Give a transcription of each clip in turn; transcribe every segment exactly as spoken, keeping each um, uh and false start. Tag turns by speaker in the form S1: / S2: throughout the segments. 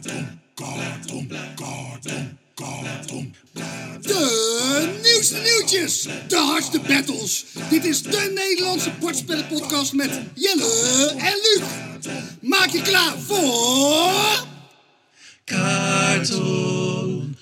S1: Karton, karton, karton, karton. De nieuwste nieuwtjes, de hardste battles. Dit is de Nederlandse bordspellenpodcast met Jelle en Luc. Maak je klaar voor...
S2: Karton,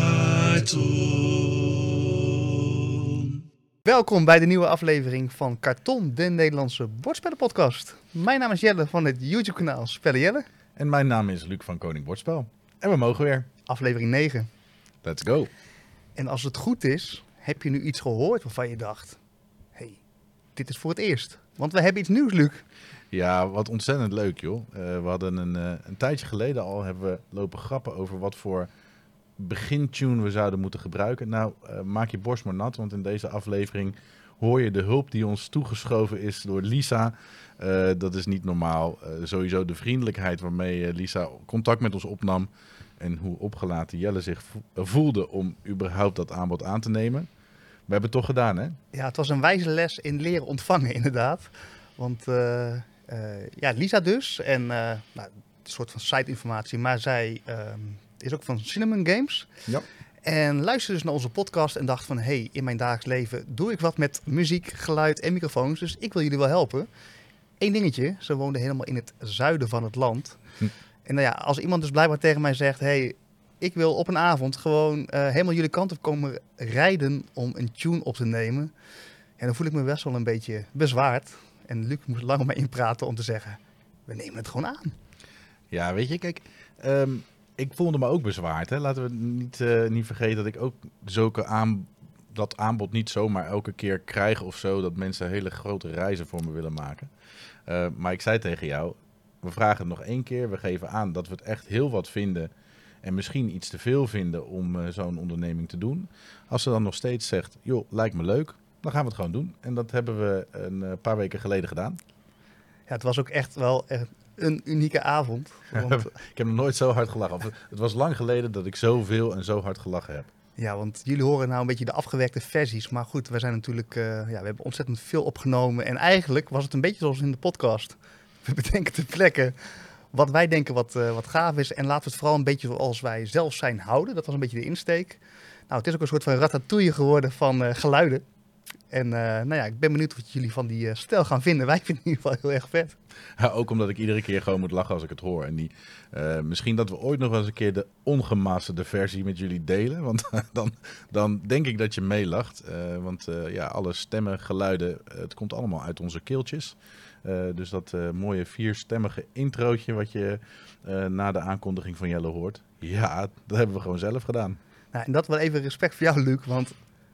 S2: karton.
S3: Welkom bij de nieuwe aflevering van Karton, de Nederlandse bordspellenpodcast. Mijn naam is Jelle van het YouTube-kanaal Spellen Jelle.
S4: En mijn naam is Luc van Koning Bordspel. En we mogen weer.
S3: Aflevering negen.
S4: Let's go.
S3: En als het goed is, heb je nu iets gehoord waarvan je dacht... Hé, hey, dit is voor het eerst. Want we hebben iets nieuws, Luc.
S4: Ja, wat ontzettend leuk, joh. Uh, we hadden een, uh, een tijdje geleden al hebben we lopen grappen over wat voor begintune we zouden moeten gebruiken. Nou, uh, maak je borst maar nat, want in deze aflevering hoor je de hulp die ons toegeschoven is door Lisa. Uh, dat is niet normaal. Uh, sowieso de vriendelijkheid waarmee uh, Lisa contact met ons opnam en hoe opgelaten Jelle zich vo- voelde om überhaupt dat aanbod aan te nemen. We hebben het toch gedaan, hè?
S3: Ja, het was een wijze les in leren ontvangen, inderdaad. Want uh, uh, ja, Lisa dus, en uh, nou, een soort van site-informatie, maar zij uh, is ook van Cinnamon Games.
S4: Ja.
S3: En luisterde dus naar onze podcast en dacht van... hé, hey, in mijn dagelijks leven doe ik wat met muziek, geluid en microfoons, dus ik wil jullie wel helpen. Eén dingetje, ze woonde helemaal in het zuiden van het land.
S4: Hm.
S3: En nou ja, als iemand dus blijkbaar tegen mij zegt... hé, hey, ik wil op een avond gewoon uh, helemaal jullie kant op komen rijden om een tune op te nemen. En dan voel ik me best wel een beetje bezwaard. En Luc moest lang op mij inpraten om te zeggen... we nemen het gewoon aan.
S4: Ja, weet je, kijk... Um... Ik voelde me ook bezwaard. Hè? Laten we niet, uh, niet vergeten dat ik ook zulke aan, dat aanbod niet zomaar elke keer krijg of zo. Dat mensen hele grote reizen voor me willen maken. Uh, maar ik zei tegen jou, we vragen het nog één keer. We geven aan dat we het echt heel wat vinden. En misschien iets te veel vinden om uh, zo'n onderneming te doen. Als ze dan nog steeds zegt, joh, lijkt me leuk. Dan gaan we het gewoon doen. En dat hebben we een uh, paar weken geleden gedaan.
S3: Ja, het was ook echt wel... Echt een unieke avond. Want...
S4: ik heb nog nooit zo hard gelachen. Het was lang geleden dat ik zoveel en zo hard gelachen heb.
S3: Ja, want jullie horen nou een beetje de afgewerkte versies. Maar goed, wij zijn natuurlijk, uh, ja, we hebben ontzettend veel opgenomen. En eigenlijk was het een beetje zoals in de podcast. We bedenken ter plekke wat wij denken wat, uh, wat gaaf is. En laten we het vooral een beetje zoals wij zelf zijn houden. Dat was een beetje de insteek. Nou, het is ook een soort van ratatouille geworden van uh, geluiden. En uh, nou ja, ik ben benieuwd wat jullie van die uh, stijl gaan vinden. Wij vinden het in ieder geval heel erg vet.
S4: Ja, ook omdat ik iedere keer gewoon moet lachen als ik het hoor. En die, uh, misschien dat we ooit nog wel eens een keer de ongemasterde versie met jullie delen. Want dan, dan denk ik dat je meelacht. Uh, want uh, ja, alle stemmen, geluiden, uh, het komt allemaal uit onze keeltjes. Uh, dus dat uh, mooie vierstemmige introotje wat je uh, na de aankondiging van Jelle hoort. Ja, dat hebben we gewoon zelf gedaan.
S3: Nou, en dat wel even respect voor jou, Luc. Want...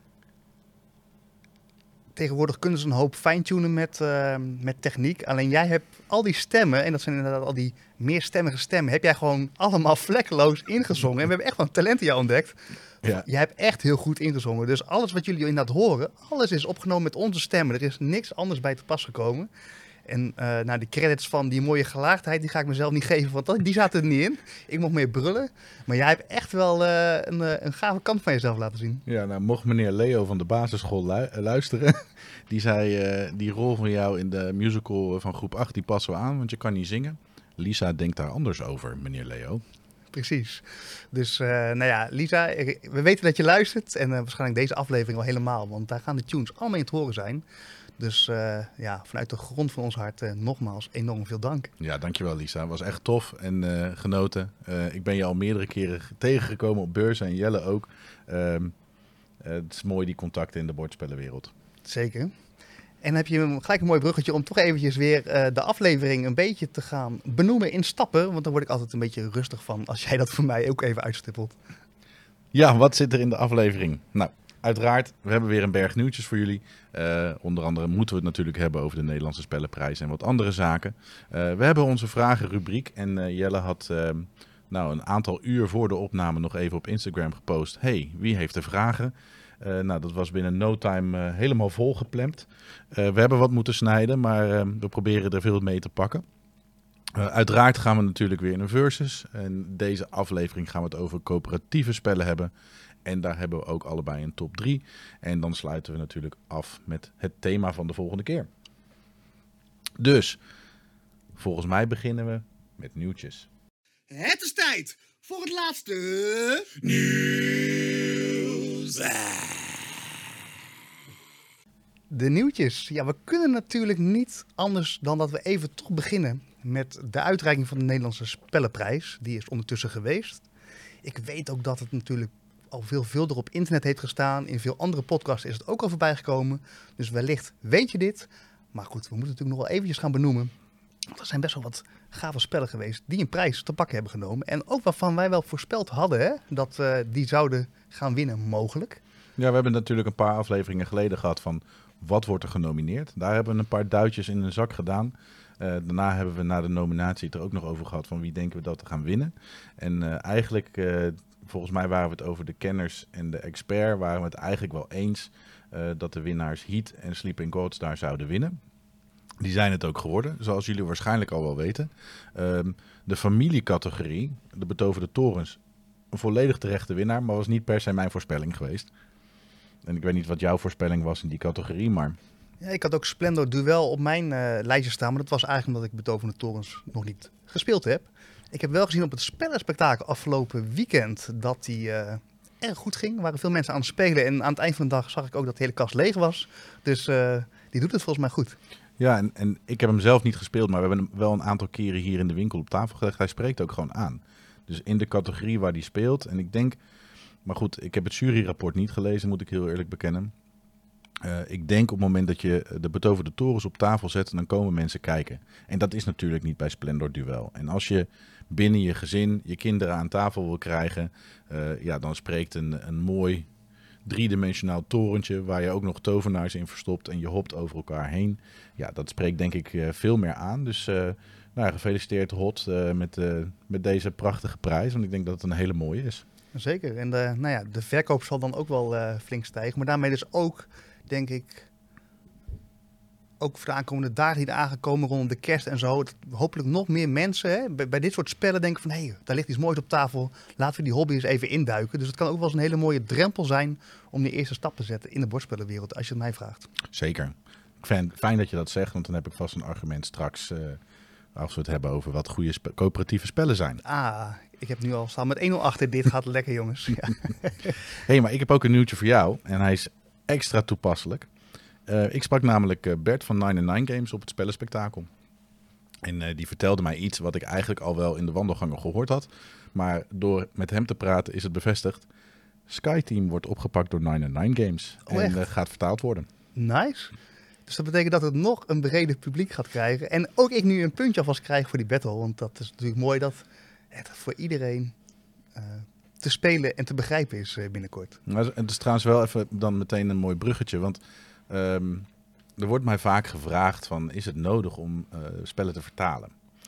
S3: tegenwoordig kunnen ze een hoop fine-tunen met, uh, met techniek. Alleen jij hebt al die stemmen, en dat zijn inderdaad al die meerstemmige stemmen, heb jij gewoon allemaal vlekkeloos ingezongen. En we hebben echt wel een talent in jou ontdekt.
S4: Ja.
S3: Jij hebt echt heel goed ingezongen. Dus alles wat jullie inderdaad horen, alles is opgenomen met onze stemmen. Er is niks anders bij te pas gekomen. En uh, nou, de credits van die mooie gelaagdheid, die ga ik mezelf niet geven, want die zaten er niet in. Ik mocht meer brullen. Maar jij hebt echt wel uh, een, een gave kant van jezelf laten zien.
S4: Ja, nou mocht meneer Leo van de basisschool lu- luisteren. Die zei, uh, die rol van jou in de musical van groep acht, die passen we aan, want je kan niet zingen. Lisa denkt daar anders over, meneer Leo.
S3: Precies. Dus uh, nou ja, Lisa, we weten dat je luistert. En uh, waarschijnlijk deze aflevering al helemaal, want daar gaan de tunes allemaal in te horen zijn. Dus uh, ja, vanuit de grond van ons hart uh, nogmaals enorm veel dank.
S4: Ja, dankjewel Lisa. Het was echt tof en uh, genoten. Uh, ik ben je al meerdere keren tegengekomen op beurzen en Jelle ook. Uh, uh, het is mooi die contacten in de bordspellenwereld.
S3: Zeker. En dan heb je gelijk een mooi bruggetje om toch eventjes weer uh, de aflevering een beetje te gaan benoemen in stappen. Want dan word ik altijd een beetje rustig van als jij dat voor mij ook even uitstippelt.
S4: Ja, wat zit er in de aflevering? Nou, uiteraard, we hebben weer een berg nieuwtjes voor jullie. Uh, onder andere moeten we het natuurlijk hebben over de Nederlandse Spellenprijs en wat andere zaken. Uh, we hebben onze vragenrubriek en uh, Jelle had uh, nou, een aantal uur voor de opname nog even op Instagram gepost. Hey, wie heeft er vragen? Uh, nou, dat was binnen no time uh, helemaal volgeplemd. Uh, we hebben wat moeten snijden, maar uh, we proberen er veel mee te pakken. Uh, uiteraard gaan we natuurlijk weer in een versus. En deze aflevering gaan we het over coöperatieve spellen hebben. En daar hebben we ook allebei een top drie. En dan sluiten we natuurlijk af met het thema van de volgende keer. Dus, volgens mij beginnen we met nieuwtjes.
S1: Het is tijd voor het laatste
S2: Nieuws.
S3: De nieuwtjes. Ja, we kunnen natuurlijk niet anders dan dat we even toch beginnen met de uitreiking van de Nederlandse Spellenprijs. Die is ondertussen geweest. Ik weet ook dat het natuurlijk al veelvuldig op internet heeft gestaan. In veel andere podcasts is het ook al voorbij gekomen. Dus wellicht weet je dit. Maar goed, we moeten natuurlijk nog wel eventjes gaan benoemen. Want er zijn best wel wat gave spellen geweest die een prijs te pakken hebben genomen. En ook waarvan wij wel voorspeld hadden hè, dat uh, die zouden gaan winnen mogelijk.
S4: Ja, we hebben natuurlijk een paar afleveringen geleden gehad van wat wordt er genomineerd. Daar hebben we een paar duitjes in een zak gedaan. Uh, daarna hebben we na de nominatie het er ook nog over gehad van wie denken we dat we gaan winnen. En uh, eigenlijk, uh, volgens mij waren we het over de kenners en de expert, waren we het eigenlijk wel eens uh, dat de winnaars Heat en Sleeping Gods daar zouden winnen. Die zijn het ook geworden, zoals jullie waarschijnlijk al wel weten. Um, de familiecategorie, de betoverde torens, een volledig terechte winnaar, maar was niet per se mijn voorspelling geweest. En ik weet niet wat jouw voorspelling was in die categorie, maar...
S3: Ja, ik had ook Splendor Duel op mijn uh, lijstje staan, maar dat was eigenlijk omdat ik Betoverde Torens nog niet gespeeld heb. Ik heb wel gezien op het spellenspectakel afgelopen weekend dat die uh, erg goed ging. Er waren veel mensen aan het spelen en aan het eind van de dag zag ik ook dat de hele kast leeg was. Dus uh, die doet het volgens mij goed.
S4: Ja, en, en ik heb hem zelf niet gespeeld, maar we hebben hem wel een aantal keren hier in de winkel op tafel gelegd. Hij spreekt ook gewoon aan. Dus in de categorie waar hij speelt. En ik denk, maar goed, ik heb het juryrapport niet gelezen, moet ik heel eerlijk bekennen. Uh, ik denk op het moment dat je de betoverde torens op tafel zet, dan komen mensen kijken. En dat is natuurlijk niet bij Splendor Duel. En als je binnen je gezin je kinderen aan tafel wil krijgen, uh, ja, dan spreekt een, een mooi driedimensionaal torentje waar je ook nog tovenaars in verstopt en je hopt over elkaar heen. Ja, dat spreekt denk ik uh, veel meer aan. Dus uh, nou, gefeliciteerd Hot uh, met, uh, met deze prachtige prijs, want ik denk dat het een hele mooie is.
S3: Zeker. En de, nou ja, de verkoop zal dan ook wel uh, flink stijgen. Maar daarmee dus ook, denk ik, ook voor de aankomende dagen die er aangekomen rondom de kerst en zo. Dat hopelijk nog meer mensen hè, bij, bij dit soort spellen denken van, hé, hey, daar ligt iets moois op tafel. Laten we die hobby eens even induiken. Dus het kan ook wel eens een hele mooie drempel zijn om de eerste stap te zetten in de bordspellenwereld, als je het mij vraagt.
S4: Zeker. Fijn, fijn dat je dat zegt, want dan heb ik vast een argument straks uh, als we het hebben over wat goede spe- coöperatieve spellen zijn.
S3: Ah, ik heb nu al staan met één nul achter. Dit gaat lekker, jongens. Ja.
S4: Hé, hey, maar ik heb ook een nieuwtje voor jou en hij is extra toepasselijk. Uh, ik sprak namelijk uh, Bert van nine and nine Games op het spellenspectakel. En uh, die vertelde mij iets wat ik eigenlijk al wel in de wandelgangen gehoord had. Maar door met hem te praten is het bevestigd. Skyteam wordt opgepakt door nine and nine Games.
S3: Oh,
S4: en uh, gaat vertaald worden.
S3: Nice. Dus dat betekent dat het nog een breder publiek gaat krijgen. En ook ik nu een puntje alvast krijg voor die battle. Want dat is natuurlijk mooi dat het voor iedereen uh, te spelen en te begrijpen is uh, binnenkort.
S4: Maar het is trouwens wel even dan meteen een mooi bruggetje. Want um, er wordt mij vaak gevraagd van, is het nodig om uh, spellen te vertalen?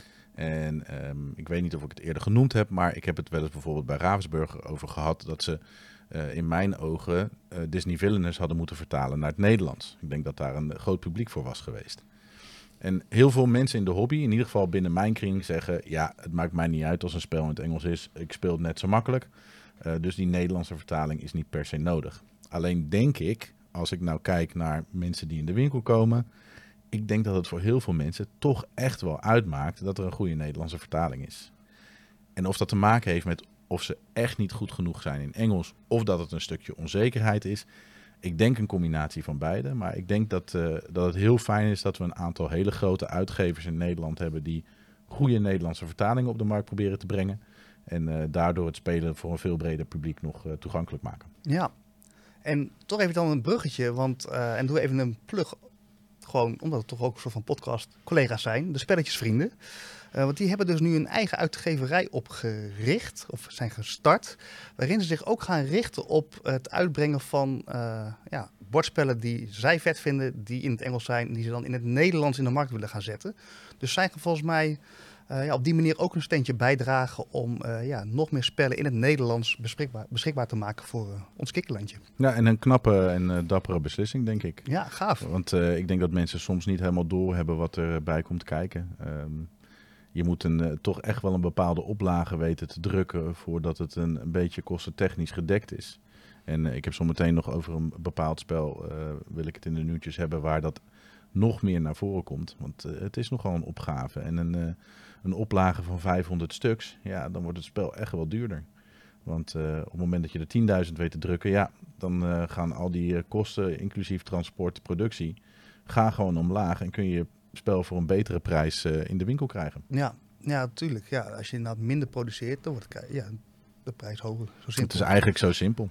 S4: En um, ik weet niet of ik het eerder genoemd heb, maar ik heb het wel eens bijvoorbeeld bij Ravensburger over gehad. Dat ze uh, in mijn ogen uh, Disney Villainous hadden moeten vertalen naar het Nederlands. Ik denk dat daar een groot publiek voor was geweest. En heel veel mensen in de hobby, in ieder geval binnen mijn kring, zeggen, ja, het maakt mij niet uit als een spel in het Engels is. Ik speel het net zo makkelijk. Uh, dus die Nederlandse vertaling is niet per se nodig. Alleen denk ik, als ik nou kijk naar mensen die in de winkel komen, ik denk dat het voor heel veel mensen toch echt wel uitmaakt dat er een goede Nederlandse vertaling is. En of dat te maken heeft met of ze echt niet goed genoeg zijn in Engels, of dat het een stukje onzekerheid is. Ik denk een combinatie van beide, maar ik denk dat, uh, dat het heel fijn is dat we een aantal hele grote uitgevers in Nederland hebben die goede Nederlandse vertalingen op de markt proberen te brengen. En uh, daardoor het spelen voor een veel breder publiek nog uh, toegankelijk maken.
S3: Ja, en toch even dan een bruggetje, want uh, en doe even een plug, gewoon omdat het toch ook een soort van podcast collega's zijn, de Spelletjesvrienden. Uh, want die hebben dus nu een eigen uitgeverij opgericht, of zijn gestart, waarin ze zich ook gaan richten op het uitbrengen van uh, ja, bordspellen die zij vet vinden, die in het Engels zijn, die ze dan in het Nederlands in de markt willen gaan zetten. Dus zij gaan volgens mij uh, ja, op die manier ook een steentje bijdragen om uh, ja, nog meer spellen in het Nederlands beschikbaar, beschikbaar te maken voor uh, ons kikkerlandje.
S4: Ja, en een knappe en uh, dappere beslissing, denk ik.
S3: Ja, gaaf.
S4: Want uh, ik denk dat mensen soms niet helemaal doorhebben wat erbij komt kijken. Um, je moet een, uh, toch echt wel een bepaalde oplage weten te drukken voordat het een, een beetje kostentechnisch gedekt is. En uh, ik heb zo meteen nog over een bepaald spel, uh, wil ik het in de nieuwtjes hebben, waar dat nog meer naar voren komt. Want uh, het is nogal een opgave en een, uh, een oplage van vijfhonderd stuks, ja, dan wordt het spel echt wel duurder. Want uh, op het moment dat je er tienduizend weet te drukken, ja, dan uh, gaan al die uh, kosten, inclusief transport, productie, gaan gewoon omlaag. En kun je je spel voor een betere prijs uh, in de winkel krijgen.
S3: Ja, ja, natuurlijk. Ja, als je inderdaad minder produceert, dan wordt het, ja, de prijs hoger. Zo simpel.
S4: Het is eigenlijk zo simpel.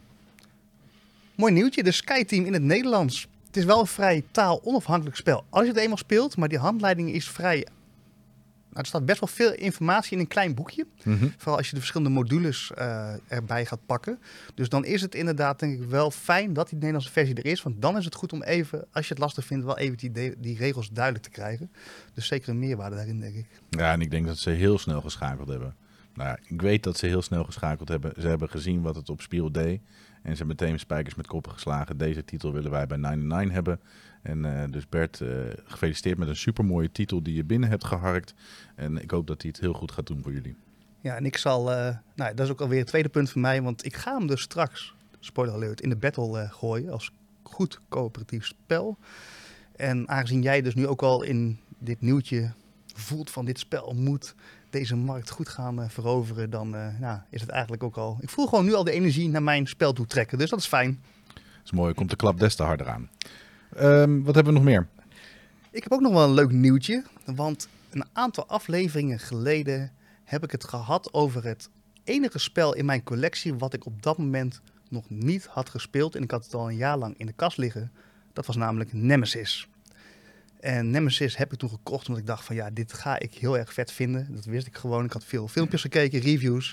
S3: Mooi nieuwtje, de Skyteam in het Nederlands. Het is wel een vrij taal-onafhankelijk spel. Als je het eenmaal speelt, maar die handleiding is vrij... Nou, er staat best wel veel informatie in een klein boekje.
S4: Mm-hmm.
S3: Vooral als je de verschillende modules uh, erbij gaat pakken. Dus dan is het inderdaad denk ik wel fijn dat die Nederlandse versie er is. Want dan is het goed om even, als je het lastig vindt, wel even die, de- die regels duidelijk te krijgen. Dus zeker een meerwaarde daarin, denk ik.
S4: Ja, en ik denk dat ze heel snel geschakeld hebben. Nou, ja, ik weet dat ze heel snel geschakeld hebben. Ze hebben gezien wat het op Spiel deed. En ze hebben meteen spijkers met koppen geslagen. Deze titel willen wij bij negenennegentig hebben. En uh, dus Bert, uh, gefeliciteerd met een supermooie titel die je binnen hebt geharkt. En ik hoop dat hij het heel goed gaat doen voor jullie.
S3: Ja, en ik zal, uh, nou, dat is ook alweer het tweede punt van mij. Want ik ga hem dus straks, spoiler alert, in de battle uh, gooien als goed coöperatief spel. En aangezien jij dus nu ook al in dit nieuwtje voelt van dit spel moet deze markt goed gaan uh, veroveren, dan uh, nou, is het eigenlijk ook al... Ik voel gewoon nu al de energie naar mijn spel toe trekken, dus dat is fijn.
S4: Dat is mooi, komt de klap des te harder aan. Um, wat hebben we nog meer?
S3: Ik heb ook nog wel een leuk nieuwtje, want een aantal afleveringen geleden heb ik het gehad over het enige spel in mijn collectie wat ik op dat moment nog niet had gespeeld. En ik had het al een jaar lang in de kast liggen. Dat was namelijk Nemesis. En Nemesis heb ik toen gekocht omdat ik dacht van ja, dit ga ik heel erg vet vinden. Dat wist ik gewoon. Ik had veel filmpjes gekeken, reviews.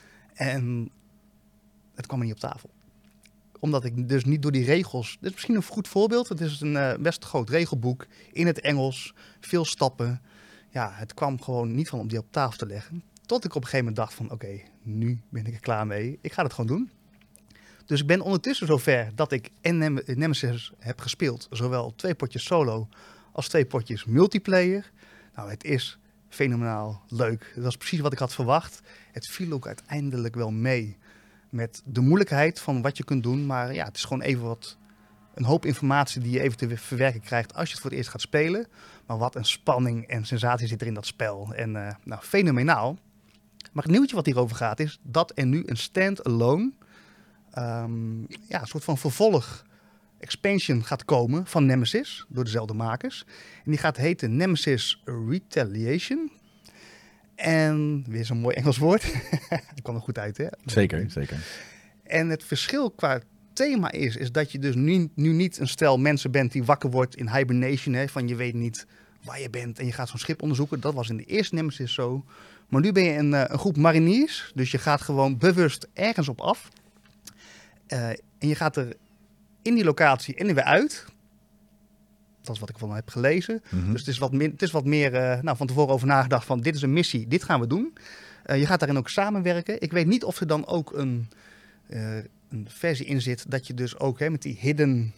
S3: En het kwam er niet op tafel. Omdat ik dus niet door die regels... Dit is misschien een goed voorbeeld. Het is een uh, best groot regelboek in het Engels. Veel stappen. Ja, het kwam gewoon niet van om die op tafel te leggen. Tot ik op een gegeven moment dacht van oké, okay, nu ben ik er klaar mee. Ik ga het gewoon doen. Dus ik ben ondertussen zover dat ik en Nem- Nemesis heb gespeeld. Zowel twee potjes solo als twee potjes multiplayer. Nou, het is fenomenaal leuk. Dat was precies wat ik had verwacht. Het viel ook uiteindelijk wel mee met de moeilijkheid van wat je kunt doen. Maar ja, het is gewoon even wat een hoop informatie die je even te verwerken krijgt als je het voor het eerst gaat spelen. Maar wat een spanning en sensatie zit er in dat spel. En uh, nou, fenomenaal. Maar het nieuwtje wat hierover gaat is dat er nu een stand-alone, um, ja, een soort van vervolg expansion gaat komen van Nemesis door dezelfde makers. En die gaat heten Nemesis Retaliation. En weer zo'n mooi Engels woord. Dat kwam er goed uit, hè?
S4: Zeker, zeker.
S3: En het verschil qua thema is, is dat je dus nu, nu niet een stel mensen bent die wakker wordt in hibernation. Hè, van je weet niet waar je bent en je gaat zo'n schip onderzoeken. Dat was in de eerste Nemesis zo. Maar nu ben je een, een groep mariniers. Dus je gaat gewoon bewust ergens op af. Uh, en je gaat er in die locatie en er weer uit. Dat is wat ik van heb gelezen.
S4: Mm-hmm.
S3: Dus het is wat, min, het is wat meer uh, nou, van tevoren over nagedacht van dit is een missie, dit gaan we doen. Uh, je gaat daarin ook samenwerken. Ik weet niet of er dan ook een, uh, een versie in zit dat je dus ook hè, met die hidden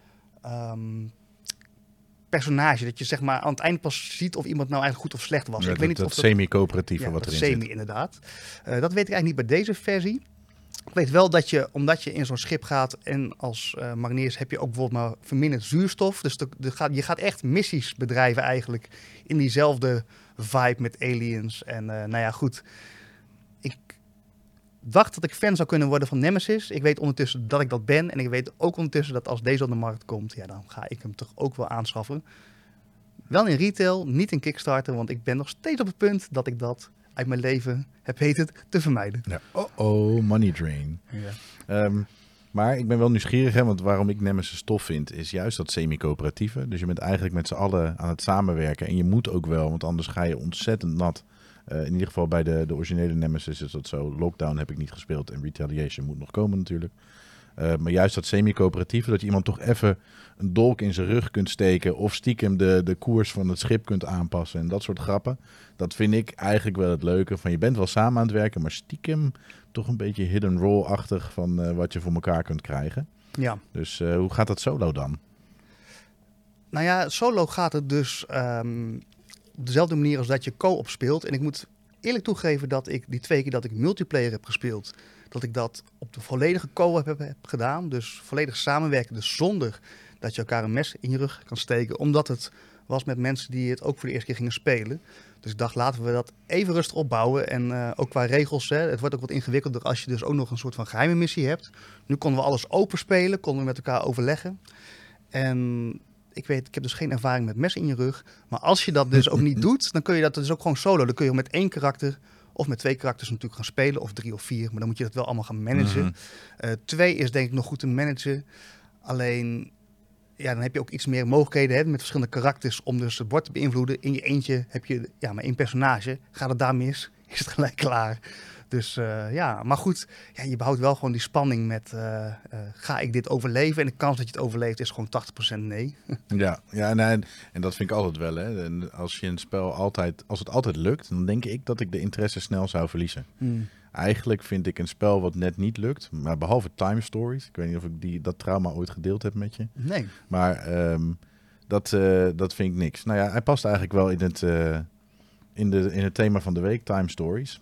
S3: um, personage, dat je zeg maar aan het eind pas ziet of iemand nou eigenlijk goed of slecht was.
S4: Ja,
S3: ik
S4: dat,
S3: weet niet
S4: dat
S3: of dat
S4: semi-coöperatieve
S3: ja,
S4: wat
S3: dat
S4: erin
S3: semi
S4: zit.
S3: inderdaad. Uh, dat weet ik eigenlijk niet bij deze versie. Ik weet wel dat je, omdat je in zo'n schip gaat en als uh, mariniers heb je ook bijvoorbeeld maar verminderd zuurstof. Dus de, de gaat, je gaat echt missies bedrijven eigenlijk in diezelfde vibe met aliens. En uh, nou ja, goed. Ik dacht dat ik fan zou kunnen worden van Nemesis. Ik weet ondertussen dat ik dat ben. En ik weet ook ondertussen dat als deze op de markt komt, ja, dan ga ik hem toch ook wel aanschaffen. Wel in retail, niet in Kickstarter, want ik ben nog steeds op het punt dat ik dat uit mijn leven heb weten te vermijden.
S4: Ja. Oh oh, money drain.
S3: Ja.
S4: Um, maar ik ben wel nieuwsgierig, hè, want waarom ik Nemesis tof vind, is juist dat semi-coöperatieve. Dus je bent eigenlijk met z'n allen aan het samenwerken. En je moet ook wel, want anders ga je ontzettend nat. Uh, in ieder geval bij de, de originele Nemesis is dat zo. Lockdown heb ik niet gespeeld en Retaliation moet nog komen natuurlijk. Uh, maar juist dat semi-coöperatieve, dat je iemand toch even een dolk in zijn rug kunt steken of stiekem de, de koers van het schip kunt aanpassen en dat soort grappen. Dat vind ik eigenlijk wel het leuke. Van je bent wel samen aan het werken, maar stiekem toch een beetje hidden roll-achtig van uh, wat je voor elkaar kunt krijgen.
S3: Ja.
S4: Dus uh, hoe gaat dat solo dan?
S3: Nou ja, solo gaat het dus um, op dezelfde manier als dat je co-op speelt. En ik moet eerlijk toegeven dat ik die twee keer dat ik multiplayer heb gespeeld, dat ik dat op de volledige co-op heb, heb gedaan. Dus volledig samenwerken, dus zonder dat je elkaar een mes in je rug kan steken. Omdat het was met mensen die het ook voor de eerste keer gingen spelen. Dus ik dacht, laten we dat even rustig opbouwen. En uh, ook qua regels, hè, het wordt ook wat ingewikkelder als je dus ook nog een soort van geheime missie hebt. Nu konden we alles open spelen, konden we met elkaar overleggen. En ik weet, ik heb dus geen ervaring met mes in je rug. Maar als je dat dus ook niet doet, dan kun je dat dus ook gewoon solo. Dan kun je met één karakter of met twee karakters natuurlijk gaan spelen. Of drie of vier, maar dan moet je dat wel allemaal gaan managen.
S4: Mm-hmm.
S3: Uh, twee is denk ik nog goed te managen. Alleen, ja, dan heb je ook iets meer mogelijkheden hè, met verschillende karakters om dus het bord te beïnvloeden. In je eentje heb je ja, maar één personage. Gaat het daar mis, is het gelijk klaar. Dus uh, ja, maar goed, ja, je behoudt wel gewoon die spanning met uh, uh, ga ik dit overleven? En de kans dat je het overleeft is gewoon tachtig procent nee.
S4: Ja, ja nee, en, en dat vind ik altijd wel. Hè. En als je een spel altijd, als het altijd lukt, dan denk ik dat ik de interesse snel zou verliezen. Hmm. Eigenlijk vind ik een spel wat net niet lukt, maar behalve Time Stories. Ik weet niet of ik die, dat trauma ooit gedeeld heb met je.
S3: Nee.
S4: Maar um, dat, uh, dat vind ik niks. Nou ja, hij past eigenlijk wel in het, uh, in de, in het thema van de week, Time Stories.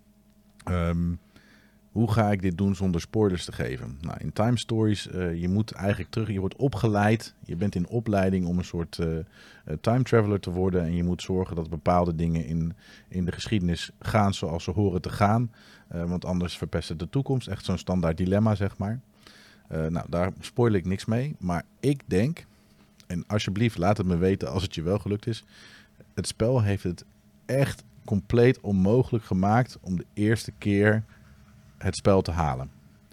S4: Um, hoe ga ik dit doen zonder spoilers te geven? Nou, in Time Stories, uh, je moet eigenlijk terug, je wordt opgeleid. Je bent in opleiding om een soort uh, uh, time traveler te worden. En je moet zorgen dat bepaalde dingen in, in de geschiedenis gaan zoals ze horen te gaan. Uh, want anders verpest het de toekomst. Echt zo'n standaard dilemma, zeg maar. Uh, nou, daar spoil ik niks mee. Maar ik denk, en alsjeblieft laat het me weten als het je wel gelukt is. Het spel heeft het echt compleet onmogelijk gemaakt om de eerste keer het spel te halen.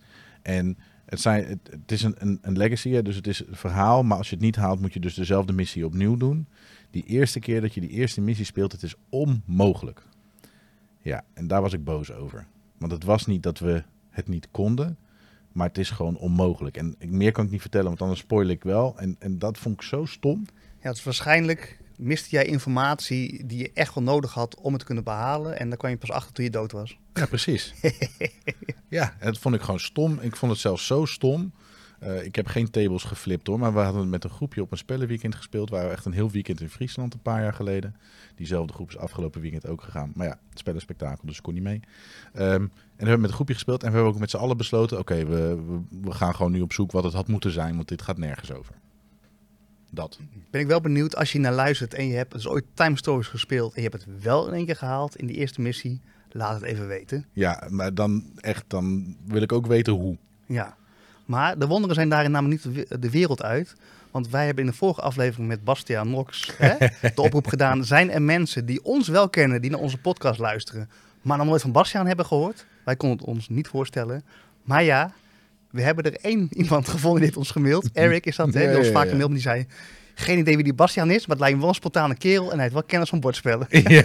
S4: En het, zijn, het, het is een, een, een legacy, hè, dus het is een verhaal. Maar als je het niet haalt, moet je dus dezelfde missie opnieuw doen. Die eerste keer dat je die eerste missie speelt, het is onmogelijk. Ja, en daar was ik boos over. Want het was niet dat we het niet konden, maar het is gewoon onmogelijk. En meer kan ik niet vertellen, want anders spoil ik wel. En, en dat vond ik zo stom.
S3: Ja, het is waarschijnlijk miste jij informatie die je echt wel nodig had om het te kunnen behalen. En daar kwam je pas achter toen je dood was.
S4: Ja, precies. Ja, dat vond ik gewoon stom. Ik vond het zelfs zo stom. Uh, ik heb geen tables geflipt hoor, maar we hadden het met een groepje op een spellenweekend gespeeld. We waren echt een heel weekend in Friesland een paar jaar geleden. Diezelfde groep is afgelopen weekend ook gegaan. Maar ja, het spellenspektakel, dus ik kon niet mee. Um, en we hebben met een groepje gespeeld en we hebben ook met z'n allen besloten, oké, okay, we, we, we gaan gewoon nu op zoek wat het had moeten zijn, want dit gaat nergens over. Dat.
S3: Ben ik wel benieuwd als je naar luistert en je hebt dus ooit Time Stories gespeeld en je hebt het wel in één keer gehaald in die eerste missie. Laat het even weten.
S4: Ja, maar dan echt, dan wil ik ook weten hoe.
S3: Ja, maar de wonderen zijn daarin namelijk niet de wereld uit. Want wij hebben in de vorige aflevering met Bastiaan Nox hè, de oproep gedaan. Zijn er mensen die ons wel kennen, die naar onze podcast luisteren, maar nog nooit van Bastiaan hebben gehoord? Wij konden het ons niet voorstellen. Maar ja, we hebben er één iemand gevonden die heeft ons gemaild. Eric is dat, hè? Die ons vaak gemaild, maar die zei, geen idee wie die Bastiaan is, maar het lijkt me wel een spontane kerel en hij heeft wel kennis van bordspellen.
S4: Ja,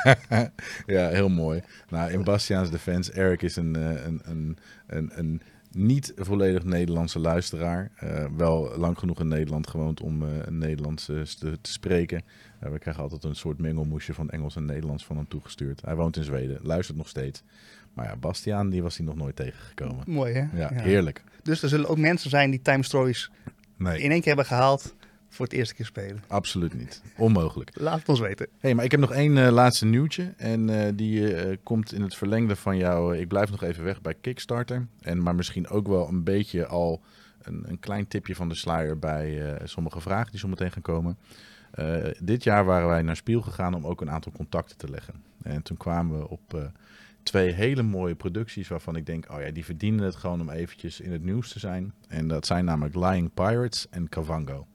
S4: ja, heel mooi. Nou, in Bastiaans defense, Eric is een, een, een, een, een niet volledig Nederlandse luisteraar. Uh, wel lang genoeg in Nederland gewoond om uh, een Nederlands uh, te, te spreken. Uh, we krijgen altijd een soort mengelmoesje van Engels en Nederlands van hem toegestuurd. Hij woont in Zweden, luistert nog steeds. Maar ja, Bastiaan, die was hij nog nooit tegengekomen.
S3: Mooi, hè?
S4: Ja,
S3: Ja,
S4: heerlijk.
S3: Dus er zullen ook mensen zijn die Time Stories
S4: nee.
S3: in één keer hebben gehaald voor het eerste keer spelen.
S4: Absoluut niet. Onmogelijk.
S3: Laat het ons weten.
S4: Hey, maar ik heb nog één uh, laatste nieuwtje. En uh, die uh, komt in het verlengde van jou. Uh, ik blijf nog even weg bij Kickstarter. En, maar misschien ook wel een beetje al een, een klein tipje van de sluier bij uh, sommige vragen die zo meteen gaan komen. Uh, dit jaar waren wij naar Spiel gegaan om ook een aantal contacten te leggen. En toen kwamen we op uh, twee hele mooie producties waarvan ik denk, oh ja, die verdienen het gewoon om eventjes in het nieuws te zijn. En dat zijn namelijk Lying Pirates en Kavango.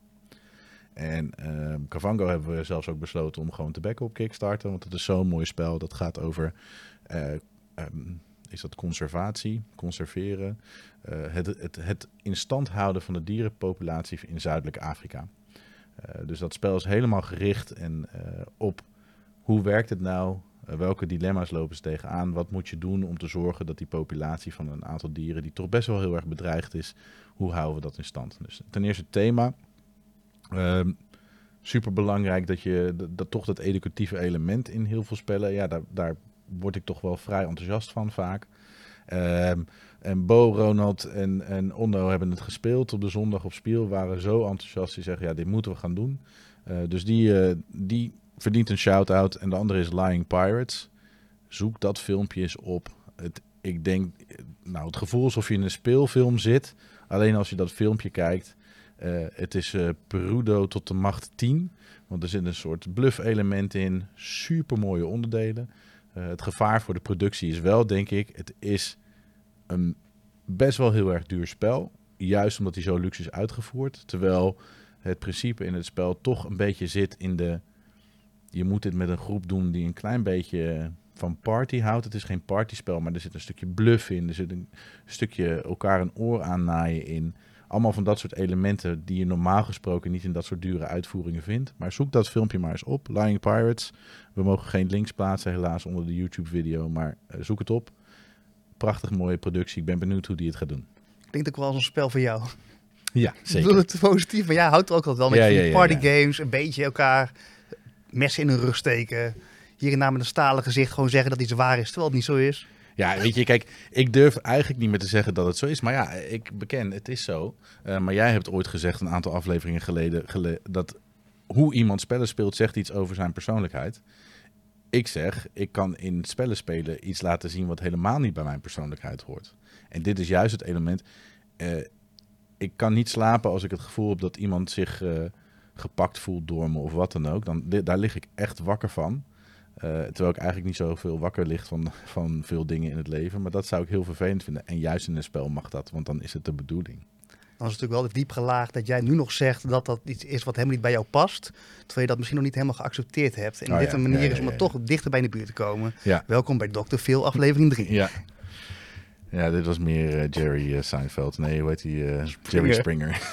S4: En uh, Kavango hebben we zelfs ook besloten om gewoon te backen op Kickstarter. Want het is zo'n mooi spel. Dat gaat over, uh, um, is dat conservatie, conserveren. Uh, het, het, het in stand houden van de dierenpopulatie in Zuidelijk Afrika. Uh, dus dat spel is helemaal gericht en, uh, op hoe werkt het nou? Uh, welke dilemma's lopen ze tegenaan? Wat moet je doen om te zorgen dat die populatie van een aantal dieren die toch best wel heel erg bedreigd is, hoe houden we dat in stand? Dus ten eerste het thema. Uh, super belangrijk dat je dat, dat toch dat educatieve element in heel veel spellen, ja, daar, daar word ik toch wel vrij enthousiast van vaak. Uh, en Bo, Ronald en, en Onno hebben het gespeeld op de zondag op Spiel, waren zo enthousiast, die zeggen, ja, dit moeten we gaan doen. Uh, dus die, uh, die verdient een shout-out. En de andere is Lying Pirates. Zoek dat filmpje eens op. Het, ik denk, nou, het gevoel alsof je in een speelfilm zit, alleen als je dat filmpje kijkt. Uh, het is uh, Perudo tot de macht tien. Want er zit een soort bluff-element in. Super mooie onderdelen. Uh, het gevaar voor de productie is wel, denk ik, het is een best wel heel erg duur spel. Juist omdat hij zo luxe is uitgevoerd. Terwijl het principe in het spel toch een beetje zit in de... Je moet dit met een groep doen die een klein beetje van party houdt. Het is geen partyspel, maar er zit een stukje bluff in. Er zit een stukje elkaar een oor aannaaien in. Allemaal van dat soort elementen die je normaal gesproken niet in dat soort dure uitvoeringen vindt. Maar zoek dat filmpje maar eens op. Lying Pirates. We mogen geen links plaatsen helaas onder de YouTube-video, maar uh, zoek het op. Prachtig mooie productie. Ik ben benieuwd hoe die het gaat doen.
S3: Klinkt ook wel als een spel voor jou.
S4: Ja,
S3: Ik
S4: zeker.
S3: bedoel het positief, maar jij houdt er ook altijd wel met
S4: Ja,
S3: je
S4: ja, ja,
S3: partygames. Ja. Een beetje elkaar messen in hun rug steken. Hier en daar met een stalen gezicht gewoon zeggen dat iets waar is, terwijl het niet zo is.
S4: Ja, weet je, kijk, ik durf eigenlijk niet meer te zeggen dat het zo is. Maar ja, ik beken, het is zo. Uh, maar jij hebt ooit gezegd, een aantal afleveringen geleden, gele- dat hoe iemand spellen speelt, zegt iets over zijn persoonlijkheid. Ik zeg, ik kan in spellen spelen iets laten zien wat helemaal niet bij mijn persoonlijkheid hoort. En dit is juist het element. Uh, ik kan niet slapen als ik het gevoel heb dat iemand zich uh, gepakt voelt door me of wat dan ook. Dan, daar lig ik echt wakker van. Uh, terwijl ik eigenlijk niet zoveel wakker ligt van, van veel dingen in het leven. Maar dat zou ik heel vervelend vinden. En juist in een spel mag dat, want dan is het de bedoeling.
S3: Dan is het natuurlijk wel de diep gelaagd dat jij nu nog zegt dat dat iets is wat helemaal niet bij jou past. Terwijl je dat misschien nog niet helemaal geaccepteerd hebt. En
S4: Oh,
S3: dit
S4: ja.
S3: een manier
S4: Ja, ja,
S3: is om er
S4: ja.
S3: toch dichter bij in de buurt te komen.
S4: Ja.
S3: Welkom bij dokter Phil, aflevering drie.
S4: Ja. Ja, dit was meer uh, Jerry uh, Seinfeld. Nee, hoe heet die? Uh, Jerry Springer.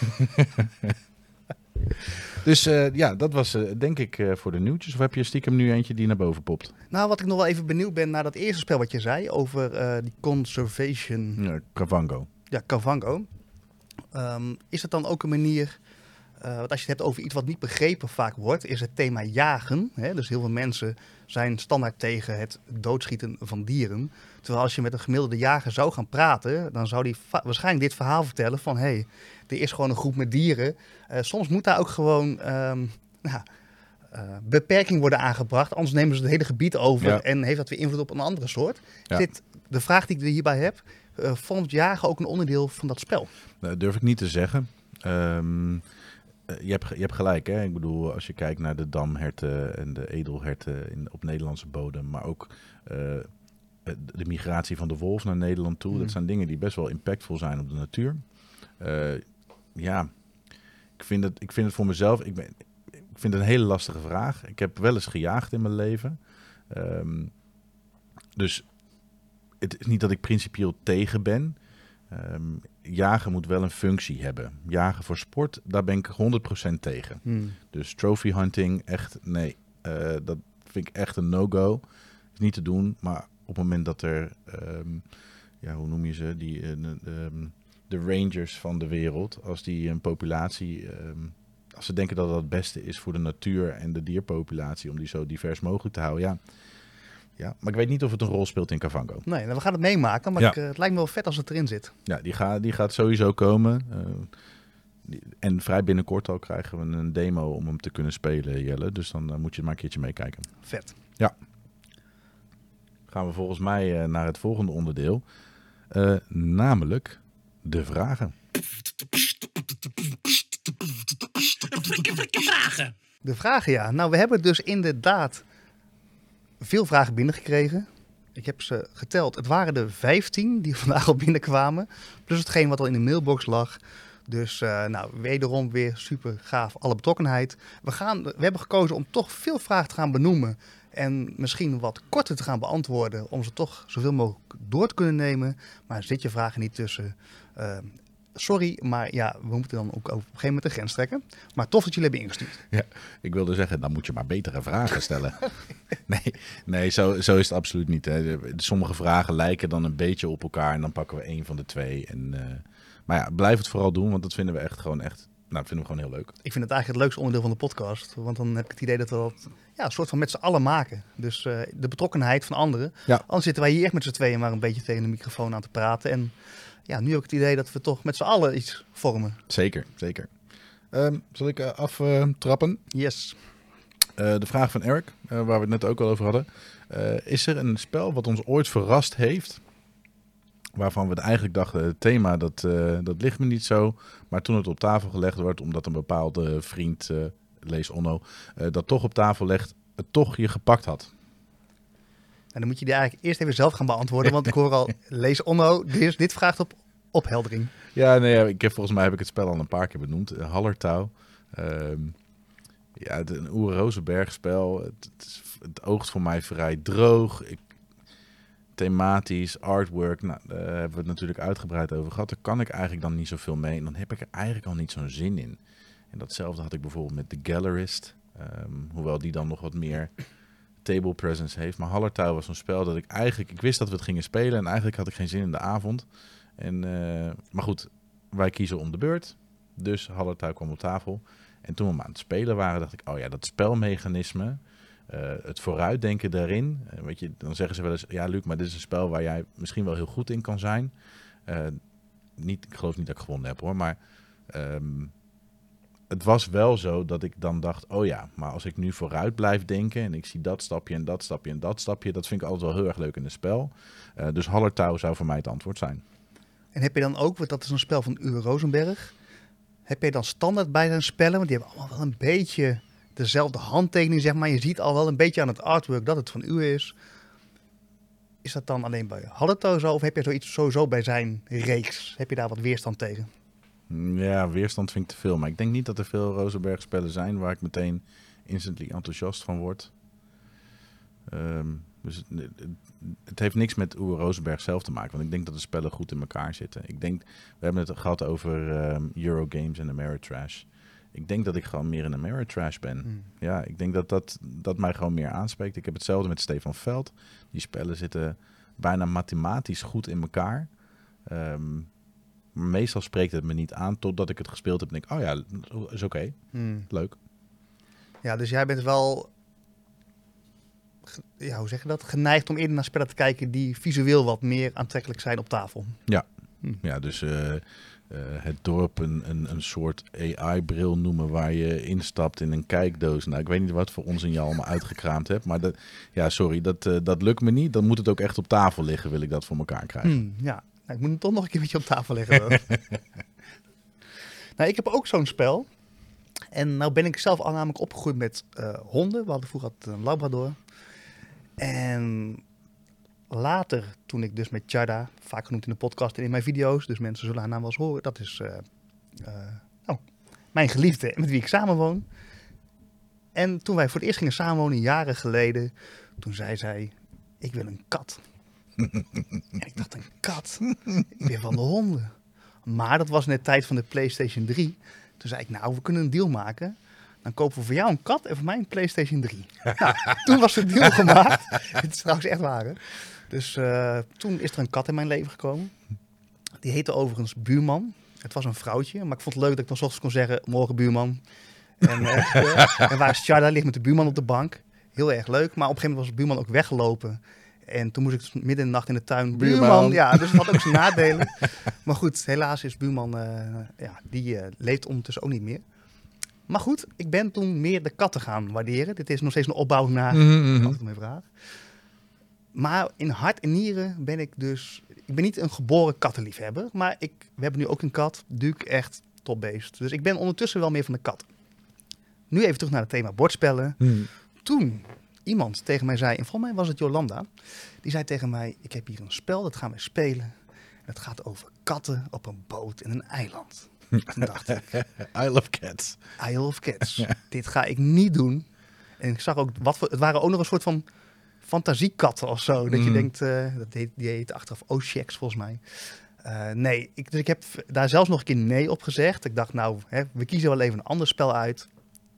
S4: Dus uh, ja, dat was uh, denk ik uh, voor de nieuwtjes. Of heb je stiekem nu eentje die naar boven popt?
S3: Nou, wat ik nog wel even benieuwd ben naar dat eerste spel wat je zei over uh, die conservation.
S4: Ja, Kavango.
S3: Ja, Kavango. Um, is het dan ook een manier, uh, want als je het hebt over iets wat niet begrepen vaak wordt, is het thema jagen. Hè? Dus heel veel mensen zijn standaard tegen het doodschieten van dieren. Terwijl als je met een gemiddelde jager zou gaan praten, dan zou die va- waarschijnlijk dit verhaal vertellen van, hé, hey, er is gewoon een groep met dieren. Uh, soms moet daar ook gewoon um, nou, uh, beperking worden aangebracht, anders nemen ze het hele gebied over
S4: Ja.
S3: en heeft dat weer invloed op een andere soort.
S4: Ja.
S3: Dit, de vraag die ik er hierbij heb, uh, vormt jagen ook een onderdeel van dat spel?
S4: Dat durf ik niet te zeggen. Um, uh, je, hebt, je hebt gelijk, hè? Ik bedoel, als je kijkt naar de damherten en de edelherten in, op Nederlandse bodem, maar ook uh, de migratie van de wolf naar Nederland toe.
S3: Mm.
S4: Dat zijn dingen die best wel impactvol zijn op de natuur. Uh, ja, ik vind, het, ik vind het voor mezelf, ik, ben, ik vind het een hele lastige vraag. Ik heb wel eens gejaagd in mijn leven. Um, dus het is niet dat ik principieel tegen ben. Um, jagen moet wel een functie hebben. Jagen voor sport, daar ben ik honderd procent tegen.
S3: Hmm.
S4: Dus trophy hunting, echt, nee. Uh, dat vind ik echt een no-go. Is niet te doen, maar op het moment dat er, um, ja, hoe noem je ze, die, uh, um, de rangers van de wereld, als die een populatie, um, als ze denken dat dat het beste is voor de natuur en de dierpopulatie, om die zo divers mogelijk te houden, ja. Ja, maar ik weet niet of het een rol speelt in Kavango.
S3: Nee, nou, we gaan het meemaken, maar
S4: Ja.
S3: ik, uh, het lijkt me wel vet als het erin zit.
S4: Ja, die, ga, die gaat sowieso komen. Uh, die, en vrij binnenkort al krijgen we een demo om hem te kunnen spelen, Jelle. Dus dan uh, moet je maar een keertje meekijken.
S3: Vet.
S4: Ja. Gaan we volgens mij uh, naar het volgende onderdeel. Uh, namelijk de vragen.
S2: Vragen.
S3: De vragen, ja. Nou, we hebben dus inderdaad veel vragen binnengekregen. Ik heb ze geteld. Het waren er vijftien die vandaag al binnenkwamen. Plus hetgeen wat al in de mailbox lag. Dus uh, nou, wederom weer super gaaf. Alle betrokkenheid. We, gaan, we hebben gekozen om toch veel vragen te gaan benoemen. En misschien wat korter te gaan beantwoorden. Om ze toch zoveel mogelijk door te kunnen nemen. Maar zit je vragen niet tussen. Uh, sorry, maar ja, we moeten dan ook op een gegeven moment een grens trekken. Maar tof dat jullie hebben ingestuurd.
S4: Ja, ik wilde zeggen, dan moet je maar betere vragen stellen. nee, nee zo, zo is het absoluut niet. Hè. Sommige vragen lijken dan een beetje op elkaar en dan pakken we één van de twee. En, uh, maar ja, blijf het vooral doen, want dat vinden we echt gewoon echt, nou, dat vinden we gewoon heel leuk.
S3: Ik vind het eigenlijk het leukste onderdeel van de podcast. Want dan heb ik het idee dat we dat ja, een soort van met z'n allen maken. Dus uh, de betrokkenheid van anderen.
S4: Ja.
S3: Anders zitten wij hier echt met z'n tweeën maar een beetje tegen de microfoon aan te praten. En ja, nu ook het idee dat we toch met z'n allen iets vormen.
S4: Zeker, zeker. Um, zal ik uh, aftrappen? Uh,
S3: Yes.
S4: Uh, de vraag van Eric, uh, waar we het net ook al over hadden. Uh, is er een spel wat ons ooit verrast heeft, waarvan we eigenlijk dachten, het thema dat, uh, dat ligt me niet zo. Maar toen het op tafel gelegd wordt, omdat een bepaalde vriend, uh, lees Onno, uh, dat toch op tafel legt, het toch je gepakt had.
S3: En dan moet je die eigenlijk eerst even zelf gaan beantwoorden, want ik hoor al, lees Onno, dit, dit vraagt op opheldering.
S4: Ja, nee, ja, ik heb, volgens mij heb ik het spel al een paar keer benoemd. Uh, Hallertau. Um, ja, het, een Uwe Rosenberg spel. Het, het, is, het oogt voor mij vrij droog. Ik, thematisch, artwork, nou, daar hebben we het natuurlijk uitgebreid over gehad. Daar kan ik eigenlijk dan niet zoveel mee. En dan heb ik er eigenlijk al niet zo'n zin in. En datzelfde had ik bijvoorbeeld met The Gallerist. Um, hoewel die dan nog wat meer table presence heeft. Maar Hallertau was zo'n spel dat ik eigenlijk... Ik wist dat we het gingen spelen en eigenlijk had ik geen zin in de avond. En, uh, maar goed, wij kiezen om de beurt. Dus Hallertau kwam op tafel. En toen we aan het spelen waren, dacht ik... Oh ja, dat spelmechanisme... Uh, het vooruitdenken daarin. Uh, weet je, dan zeggen ze wel eens... Ja, Luc, maar dit is een spel waar jij misschien wel heel goed in kan zijn. Uh, niet, ik geloof niet dat ik gewonnen heb, hoor. Maar um, het was wel zo dat ik dan dacht... Oh ja, maar als ik nu vooruit blijf denken... en ik zie dat stapje en dat stapje en dat stapje... dat vind ik altijd wel heel erg leuk in een spel. Uh, dus Hallertau zou voor mij het antwoord zijn.
S3: En heb je dan ook, want dat is een spel van Uwe Rosenberg... heb je dan standaard bij zijn spellen? Want die hebben allemaal wel een beetje... dezelfde handtekening, zeg maar. Je ziet al wel een beetje aan het artwork dat het van u is. Is dat dan alleen bij Hallertau zo? Of heb je zoiets sowieso bij zijn reeks? Heb je daar wat weerstand tegen?
S4: Ja, weerstand vind ik te veel. Maar ik denk niet dat er veel Rosenberg spellen zijn waar ik meteen instantly enthousiast van word. Um, dus het, het heeft niks met Uwe Rosenberg zelf te maken. Want ik denk dat de spellen goed in elkaar zitten. Ik denk, we hebben het gehad over um, Eurogames en Ameritrash. Ik denk dat ik gewoon meer een Ameritrash ben. Hmm. Ja, ik denk dat, dat dat mij gewoon meer aanspreekt. Ik heb hetzelfde met Stefan Veld. Die spellen zitten bijna mathematisch goed in elkaar. Um, maar meestal spreekt het me niet aan totdat ik het gespeeld heb en denk, oh ja, is oké. Okay. Hmm. Leuk.
S3: Ja, dus jij bent wel, ja, hoe zeg je dat, geneigd om eerder naar spellen te kijken die visueel wat meer aantrekkelijk zijn op tafel.
S4: Ja, hmm. ja dus... Uh, Uh, het dorp een, een, een soort A I-bril noemen waar je instapt in een kijkdoos. Nou, ik weet niet wat voor onzin je allemaal uitgekraamd hebt. Maar dat, ja, sorry, dat, uh, dat lukt me niet. Dan moet het ook echt op tafel liggen, wil ik dat voor elkaar krijgen.
S3: Hmm, ja, nou, ik moet het toch nog een keer met je op tafel leggen. Nou, ik heb ook zo'n spel. En nou ben ik zelf al namelijk opgegroeid met uh, honden. We hadden vroeger een Labrador. En... later, toen ik dus met Chada, vaak genoemd in de podcast en in mijn video's, dus mensen zullen haar naam wel eens horen, dat is uh, uh, oh, mijn geliefde met wie ik samenwoon. En toen wij voor het eerst gingen samenwonen, jaren geleden, toen zei zij, ik wil een kat. En ik dacht, een kat? Ik ben van de honden. Maar dat was in de tijd van de PlayStation drie. Toen zei ik, nou, we kunnen een deal maken. Dan kopen we voor jou een kat en voor mij een PlayStation drie. Nou, toen was de deal gemaakt. Het is trouwens echt waar, hè? Dus uh, toen is er een kat in mijn leven gekomen. Die heette overigens Buurman. Het was een vrouwtje, maar ik vond het leuk dat ik dan 's ochtends kon zeggen, morgen buurman. En, uh, uh, en waar is Charda, ligt met de buurman op de bank. Heel erg leuk, maar op een gegeven moment was de buurman ook weggelopen. En toen moest ik midden in de nacht in de tuin, buurman. buurman. Ja, dus het had ook zijn nadelen. Maar goed, helaas is buurman, uh, ja, die uh, leeft ondertussen ook niet meer. Maar goed, ik ben toen meer de katten gaan waarderen. Dit is nog steeds een opbouw naar, mm-hmm. altijd mijn vraag. Maar in hart en nieren ben ik dus... Ik ben niet een geboren kattenliefhebber, maar ik, we hebben nu ook een kat. Duke, echt topbeest. Dus ik ben ondertussen wel meer van de kat. Nu even terug naar het thema bordspellen. Hmm. Toen iemand tegen mij zei, en volgens mij was het Jolanda, die zei tegen mij, ik heb hier een spel, dat gaan we spelen. En het gaat over katten op een boot in een eiland. Toen dacht ik...
S4: Isle of Cats.
S3: Isle of Cats. Ja. Dit ga ik niet doen. En ik zag ook, wat voor, het waren ook nog een soort van fantasiekatten of zo. Dat mm. je denkt, uh, dat heet, die heet achteraf Osheks volgens mij. Uh, nee, ik, dus ik heb daar zelfs nog een keer nee op gezegd. Ik dacht, nou, hè, we kiezen wel even een ander spel uit.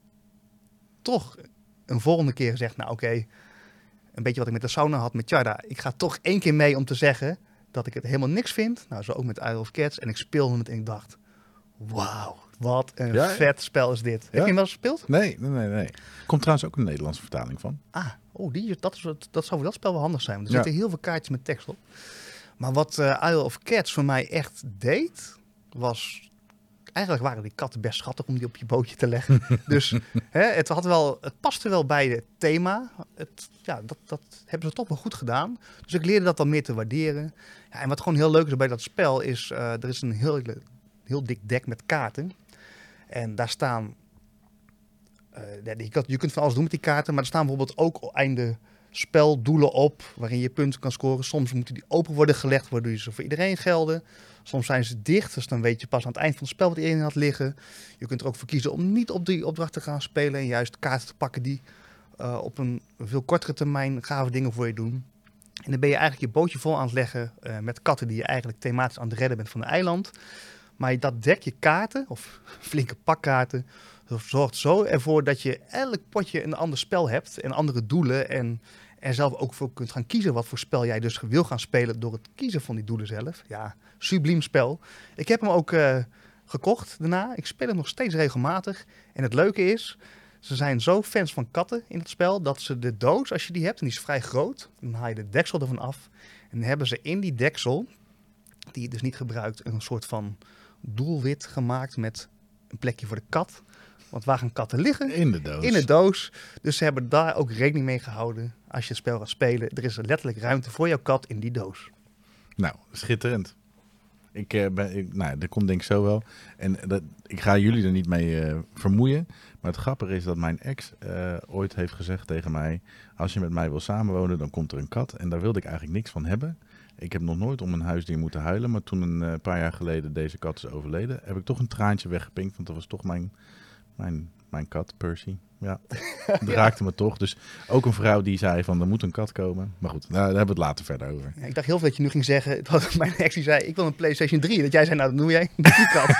S3: Toch een volgende keer gezegd, nou oké, okay, een beetje wat ik met de sauna had met Charda. Ik ga toch één keer mee om te zeggen dat ik het helemaal niks vind. Nou, zo ook met Isle of Cats. En ik speelde het en ik dacht, wauw, wat een ja, vet spel is dit. Ja? Heb je hem wel eens gespeeld?
S4: Nee, nee, nee, nee. Komt trouwens ook een Nederlandse vertaling van.
S3: Ah, oh, die, dat, is, dat zou voor dat spel wel handig zijn. Want er ja. zitten heel veel kaartjes met tekst op. Maar wat uh, Isle of Cats voor mij echt deed, was eigenlijk waren die katten best schattig om die op je bootje te leggen. Dus hè, het, had wel, het paste wel bij het thema. Het, ja, dat, dat hebben ze toch wel goed gedaan. Dus ik leerde dat dan meer te waarderen. Ja, en wat gewoon heel leuk is bij dat spel is, uh, er is een heel, heel dik dek met kaarten. En daar staan, uh, je, je kunt van alles doen met die kaarten, maar er staan bijvoorbeeld ook einde speldoelen op waarin je punten kan scoren. Soms moeten die open worden gelegd, waardoor ze voor iedereen gelden. Soms zijn ze dicht, dus dan weet je pas aan het eind van het spel wat iedereen had liggen. Je kunt er ook voor kiezen om niet op die opdracht te gaan spelen en juist kaarten te pakken die uh, op een veel kortere termijn gave dingen voor je doen. En dan ben je eigenlijk je bootje vol aan het leggen uh, met katten die je eigenlijk thematisch aan het redden bent van een eiland. Maar dat dekje kaarten, of flinke pakkaarten, zorgt zo ervoor dat je elk potje een ander spel hebt en andere doelen. En er zelf ook voor kunt gaan kiezen wat voor spel jij dus wil gaan spelen door het kiezen van die doelen zelf. Ja, subliem spel. Ik heb hem ook uh, gekocht daarna. Ik speel hem nog steeds regelmatig. En het leuke is, ze zijn zo fans van katten in het spel dat ze de doos, als je die hebt, en die is vrij groot, dan haal je de deksel ervan af. En dan hebben ze in die deksel, die je dus niet gebruikt, een soort van doelwit gemaakt met een plekje voor de kat. Want waar gaan katten liggen?
S4: In de doos.
S3: In de doos. Dus ze hebben daar ook rekening mee gehouden. Als je het spel gaat spelen, er is letterlijk ruimte voor jouw kat in die doos.
S4: Nou, schitterend. Ik, uh, ben, ik, nou, dat komt denk ik zo wel. En dat, ik ga jullie er niet mee uh, vermoeien. Maar het grappige is dat mijn ex uh, ooit heeft gezegd tegen mij, als je met mij wil samenwonen, dan komt er een kat. En daar wilde ik eigenlijk niks van hebben. Ik heb nog nooit om een huisdier moeten huilen. Maar toen een uh, paar jaar geleden deze kat is overleden, heb ik toch een traantje weggepinkt. Want dat was toch mijn... Mijn, mijn kat, Percy. Ja, dat raakte me toch. Dus ook een vrouw die zei van, er moet een kat komen. Maar goed, daar hebben we het later verder over.
S3: Ja, ik dacht heel veel dat je nu ging zeggen, dat mijn ex die zei, ik wil een PlayStation drie. Dat jij zei, nou dat noem jij die kat.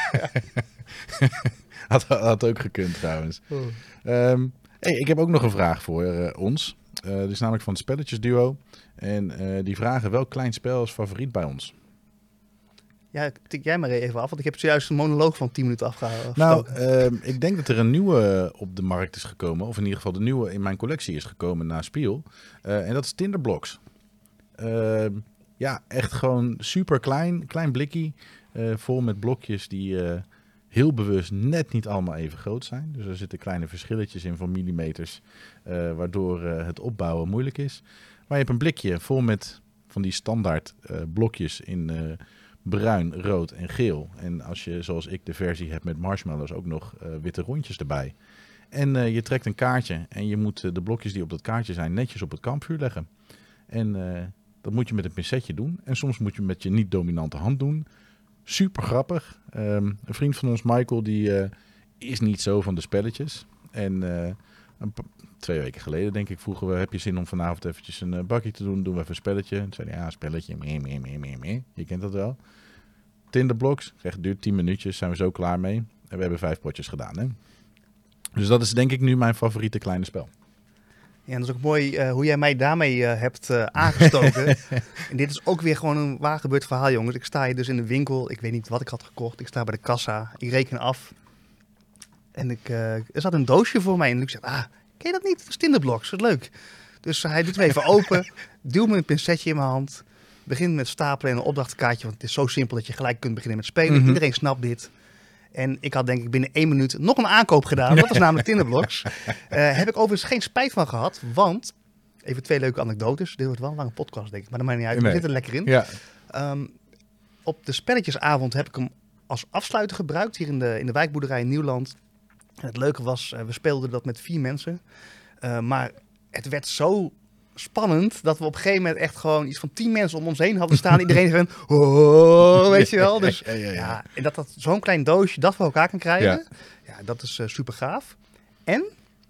S4: had, had ook gekund trouwens.
S3: Oh.
S4: Um, hey, ik heb ook nog een vraag voor uh, ons. Uh, dit is namelijk van het Spelletjesduo. En uh, die vragen, welk klein spel is favoriet bij ons?
S3: Ja, tik jij maar even af, want ik heb zojuist een monoloog van tien minuten afgehouden.
S4: Nou, uh, ik denk dat er een nieuwe op de markt is gekomen. Of in ieder geval de nieuwe in mijn collectie is gekomen na Spiel. Uh, en dat is Tinderblocks. Uh, ja, echt gewoon super klein. Klein blikkie. Uh, vol met blokjes die uh, heel bewust net niet allemaal even groot zijn. Dus er zitten kleine verschilletjes in van millimeters. Uh, waardoor uh, het opbouwen moeilijk is. Maar je hebt een blikje vol met van die standaard uh, blokjes in... Uh, bruin, rood en geel. En als je, zoals ik, de versie hebt met marshmallows, ook nog uh, witte rondjes erbij. En uh, je trekt een kaartje en je moet uh, de blokjes die op dat kaartje zijn netjes op het kampvuur leggen. En uh, dat moet je met een pincetje doen. En soms moet je met je niet-dominante hand doen. Super grappig. Um, een vriend van ons, Michael, die uh, is niet zo van de spelletjes. En uh, een p- twee weken geleden, denk ik, vroegen we, heb je zin om vanavond eventjes een uh, bakje te doen? Doen we even een spelletje. En toen zei hij, ja, spelletje, meer, meer, meer, meer, meer. Je kent dat wel. Tinderblocks, echt duurt tien minuutjes, zijn we zo klaar mee. En we hebben vijf potjes gedaan, hè. Dus dat is denk ik nu mijn favoriete kleine spel.
S3: Ja, en dat is ook mooi uh, hoe jij mij daarmee uh, hebt uh, aangestoken. En dit is ook weer gewoon een waar gebeurd verhaal, jongens. Ik sta hier dus in de winkel, ik weet niet wat ik had gekocht. Ik sta bij de kassa, ik reken af. En ik, uh, er zat een doosje voor mij en ik zeg, ah, ken je dat niet? Dat is Tinderblocks, dat is leuk. Dus uh, hij doet hem even open, duwt me een pincetje in mijn hand. Begint met stapelen en een opdrachtkaartje, want het is zo simpel dat je gelijk kunt beginnen met spelen. Mm-hmm. Iedereen snapt dit. En ik had denk ik binnen één minuut nog een aankoop gedaan. Dat was namelijk Tinderblocks. Uh, heb ik overigens geen spijt van gehad, want... Even twee leuke anekdotes. Dit wordt wel een lange podcast, denk ik. Maar dat maakt niet uit. We
S4: Nee.
S3: zitten er lekker in.
S4: Ja.
S3: Um, op de spelletjesavond heb ik hem als afsluiter gebruikt. Hier in de, in de wijkboerderij in Nieuwland. En het leuke was, uh, we speelden dat met vier mensen. Uh, maar het werd zo spannend dat we op een gegeven moment echt gewoon iets van tien mensen om ons heen hadden staan. Iedereen gewoon, oh, weet je wel. Dus
S4: Ja, ja, ja.
S3: ja, en dat dat zo'n klein doosje dat voor elkaar kan krijgen.
S4: Ja.
S3: Ja, dat is uh, super gaaf. En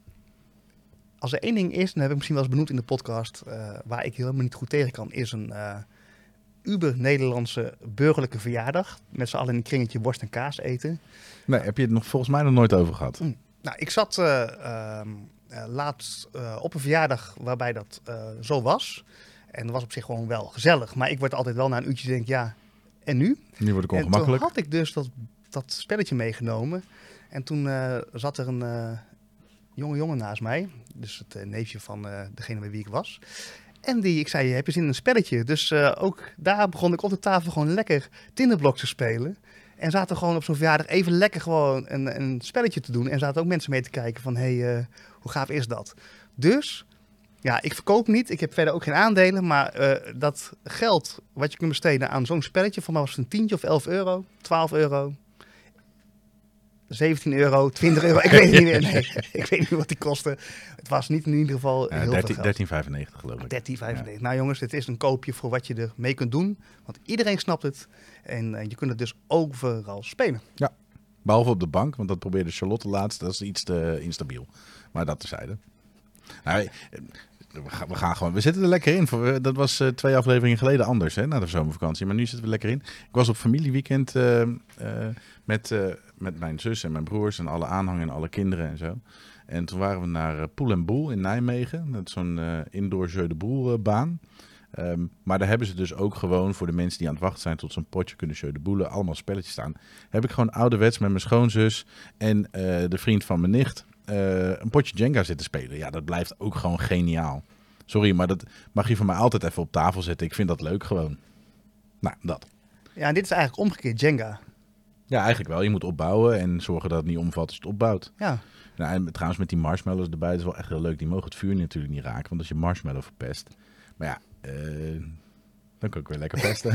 S3: als er één ding is, en dat heb ik misschien wel eens benoemd in de podcast, uh, waar ik helemaal niet goed tegen kan, is een uh, uber-Nederlandse burgerlijke verjaardag. Met z'n allen in een kringetje worst en kaas eten.
S4: Nee, heb je het nog volgens mij nog nooit over gehad?
S3: Mm. Nou, ik zat uh, uh, uh, laatst uh, op een verjaardag waarbij dat uh, zo was. En dat was op zich gewoon wel gezellig. Maar ik word altijd wel na een uurtje denk, ja, en nu?
S4: Nu word ik
S3: En
S4: ongemakkelijk.
S3: toen had ik dus dat, dat spelletje meegenomen. En toen uh, zat er een uh, jonge jongen naast mij. Dus het uh, neefje van uh, degene bij wie ik was. En die, ik zei, heb je zin in een spelletje? Dus uh, ook daar begon ik op de tafel gewoon lekker Tinderblocks te spelen. En zaten gewoon op zo'n verjaardag even lekker gewoon een, een spelletje te doen. En zaten ook mensen mee te kijken van, hé, hey, uh, hoe gaaf is dat? Dus, ja, ik verkoop niet. Ik heb verder ook geen aandelen. Maar uh, dat geld wat je kunt besteden aan zo'n spelletje, voor mij was het een tientje of elf euro, twaalf euro, zeventien euro, twintig euro. Ik weet het niet meer. Nee, ik weet niet wat die kostte. Het was niet in ieder geval
S4: Ja,
S3: heel
S4: dertien,
S3: veel geld.
S4: dertien vijfennegentig geloof ik.
S3: dertien vijfennegentig. Nou jongens, dit is een koopje voor wat je ermee kunt doen. Want iedereen snapt het. En uh, je kunt het dus overal spelen.
S4: Behalve op de bank, want dat probeerde Charlotte laatst. Dat is iets te instabiel. Maar dat terzijde. Nou, we gaan, we gaan gewoon... We zitten er lekker in. Dat was uh, twee afleveringen geleden anders, hè, na de zomervakantie. Maar nu zitten we lekker in. Ik was op familieweekend uh, uh, met, uh, met mijn zus en mijn broers en alle aanhang en alle kinderen en zo. En toen waren we naar uh, Poel en Boel in Nijmegen. Dat is zo'n uh, indoor jeu de boel uh, baan. Um, maar daar hebben ze dus ook gewoon voor de mensen die aan het wachten zijn tot zo'n potje kunnen jeu de boelen, allemaal spelletjes staan. Heb ik gewoon ouderwets met mijn schoonzus en uh, de vriend van mijn nicht uh, een potje Jenga zitten spelen. Ja, dat blijft ook gewoon geniaal. Sorry, maar dat mag je van mij altijd even op tafel zetten. Ik vind dat leuk gewoon. Nou, dat.
S3: Ja, en dit is eigenlijk omgekeerd Jenga.
S4: Ja, eigenlijk wel. Je moet opbouwen en zorgen dat het niet omvalt als je het opbouwt.
S3: Ja.
S4: Nou, en trouwens met die marshmallows erbij, dat is wel echt heel leuk. Die mogen het vuur natuurlijk niet raken, want als je marshmallow verpest. Maar ja, uh, dan kan ik weer lekker pesten.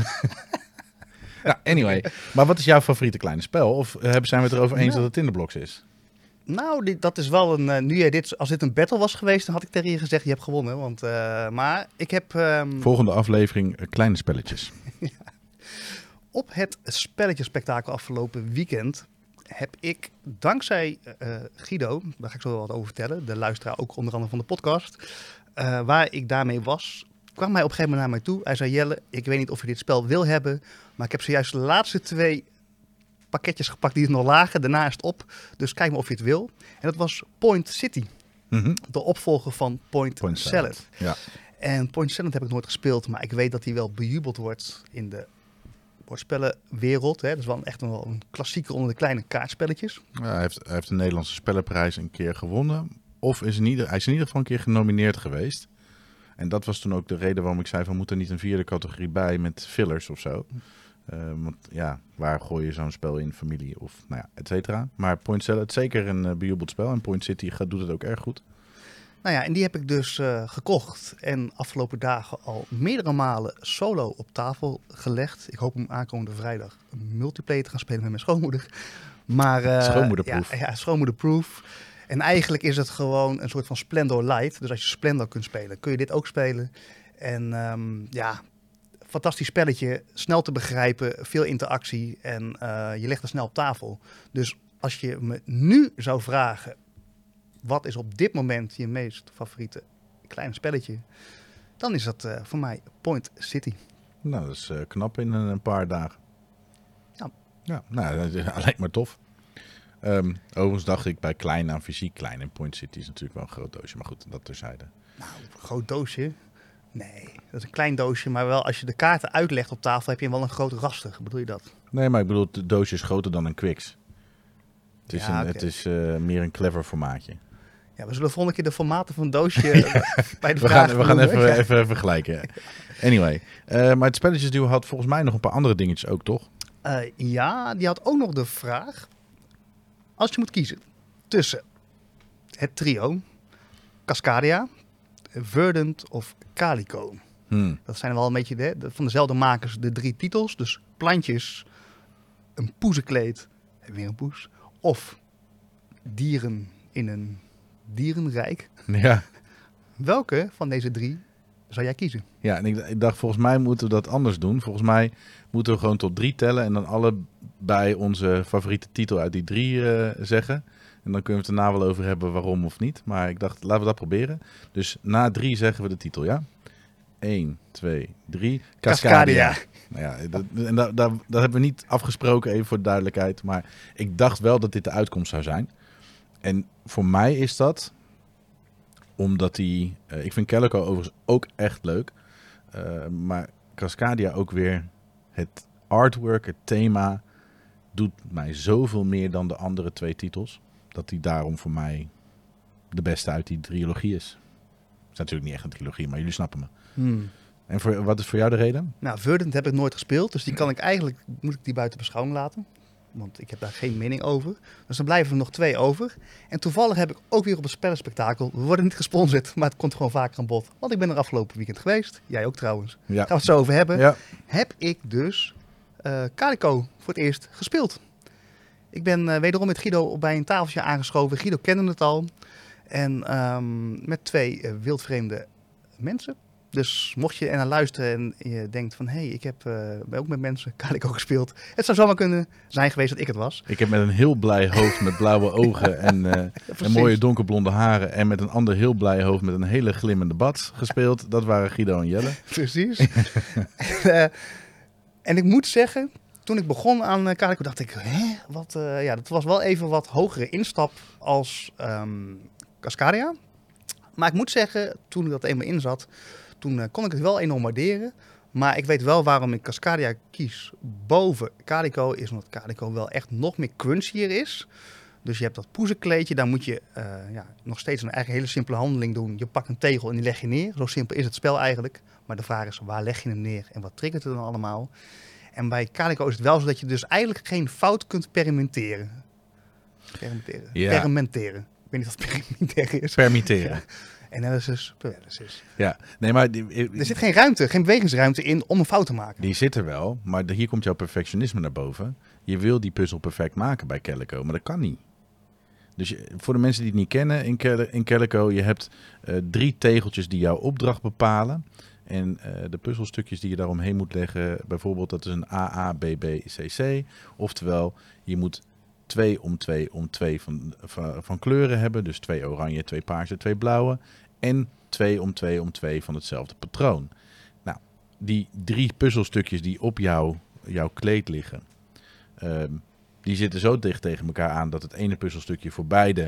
S4: Ja, anyway. Maar wat is jouw favoriete kleine spel? Of uh, zijn we het erover eens
S3: Nou.
S4: dat het Tinderblocks is?
S3: Nou, dit, dat is wel een... Uh, nu jij dit, als dit een battle was geweest, dan had ik tegen je gezegd, je hebt gewonnen. Want, uh, maar ik heb... Um,
S4: Volgende aflevering, uh, kleine spelletjes.
S3: op het spelletjespektakel afgelopen weekend heb ik dankzij uh, Guido, daar ga ik zo wel wat over vertellen, de luisteraar ook onder andere van de podcast, uh, waar ik daarmee was, kwam hij op een gegeven moment naar mij toe. Hij zei, Jelle, ik weet niet of je dit spel wil hebben, maar ik heb zojuist de laatste twee pakketjes gepakt die er nog lagen. Daarna is het op, dus kijk maar of je het wil. En dat was Point City,
S4: Mm-hmm.
S3: de opvolger van Point,
S4: Point
S3: Salad.
S4: Salad. Ja.
S3: En Point Salad heb ik nooit gespeeld, maar ik weet dat hij wel bejubeld wordt in de bordspellenwereld. Hè. Dat is wel echt een, wel een klassieker onder de kleine kaartspelletjes.
S4: Ja, hij, heeft, hij heeft de Nederlandse Spellenprijs een keer gewonnen. Of is in ieder, hij is in ieder geval een keer genomineerd geweest. En dat was toen ook de reden waarom ik zei van moet er niet een vierde categorie bij met fillers of zo. Uh, want ja, waar gooi je zo'n spel in, familie of nou ja, et cetera. Maar Point Salad, zeker een uh, bejubeld spel. En Point City gaat, doet het ook erg goed.
S3: Nou ja, en die heb ik dus uh, gekocht en afgelopen dagen al meerdere malen solo op tafel gelegd. Ik hoop om aankomende vrijdag een multiplayer te gaan spelen met mijn schoonmoeder. Maar, uh,
S4: Schoonmoederproof.
S3: Ja, ja, schoonmoederproof. En eigenlijk is het gewoon een soort van Splendor Light. Dus als je Splendor kunt spelen, kun je dit ook spelen. En um, ja, fantastisch spelletje, snel te begrijpen, veel interactie en uh, je legt er snel op tafel. Dus als je me nu zou vragen, wat is op dit moment je meest favoriete kleine spelletje? Dan is dat uh, voor mij Point City.
S4: Nou, dat is uh, knap in een, een paar dagen.
S3: Ja.
S4: Ja, nou, dat is, lijkt me tof. Um, overigens dacht ik bij klein aan fysiek klein. En Point City is natuurlijk wel een groot doosje. Maar goed, dat terzijde.
S3: Nou, een groot doosje? Nee, dat is een klein doosje. Maar wel als je de kaarten uitlegt op tafel, heb je wel een groot raster. Bedoel je dat?
S4: Nee, maar ik bedoel, het doosje is groter dan een Quicks. Het is,
S3: Ja,
S4: een,
S3: okay.
S4: het is uh, meer een clever formaatje.
S3: Ja, we zullen de volgende keer de formaten van een doosje bij de
S4: We
S3: vraag
S4: gaan, we gaan
S3: noemen.
S4: even,
S3: Ja.
S4: even vergelijken. Anyway, uh, maar het spelletjesduo had volgens mij nog een paar andere dingetjes ook, toch?
S3: Uh, ja, die had ook nog de vraag. Als je moet kiezen tussen het trio, Cascadia, Verdant of Calico.
S4: Hmm.
S3: Dat zijn wel een beetje de, de, van dezelfde makers de drie titels. Dus plantjes, een poezenkleed, en weer een poes. Of dieren in een dierenrijk.
S4: Ja.
S3: Welke van deze drie zou jij kiezen?
S4: Ja, en ik, ik dacht, volgens mij moeten we dat anders doen. Volgens mij moeten we gewoon tot drie tellen en dan allebei onze favoriete titel uit die drie uh, zeggen. En dan kunnen we het er daarna wel over hebben waarom of niet. Maar ik dacht, laten we dat proberen. Dus na drie zeggen we de titel, ja? Eén, twee, drie. Cascadia.
S3: Cascadia.
S4: Nou ja, dat, en dat, dat, dat hebben we niet afgesproken, even voor de duidelijkheid. Maar ik dacht wel dat dit de uitkomst zou zijn. En voor mij is dat omdat die... Uh, ik vind Calico overigens ook echt leuk. Uh, maar Cascadia ook weer... Het artwork, het thema... doet mij zoveel meer dan de andere twee titels. Dat die daarom voor mij de beste uit die trilogie is. Het is natuurlijk niet echt een trilogie, maar jullie snappen me.
S3: Hmm.
S4: En voor, wat is voor jou de reden?
S3: Nou, Verdant heb ik nooit gespeeld. Dus die kan ik eigenlijk... Moet ik die buiten beschouwing laten. Want ik heb daar geen mening over. Dus dan blijven er nog twee over. En toevallig heb ik ook weer op het spellenspectakel. We worden niet gesponsord, maar het komt gewoon vaker aan bod. Want ik ben er afgelopen weekend geweest. Jij ook trouwens.
S4: Ja.
S3: Gaan we het zo over hebben.
S4: Ja.
S3: Heb ik dus uh, Calico voor het eerst gespeeld. Ik ben uh, wederom met Guido bij een tafeltje aangeschoven. Guido kende het al. En um, met twee uh, wildvreemde mensen. Dus mocht je er naar luisteren en je denkt van... hé, hey, ik heb uh, ook met mensen Calico gespeeld. Het zou zomaar kunnen zijn geweest dat ik het was.
S4: Ik heb met een heel blij hoofd met blauwe ogen en, uh,
S3: ja,
S4: en mooie donkerblonde haren... en met een ander heel blij hoofd met een hele glimmende bats gespeeld. Dat waren Guido en Jelle.
S3: Precies. en, uh, en ik moet zeggen, toen ik begon aan uh, Calico dacht ik... hè, wat, uh, ja, dat was wel even wat hogere instap als um, Cascadia. Maar ik moet zeggen, toen ik dat eenmaal in zat... Toen uh, kon ik het wel enorm waarderen. Maar ik weet wel waarom ik Cascadia kies boven Calico. Is omdat Calico wel echt nog meer crunchier is. Dus je hebt dat poezenkleedje. Daar moet je uh, ja, nog steeds een eigenlijk hele simpele handeling doen. Je pakt een tegel en die leg je neer. Zo simpel is het spel eigenlijk. Maar de vraag is, waar leg je hem neer? En wat triggert het dan allemaal? En bij Calico is het wel zo dat je dus eigenlijk geen fout kunt permitteren. Permitteren.
S4: Ja.
S3: Permitteren. Ik weet niet wat permitteren is.
S4: Permitteren.
S3: Ja. Analysis, paralysis.
S4: Ja, nee, maar... Die,
S3: er zit geen ruimte, geen bewegingsruimte in om een fout te maken.
S4: Die zit er wel, maar hier komt jouw perfectionisme naar boven. Je wil die puzzel perfect maken bij Calico, maar dat kan niet. Dus je, voor de mensen die het niet kennen, in, Cal- in Calico, je hebt uh, drie tegeltjes die jouw opdracht bepalen. En uh, de puzzelstukjes die je daaromheen moet leggen, bijvoorbeeld dat is een A A, B B, C C. Oftewel, je moet twee om twee om twee van, van, van kleuren hebben. Dus twee oranje, twee paarse, twee blauwe. En twee om twee om twee van hetzelfde patroon. Nou, die drie puzzelstukjes die op jou, jouw kleed liggen, uh, die zitten zo dicht tegen elkaar aan dat het ene puzzelstukje voor beide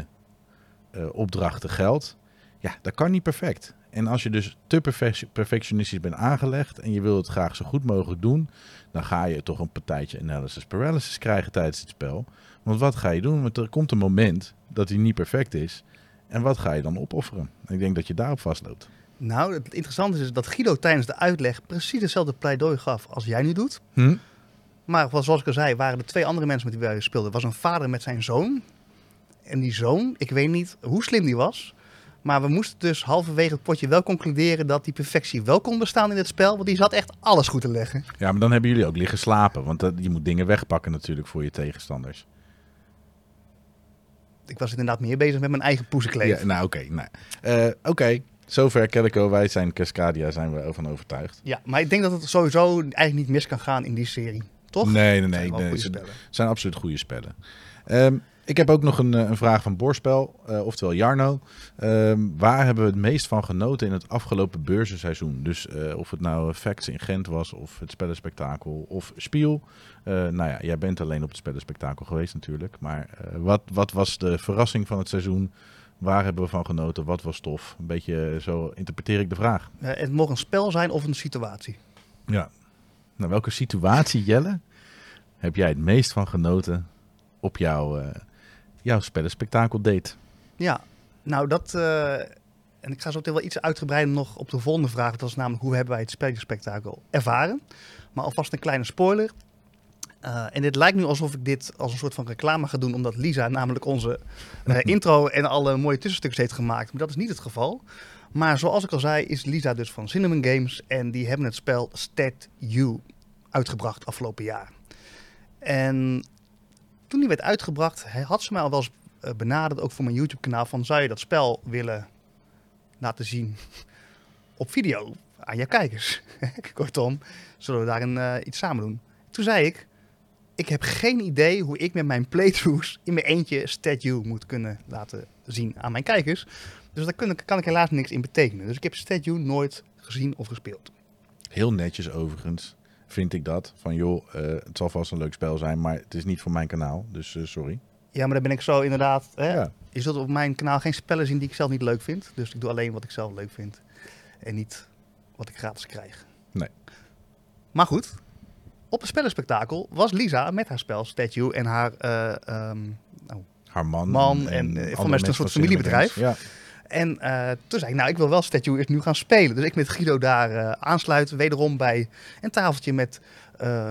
S4: uh, opdrachten geldt. Ja, dat kan niet perfect. En als je dus te perfec- perfectionistisch bent aangelegd en je wil het graag zo goed mogelijk doen, dan ga je toch een partijtje analysis paralysis krijgen tijdens het spel. Want wat ga je doen? Want er komt een moment dat hij niet perfect is. En wat ga je dan opofferen? Ik denk dat je daarop vastloopt.
S3: Nou, het interessante is dat Guido tijdens de uitleg precies hetzelfde pleidooi gaf als jij nu doet.
S4: Hm?
S3: Maar zoals ik al zei, waren er twee andere mensen met wie wij speelden. Er was een vader met zijn zoon. En die zoon, ik weet niet hoe slim die was. Maar we moesten dus halverwege het potje wel concluderen dat die perfectie wel kon bestaan in het spel. Want die zat echt alles goed te leggen.
S4: Ja, maar dan hebben jullie ook liggen slapen. Want uh, je moet dingen wegpakken natuurlijk voor je tegenstanders.
S3: Ik was inderdaad meer bezig met mijn eigen poezenkleed.
S4: Ja, nou oké. Okay, nou. uh, oké, okay. Zover Calico. Wij zijn Cascadia, zijn we van overtuigd.
S3: Ja, maar ik denk dat het sowieso eigenlijk niet mis kan gaan in die serie. Toch?
S4: Nee, nee, nee. nee,
S3: nee
S4: het zijn absoluut goede spellen. Um, ik heb ook nog een, een vraag van Borspel, uh, oftewel Jarno. Um, waar hebben we het meest van genoten in het afgelopen beurzenseizoen? Dus uh, of het nou Facts in Gent was, of het Spellenspectakel, of Spiel. Uh, nou ja, jij bent alleen op het Spellenspectakel geweest natuurlijk. Maar uh, wat, wat was de verrassing van het seizoen? Waar hebben we van genoten? Wat was tof? Een beetje zo interpreteer ik de vraag.
S3: Uh, het mocht een spel zijn of een situatie.
S4: Ja. Nou, welke situatie, Jelle, heb jij het meest van genoten op jouw, uh, jouw spellenspectakel date?
S3: Ja, nou dat... Uh, en ik ga zo meteen wel iets uitgebreider nog op de volgende vraag. Dat is namelijk hoe hebben wij het spellenspectakel ervaren. Maar alvast een kleine spoiler. Uh, en dit lijkt nu alsof ik dit als een soort van reclame ga doen, omdat Lisa namelijk onze uh, intro en alle mooie tussenstukjes heeft gemaakt. Maar dat is niet het geval. Maar zoals ik al zei, is Lisa dus van Cinnamon Games en die hebben het spel Stat U uitgebracht afgelopen jaar. En toen die werd uitgebracht, had ze mij al wel eens uh, benaderd, ook voor mijn YouTube kanaal, van zou je dat spel willen laten zien op video aan je kijkers? Kortom, zullen we daarin uh, iets samen doen? Toen zei ik, ik heb geen idee hoe ik met mijn playthroughs in mijn eentje Stat U moet kunnen laten zien aan mijn kijkers. Dus daar kan ik, kan ik helaas niks in betekenen. Dus ik heb Stat U nooit gezien of gespeeld.
S4: Heel netjes overigens, vind ik dat. Van joh, uh, het zal vast een leuk spel zijn, maar het is niet voor mijn kanaal. Dus uh, sorry.
S3: Ja, maar dan ben ik zo inderdaad... Hè?
S4: Ja.
S3: Je zult op mijn kanaal geen spellen zien die ik zelf niet leuk vind. Dus ik doe alleen wat ik zelf leuk vind. En niet wat ik gratis krijg.
S4: Nee.
S3: Maar goed, op het spellenspectakel was Lisa met haar spel Stat U en haar... Uh, um, oh,
S4: haar man.
S3: man en, en uh, voor mij is het een soort familiebedrijf.
S4: Ja.
S3: En uh, toen zei ik, nou, ik wil wel Stat U eerst nu gaan spelen. Dus ik met Guido daar uh, aansluiten, wederom bij een tafeltje met uh,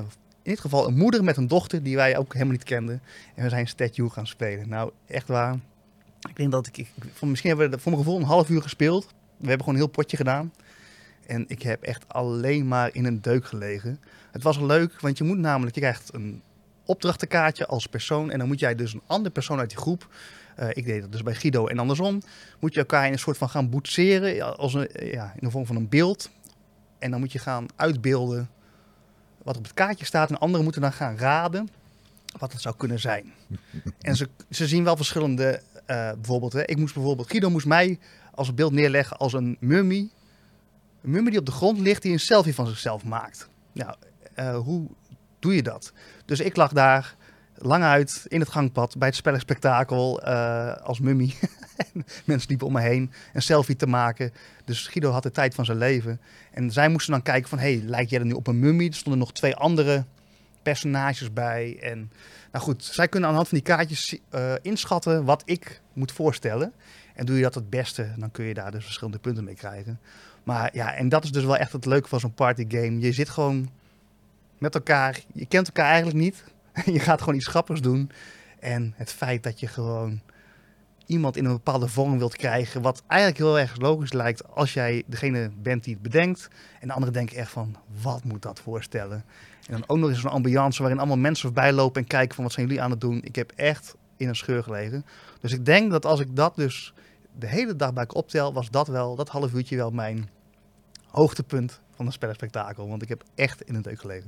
S3: in dit geval een moeder met een dochter die wij ook helemaal niet kenden. En we zijn Statue gaan spelen. Nou, echt waar. Ik denk dat ik, ik voor, misschien hebben we voor mijn gevoel een half uur gespeeld. We hebben gewoon een heel potje gedaan. En ik heb echt alleen maar in een deuk gelegen. Het was leuk, want je moet namelijk, je krijgt een opdrachtenkaartje als persoon. En dan moet jij dus een andere persoon uit die groep, uh, ik deed dat dus bij Guido en andersom, moet je elkaar in een soort van gaan boetseren, als een, ja, in de vorm van een beeld. En dan moet je gaan uitbeelden wat op het kaartje staat. En anderen moeten dan gaan raden wat het zou kunnen zijn. En ze, ze zien wel verschillende, uh, bijvoorbeeld, hè, ik moest bijvoorbeeld, Guido moest mij als beeld neerleggen als een mummie. Een mummie die op de grond ligt, die een selfie van zichzelf maakt. Nou, uh, hoe doe je dat? Dus ik lag daar lang uit in het gangpad bij het spellenspectakel uh, als mummie. Mensen liepen om me heen een selfie te maken. Dus Guido had de tijd van zijn leven. En zij moesten dan kijken van, hey, lijkt jij er nu op een mummie? Er stonden nog twee andere personages bij. En nou goed, zij kunnen aan de hand van die kaartjes uh, inschatten wat ik moet voorstellen. En doe je dat het beste, dan kun je daar dus verschillende punten mee krijgen. Maar ja, en dat is dus wel echt het leuke van zo'n partygame. Je zit gewoon met elkaar, je kent elkaar eigenlijk niet. Je gaat gewoon iets grappigs doen. En het feit dat je gewoon iemand in een bepaalde vorm wilt krijgen, wat eigenlijk heel erg logisch lijkt als jij degene bent die het bedenkt. En de anderen denken echt van, wat moet dat voorstellen? En dan ook nog eens een ambiance waarin allemaal mensen voorbij lopen en kijken van, wat zijn jullie aan het doen? Ik heb echt in een scheur gelegen. Dus ik denk dat als ik dat dus de hele dag bij ik optel, was dat wel, dat half uurtje wel mijn hoogtepunt van een spellenspectakel. Want ik heb echt in een deuk gelegen.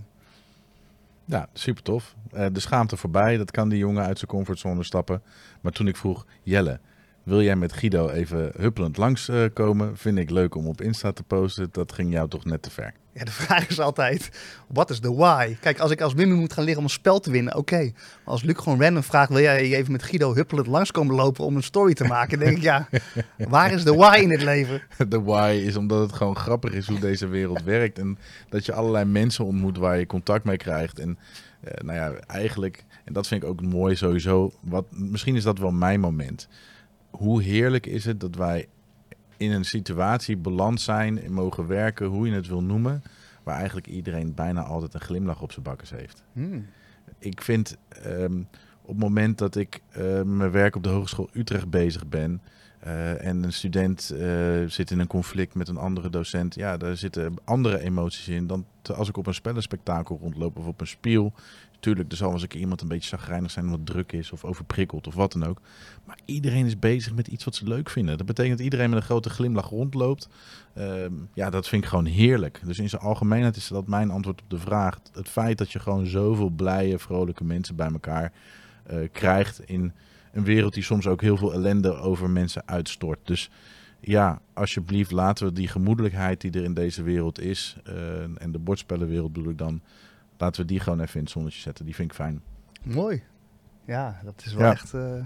S4: Ja, super tof. Uh, de schaamte voorbij, dat kan die jongen uit zijn comfortzone stappen. Maar toen ik vroeg, Jelle, wil jij met Guido even huppelend langskomen? Uh, Vind ik leuk om op Insta te posten. Dat ging jou toch net te ver.
S3: Ja, de vraag is altijd, what is the why? Kijk, als ik als Mimmi moet gaan liggen om een spel te winnen, oké. Okay. Maar als Luc gewoon random vraagt, wil jij even met Guido huppelend langskomen lopen om een story te maken? Dan denk ik, ja, waar is de why in het leven?
S4: De why is omdat het gewoon grappig is hoe deze wereld werkt. En dat je allerlei mensen ontmoet waar je contact mee krijgt. En uh, nou ja, eigenlijk, en dat vind ik ook mooi sowieso. Wat, misschien is dat wel mijn moment. Hoe heerlijk is het dat wij in een situatie beland zijn en mogen werken, hoe je het wil noemen, waar eigenlijk iedereen bijna altijd een glimlach op zijn bakkes heeft.
S3: Hmm.
S4: Ik vind um, op het moment dat ik uh, mijn werk op de Hogeschool Utrecht bezig ben uh, en een student uh, zit in een conflict met een andere docent, ja, daar zitten andere emoties in dan te, als ik op een spellenspectakel rondloop of op een spiel. Tuurlijk, er zal wel eens een keer iemand een beetje chagrijnig zijn wat druk is of overprikkeld of wat dan ook. Maar iedereen is bezig met iets wat ze leuk vinden. Dat betekent dat iedereen met een grote glimlach rondloopt. Um, ja, dat vind ik gewoon heerlijk. Dus in zijn algemeenheid is dat mijn antwoord op de vraag. Het feit dat je gewoon zoveel blije, vrolijke mensen bij elkaar uh, krijgt in een wereld die soms ook heel veel ellende over mensen uitstort. Dus ja, alsjeblieft laten we die gemoedelijkheid die er in deze wereld is, uh, en de bordspellenwereld bedoel ik dan, laten we die gewoon even in het zonnetje zetten. Die vind ik fijn.
S3: Mooi. Ja, dat is wel
S4: ja.
S3: echt... Uh,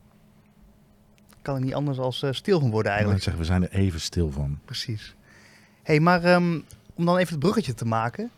S3: kan er niet anders als uh, stil van worden eigenlijk.
S4: Ik zeg, we zijn er even stil van.
S3: Precies. Hey, maar um, om dan even het bruggetje te maken.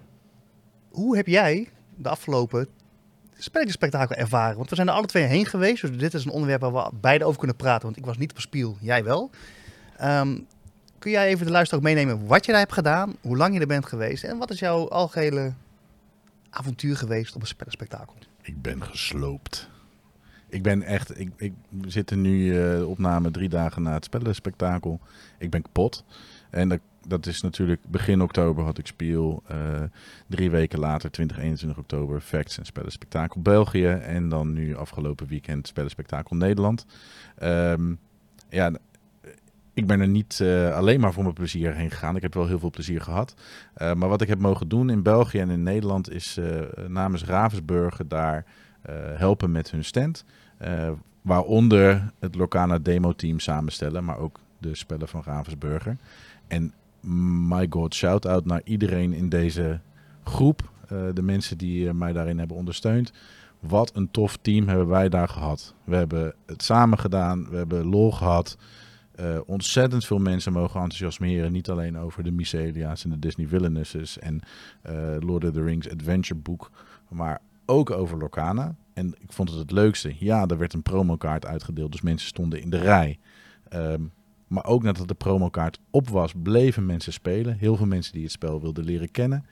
S3: Hoe heb jij de afgelopen spelletjesspectakel ervaren? Want we zijn er alle twee heen geweest. Dus dit is een onderwerp waar we beide over kunnen praten. Want ik was niet op een spiel, jij wel. Um, kun jij even de luisteraar ook meenemen wat je daar hebt gedaan? Hoe lang je er bent geweest? En wat is jouw algehele avontuur geweest op een spellenspectakel?
S4: Ik ben gesloopt. Ik ben echt... Ik, ik zit er nu uh, opname drie dagen na het spellenspectakel. Ik ben kapot. En dat, dat is natuurlijk... Begin oktober had ik spiel. Uh, drie weken later, twintig, eenentwintig oktober... Facts en spellenspectakel België. En dan nu afgelopen weekend spellenspectakel Nederland. Um, ja... Ik ben er niet uh, alleen maar voor mijn plezier heen gegaan. Ik heb wel heel veel plezier gehad. Uh, maar wat ik heb mogen doen in België en in Nederland is uh, namens Ravensburger daar uh, helpen met hun stand. Uh, waaronder het Lorcana demo team samenstellen, maar ook de spellen van Ravensburger. En my god, shout-out naar iedereen in deze groep. Uh, de mensen die uh, mij daarin hebben ondersteund. Wat een tof team hebben wij daar gehad. We hebben het samen gedaan, we hebben lol gehad. Uh, ontzettend veel mensen mogen enthousiasmeren. Niet alleen over de Mycelia's en de Disney Villainesses en uh, Lord of the Rings Adventure Book, maar ook over Lorcana. En ik vond het het leukste. Ja, er werd een promokaart uitgedeeld, dus mensen stonden in de rij. Um, maar ook nadat de promokaart op was, bleven mensen spelen. Heel veel mensen die het spel wilden leren kennen.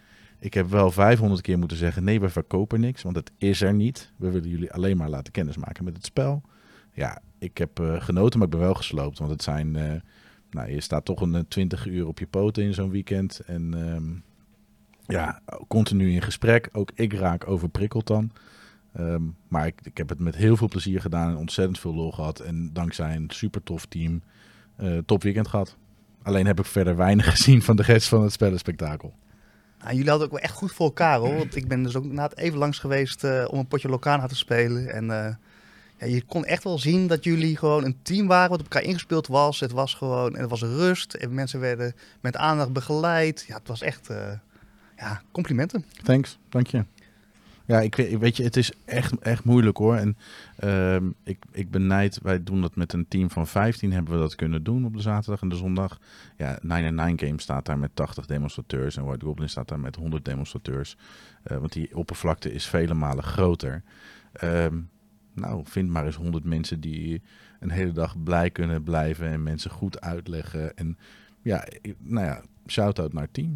S4: Ik heb wel vijfhonderd keer moeten zeggen, nee, we verkopen niks, want het is er niet. We willen jullie alleen maar laten kennismaken met het spel. Ja, ik heb uh, genoten, maar ik ben wel gesloopt, want het zijn... Uh, nou, je staat toch een twintig uur op je poten in zo'n weekend. En um, ja, continu in gesprek. Ook ik raak overprikkeld dan. Um, maar ik, ik heb het met heel veel plezier gedaan en ontzettend veel lol gehad. En dankzij een super tof team uh, top weekend gehad. Alleen heb ik verder weinig gezien van de rest van het spellenspectakel.
S3: Nou, jullie hadden ook wel echt goed voor elkaar, hoor. Want ik ben dus ook inderdaad even langs geweest uh, om een potje Locana te spelen. En uh, ja, je kon echt wel zien dat jullie gewoon een team waren wat op elkaar ingespeeld was. Het was gewoon, en het was rust. En mensen werden met aandacht begeleid. Ja, het was echt, uh, ja, complimenten.
S4: Thanks, dank je. Ja, ik weet, weet je, het is echt, echt moeilijk hoor. En uh, ik, ik benijd, wij doen dat met een team van vijftien, hebben we dat kunnen doen op de zaterdag en de zondag. Ja, nine and nine Games staat daar met tachtig demonstrateurs en White Goblin staat daar met honderd demonstrateurs. Uh, want die oppervlakte is vele malen groter. Uh, nou, vind maar eens honderd mensen die een hele dag blij kunnen blijven en mensen goed uitleggen. En ja, nou ja, shout-out naar het team.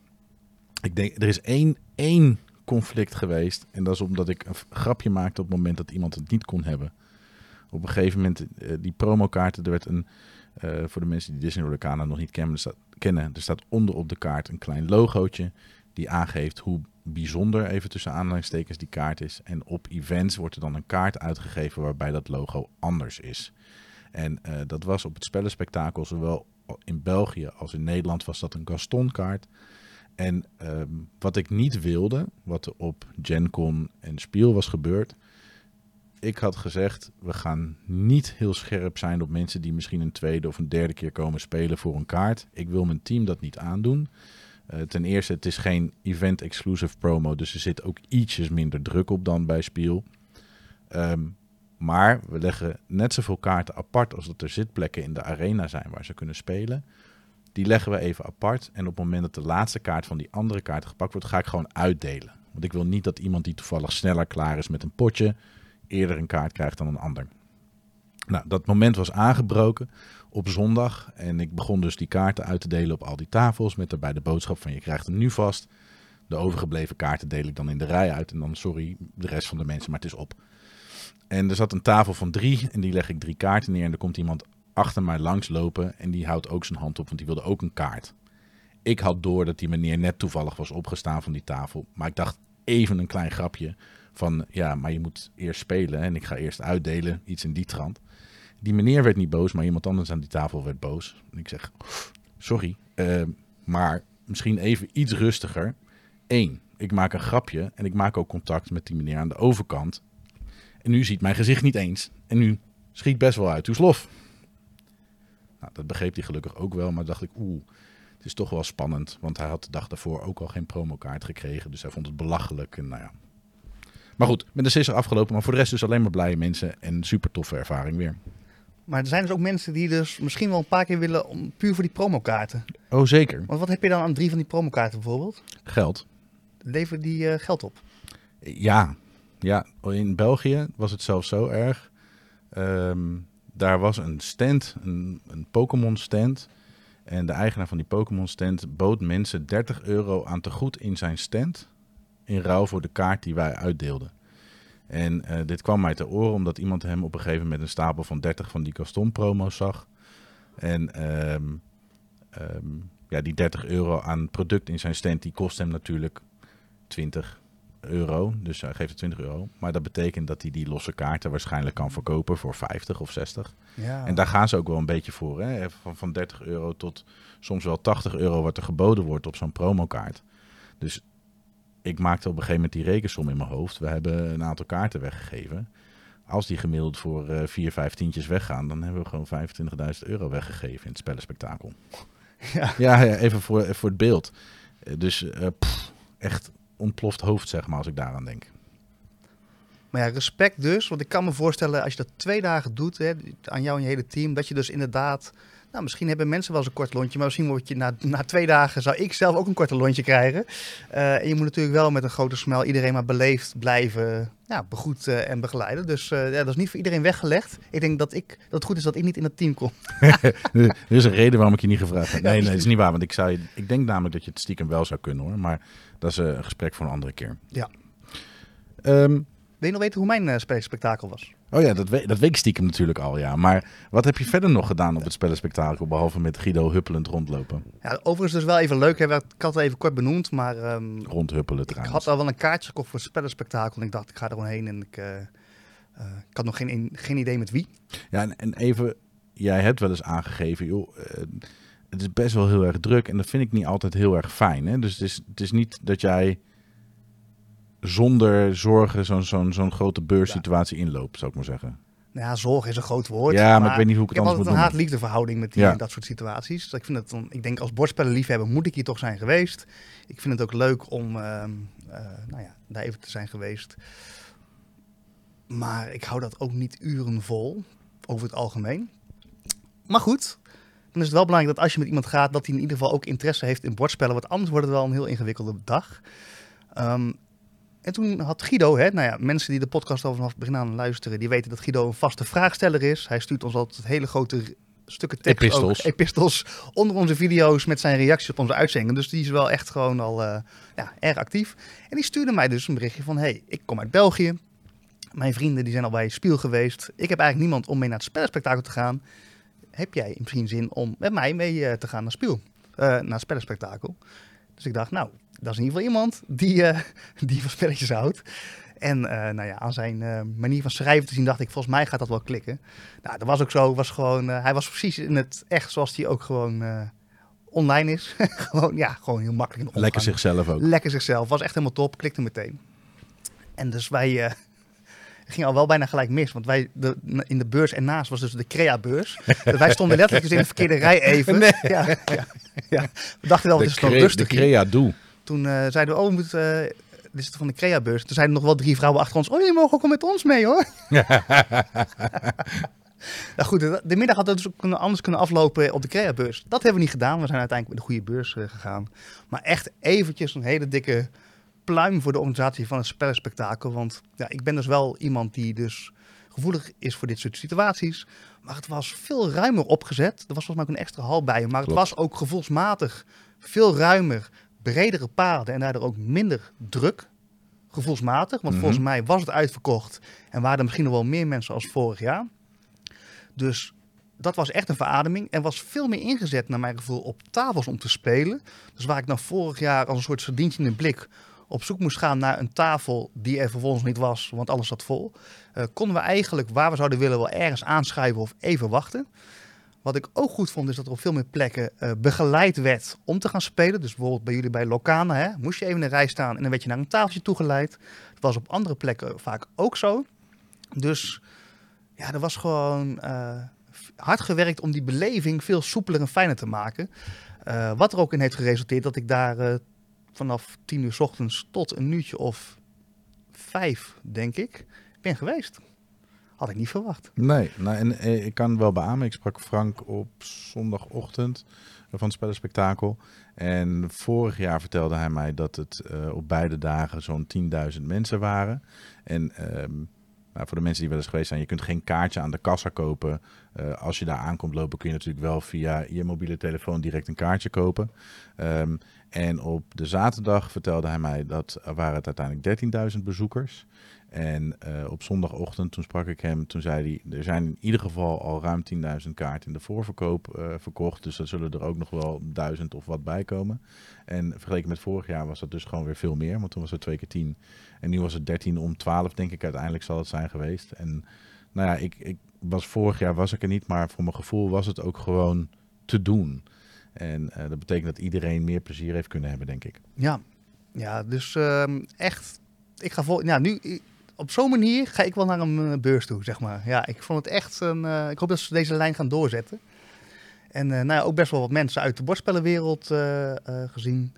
S4: Ik denk, er is één, één conflict geweest. En dat is omdat ik een grapje maakte op het moment dat iemand het niet kon hebben. Op een gegeven moment, uh, die promokaarten, er werd een, uh, voor de mensen die Disney Lorcana nog niet kennen, er staat, kennen, er staat onder op de kaart een klein logootje die aangeeft hoe bijzonder, even tussen aanhalingstekens, die kaart is. En op events wordt er dan een kaart uitgegeven waarbij dat logo anders is. En uh, dat was op het spellenspectakel, zowel in België als in Nederland, was dat een Gaston-kaart. En um, wat ik niet wilde, wat er op Gen Con en Spiel was gebeurd. Ik had gezegd, we gaan niet heel scherp zijn op mensen die misschien een tweede of een derde keer komen spelen voor een kaart. Ik wil mijn team dat niet aandoen. Uh, ten eerste, het is geen event-exclusive promo, dus er zit ook ietsjes minder druk op dan bij Spiel. Um, maar we leggen net zoveel kaarten apart als dat er zitplekken in de arena zijn waar ze kunnen spelen. Die leggen we even apart. En op het moment dat de laatste kaart van die andere kaart gepakt wordt, ga ik gewoon uitdelen. Want ik wil niet dat iemand die toevallig sneller klaar is met een potje, eerder een kaart krijgt dan een ander. Nou, dat moment was aangebroken op zondag. En ik begon dus die kaarten uit te delen op al die tafels. Met daarbij de boodschap van je krijgt hem nu vast. De overgebleven kaarten deel ik dan in de rij uit. En dan sorry de rest van de mensen, maar het is op. En er zat een tafel van drie. En die leg ik drie kaarten neer. En er komt iemand achter mij langslopen en die houdt ook zijn hand op, want die wilde ook een kaart. Ik had door dat die meneer net toevallig was opgestaan van die tafel, maar ik dacht even een klein grapje van, ja, maar je moet eerst spelen en ik ga eerst uitdelen, iets in die trant. Die meneer werd niet boos, maar iemand anders aan die tafel werd boos. En ik zeg, sorry, uh, maar misschien even iets rustiger. Eén, ik maak een grapje en ik maak ook contact met die meneer aan de overkant. En nu ziet mijn gezicht niet eens en nu schiet best wel uit uw slof. Nou, dat begreep hij gelukkig ook wel, maar dacht ik, oeh, het is toch wel spannend. Want hij had de dag daarvoor ook al geen promokaart gekregen, dus hij vond het belachelijk. En nou ja. Maar goed, met de sisser afgelopen, maar voor de rest dus alleen maar blije mensen en super toffe ervaring weer.
S3: Maar er zijn dus ook mensen die dus misschien wel een paar keer willen om, puur voor die promokaarten.
S4: Oh, zeker.
S3: Want wat heb je dan aan drie van die promokaarten bijvoorbeeld?
S4: Geld.
S3: Leveren die uh, geld op?
S4: Ja. ja, in België was het zelfs zo erg. Um, Daar was een stand, een, een Pokémon stand. En de eigenaar van die Pokémon stand bood mensen dertig euro aan tegoed in zijn stand. In ruil voor de kaart die wij uitdeelden. En uh, dit kwam mij te oren omdat iemand hem op een gegeven moment een stapel van dertig van die Gaston promo's zag. En um, um, ja, die dertig euro aan product in zijn stand, die kost hem natuurlijk twintig euro. Dus hij geeft er twintig euro. Maar dat betekent dat hij die losse kaarten waarschijnlijk kan verkopen voor vijftig of zestig. Ja. En daar gaan ze ook wel een beetje voor. Hè? Van, van dertig euro tot soms wel tachtig euro wat er geboden wordt op zo'n promokaart. Dus ik maakte op een gegeven moment die rekensom in mijn hoofd. We hebben een aantal kaarten weggegeven. Als die gemiddeld voor uh, vier, vijf tientjes weggaan, dan hebben we gewoon vijfentwintigduizend euro weggegeven in het spellenspectakel. Ja, ja, ja even voor, voor het beeld. Uh, dus uh, pff, echt ontploft hoofd, zeg maar, als ik daaraan denk.
S3: Maar ja, respect dus. Want ik kan me voorstellen, als je dat twee dagen doet, hè, aan jou en je hele team, dat je dus inderdaad Nou, misschien hebben mensen wel eens een kort lontje, maar misschien word je na, na twee dagen zou ik zelf ook een korte lontje krijgen. Uh, en je moet natuurlijk wel met een grote smel iedereen maar beleefd blijven ja, begroeten en begeleiden. Dus uh, ja, dat is niet voor iedereen weggelegd. Ik denk dat, ik, dat het goed is dat ik niet in het team kom.
S4: Er is een reden waarom ik je niet gevraagd heb. Nee, nee, dat is niet waar. Want ik, zou je, ik denk namelijk dat je het stiekem wel zou kunnen hoor. Maar dat is uh, een gesprek voor een andere keer.
S3: Ja.
S4: Um,
S3: Wil je nog weten hoe mijn uh, spellenspectakel was?
S4: Oh ja, dat weet, dat weet ik stiekem natuurlijk al, ja. Maar wat heb je verder nog gedaan op het spellenspectakel, behalve met Guido huppelend rondlopen?
S3: Ja, overigens dus wel even leuk, hè. Ik had het even kort benoemd, maar... Um,
S4: Rondhuppelen
S3: ik
S4: trouwens.
S3: had al wel een kaartje gekocht voor het spellenspectakel en ik dacht, ik ga er gewoon heen en ik, uh, uh, ik had nog geen, geen idee met wie.
S4: Ja, en, en even, jij hebt wel eens aangegeven, joh, uh, het is best wel heel erg druk en dat vind ik niet altijd heel erg fijn, hè. Dus het is, het is niet dat jij zonder zorgen zo'n zo'n zo'n grote beurssituatie ja. inloopt, zou ik maar zeggen.
S3: Nou ja, zorg is een groot woord.
S4: Ja, maar, maar ik weet niet hoe ik het
S3: ik
S4: anders moet
S3: noemen. Ik heb
S4: noemen.
S3: altijd een haat-liefde verhouding met die, ja. dat soort situaties. Dus ik vind het dan, ik denk als bordspellenliefhebber moet ik hier toch zijn geweest. Ik vind het ook leuk om uh, uh, nou ja, daar even te zijn geweest. Maar ik hou dat ook niet uren vol, over het algemeen. Maar goed, dan is het wel belangrijk dat als je met iemand gaat, dat hij in ieder geval ook interesse heeft in bordspellen. Want anders wordt het wel een heel ingewikkelde dag. Um, En toen had Guido, hè, nou ja, mensen die de podcast al vanaf het begin aan luisteren, die weten dat Guido een vaste vraagsteller is. Hij stuurt ons altijd hele grote stukken tekst,
S4: epistels.
S3: Ook, epistels onder onze video's met zijn reacties op onze uitzendingen. Dus die is wel echt gewoon al uh, ja, erg actief. En die stuurde mij dus een berichtje van, hey, ik kom uit België. Mijn vrienden die zijn al bij Spiel geweest. Ik heb eigenlijk niemand om mee naar het spellenspectakel te gaan. Heb jij misschien zin om met mij mee uh, te gaan naar Spiel, uh, naar het spellenspectakel? Dus ik dacht, nou, dat is in ieder geval iemand die, uh, die van spelletjes houdt. En uh, nou ja, aan zijn uh, manier van schrijven te zien dacht ik, volgens mij gaat dat wel klikken. Nou, dat was ook zo. Was gewoon, uh, hij was precies in het echt zoals hij ook gewoon uh, online is. gewoon, ja, gewoon heel makkelijk in de omgang.
S4: Lekker zichzelf ook.
S3: Lekker zichzelf. Was echt helemaal top. Klikte meteen. En dus wij... Uh, ging al wel bijna gelijk mis, want wij de, in de beurs ernaast was dus de Crea-beurs. Dus wij stonden letterlijk dus in de verkeerde rij even. Nee. Ja, ja, ja. We dachten wel, het is nog rustig.
S4: De Crea-doe.
S3: Toen uh, zeiden we, oh, we moeten, uh, dit is van de Crea-beurs. Toen zeiden nog wel drie vrouwen achter ons, oh, jullie mogen ook wel met ons mee, hoor. Nou goed, de, de middag had het dus ook kunnen, anders kunnen aflopen op de Crea-beurs. Dat hebben we niet gedaan. We zijn uiteindelijk met de goede beurs uh, gegaan. Maar echt eventjes een hele dikke pluim voor de organisatie van het spellenspectakel. Want ja, ik ben dus wel iemand die dus gevoelig is voor dit soort situaties. Maar het was veel ruimer opgezet. Er was volgens mij ook een extra hal bij. Maar het
S4: Klopt.
S3: was ook gevoelsmatig veel ruimer, bredere paden en daardoor ook minder druk. Gevoelsmatig. Want
S4: Mm-hmm.
S3: volgens mij was het uitverkocht. En waren er misschien nog wel meer mensen als vorig jaar. Dus dat was echt een verademing. En was veel meer ingezet naar mijn gevoel op tafels om te spelen. Dus waar ik nou vorig jaar als een soort sardientje in de blik op zoek moest gaan naar een tafel die er vervolgens niet was, want alles zat vol, uh, konden we eigenlijk waar we zouden willen wel ergens aanschuiven of even wachten. Wat ik ook goed vond is dat er op veel meer plekken uh, begeleid werd om te gaan spelen. Dus bijvoorbeeld bij jullie bij Locana, hè, moest je even in de rij staan en dan werd je naar een tafeltje toegeleid. Dat was op andere plekken vaak ook zo. Dus ja, er was gewoon uh, hard gewerkt om die beleving veel soepeler en fijner te maken. Uh, wat er ook in heeft geresulteerd dat ik daar uh, vanaf tien uur 's ochtends tot een uurtje of vijf, denk ik, ben geweest. Had ik niet verwacht.
S4: Nee, nou, en eh, ik kan wel beamen. Ik sprak Frank op zondagochtend van het spellenspectakel. En vorig jaar vertelde hij mij dat het uh, op beide dagen zo'n tienduizend mensen waren. En um, nou, voor de mensen die wel eens geweest zijn, je kunt geen kaartje aan de kassa kopen. Uh, als je daar aankomt lopen kun je natuurlijk wel via je mobiele telefoon direct een kaartje kopen. Um, en op de zaterdag vertelde hij mij dat er waren het uiteindelijk dertienduizend bezoekers. En uh, op zondagochtend, toen sprak ik hem, toen zei hij, er zijn in ieder geval al ruim tienduizend kaarten in de voorverkoop uh, verkocht. Dus er zullen er ook nog wel duizend of wat bij komen. En vergeleken met vorig jaar was dat dus gewoon weer veel meer, want toen was het twee keer tien. En nu was het dertien om twaalf, denk ik, uiteindelijk zal het zijn geweest. En nou ja, ik, ik was vorig jaar was ik er niet, maar voor mijn gevoel was het ook gewoon te doen. En uh, dat betekent dat iedereen meer plezier heeft kunnen hebben, denk ik.
S3: Ja, ja dus uh, echt, ik ga vol, ja, nu... Op zo'n manier ga ik wel naar een uh, beurs toe, zeg maar. Ja, ik vond het echt een... Uh, ik hoop dat ze deze lijn gaan doorzetten. En uh, nou ja, ook best wel wat mensen uit de bordspellenwereld uh, uh, gezien.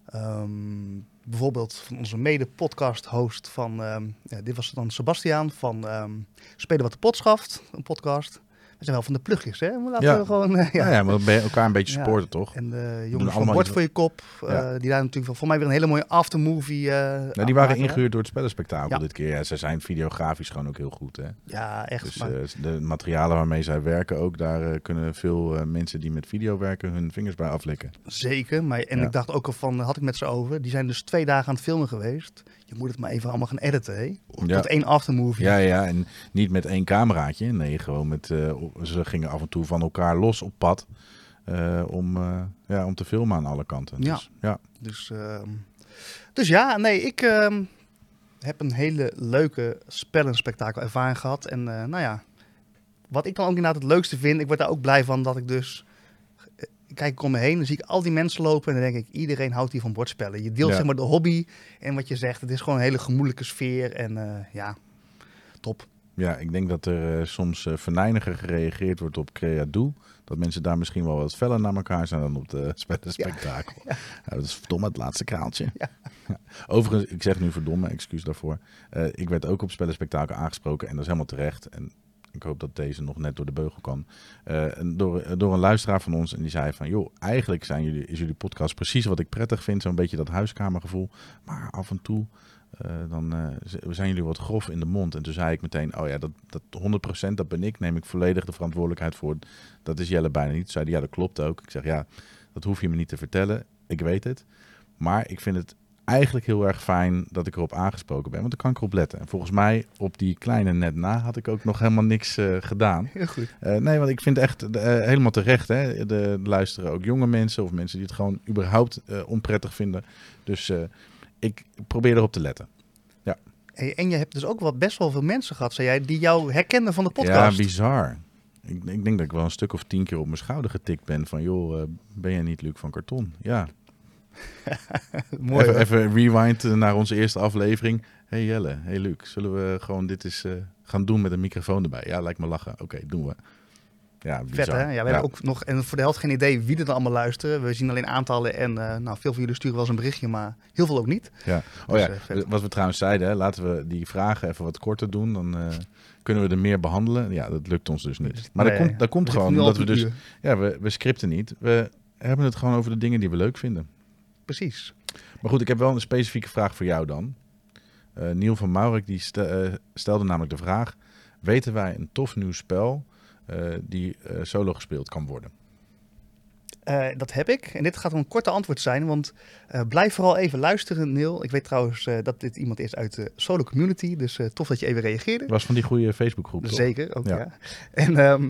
S3: Um, bijvoorbeeld van onze mede-podcast-host van... Um, ja, dit was dan Sebastiaan van um, Spelen wat de pot schaft, een podcast. we zijn wel van de plugjes, hè? Maar laten
S4: Ja.
S3: we gewoon... uh,
S4: Ja, ja, maar dan ben je elkaar een beetje
S3: Ja.
S4: supporten, toch?
S3: En de
S4: doen
S3: jongens van
S4: allemaal
S3: Bord
S4: iets-
S3: voor je kop, uh,
S4: Ja.
S3: die daar natuurlijk wel voor mij weer een hele mooie aftermovie... Uh,
S4: Nou, die waren ingehuurd door het spellenspectakel
S3: Ja.
S4: dit keer. Ja, ze zijn videografisch gewoon ook heel goed, hè?
S3: Ja, echt.
S4: Dus
S3: maar,
S4: uh, de materialen waarmee zij werken ook, daar uh, kunnen veel uh, mensen die met video werken hun vingers bij aflikken.
S3: zeker, maar en
S4: Ja.
S3: ik dacht ook al van, had ik met ze over, die zijn dus twee dagen aan het filmen geweest. Je moet het maar even allemaal gaan editen, hè?
S4: Ja.
S3: Tot één aftermovie.
S4: Ja, ja, en niet met één cameraatje. Nee, gewoon met... Uh, ze gingen af en toe van elkaar los op pad uh, om, uh, ja, om te filmen aan alle kanten.
S3: Ja.
S4: Dus, ja.
S3: Dus, uh, dus ja, nee, ik uh, heb een hele leuke spellenspectakel ervaring gehad. En uh, nou ja, wat ik dan ook inderdaad het leukste vind, ik word daar ook blij van dat ik dus... Kijk ik om me heen, dan zie ik al die mensen lopen en dan denk ik, iedereen houdt hier van bordspellen. Je deelt
S4: Ja.
S3: zeg maar de hobby en wat je zegt, het is gewoon een hele gemoedelijke sfeer en uh, ja, top.
S4: Ja, ik denk dat er uh, soms uh, venijniger gereageerd wordt op Creadoe. Dat mensen daar misschien wel wat feller naar elkaar zijn dan op de spellenspectakel. Ja. Ja. Ja, dat is verdomme het laatste kraaltje.
S3: Ja.
S4: Ja. Overigens, ik zeg nu verdomme, excuus daarvoor. Uh, ik werd ook op spellenspectakel aangesproken en dat is helemaal terecht. En ik hoop dat deze nog net door de beugel kan. Uh, en door, door een luisteraar van ons. En die zei van, joh, eigenlijk zijn jullie, is jullie podcast precies wat ik prettig vind. Zo'n beetje dat huiskamergevoel. Maar af en toe, uh, dan uh, zijn jullie wat grof in de mond. En toen zei ik meteen, oh ja, dat, dat honderd procent, dat ben ik. Neem ik volledig de verantwoordelijkheid voor. Dat is Jelle bijna niet. Toen zei hij, ja, dat klopt ook. Ik zeg, ja, dat hoef je me niet te vertellen. Ik weet het. Maar ik vind het eigenlijk heel erg fijn dat ik erop aangesproken ben, want dan kan ik erop letten. En volgens mij op die kleine net na had ik ook nog helemaal niks uh, gedaan.
S3: Heel goed.
S4: Uh, nee, want ik vind echt uh, helemaal terecht. Hè? De, de luisteren ook jonge mensen of mensen die het gewoon überhaupt uh, onprettig vinden. Dus uh, ik probeer erop te letten. Ja.
S3: Hey, en je hebt dus ook wel best wel veel mensen gehad, zei jij, die jou herkenden van de podcast.
S4: Ja, bizar. Ik, ik denk dat ik wel een stuk of tien keer op mijn schouder getikt ben van, joh, uh, ben jij niet Luc van Karton? Ja.
S3: Mooi.
S4: Even, even rewind naar onze eerste aflevering. Hey Jelle, hey Luc, zullen we gewoon dit eens uh, gaan doen met een microfoon erbij? Ja, lijkt me lachen. Oké, okay, doen we. Ja, bizar.
S3: Vet hè? Ja, we ja. hebben ook nog, en voor de helft geen idee wie er dan allemaal luisteren. We zien alleen aantallen en uh, nou, veel van jullie sturen wel eens een berichtje, maar heel veel ook niet.
S4: Ja. Oh ja,
S3: dus, uh,
S4: wat we trouwens zeiden, hè, laten we die vragen even wat korter doen. Dan uh, kunnen we er meer behandelen. Ja, dat lukt ons dus niet. Maar nee, dat komt, dat komt
S3: we
S4: gewoon omdat we dus... Ja, we, we scripten niet. We hebben het gewoon over de dingen die we leuk vinden.
S3: Precies.
S4: Maar goed, ik heb wel een specifieke vraag voor jou dan. Uh, Niel van Maurik die stel, uh, stelde namelijk de vraag: weten wij een tof nieuw spel uh, die uh, solo gespeeld kan worden?
S3: Uh, dat heb ik. En dit gaat een korte antwoord zijn, want uh, blijf vooral even luisteren, Neil. Ik weet trouwens uh, dat dit iemand is uit de solo community, dus uh, tof dat je even reageerde.
S4: Dat was van die goede Facebookgroep, toch?
S3: Zeker, ook ja.
S4: ja.
S3: En um,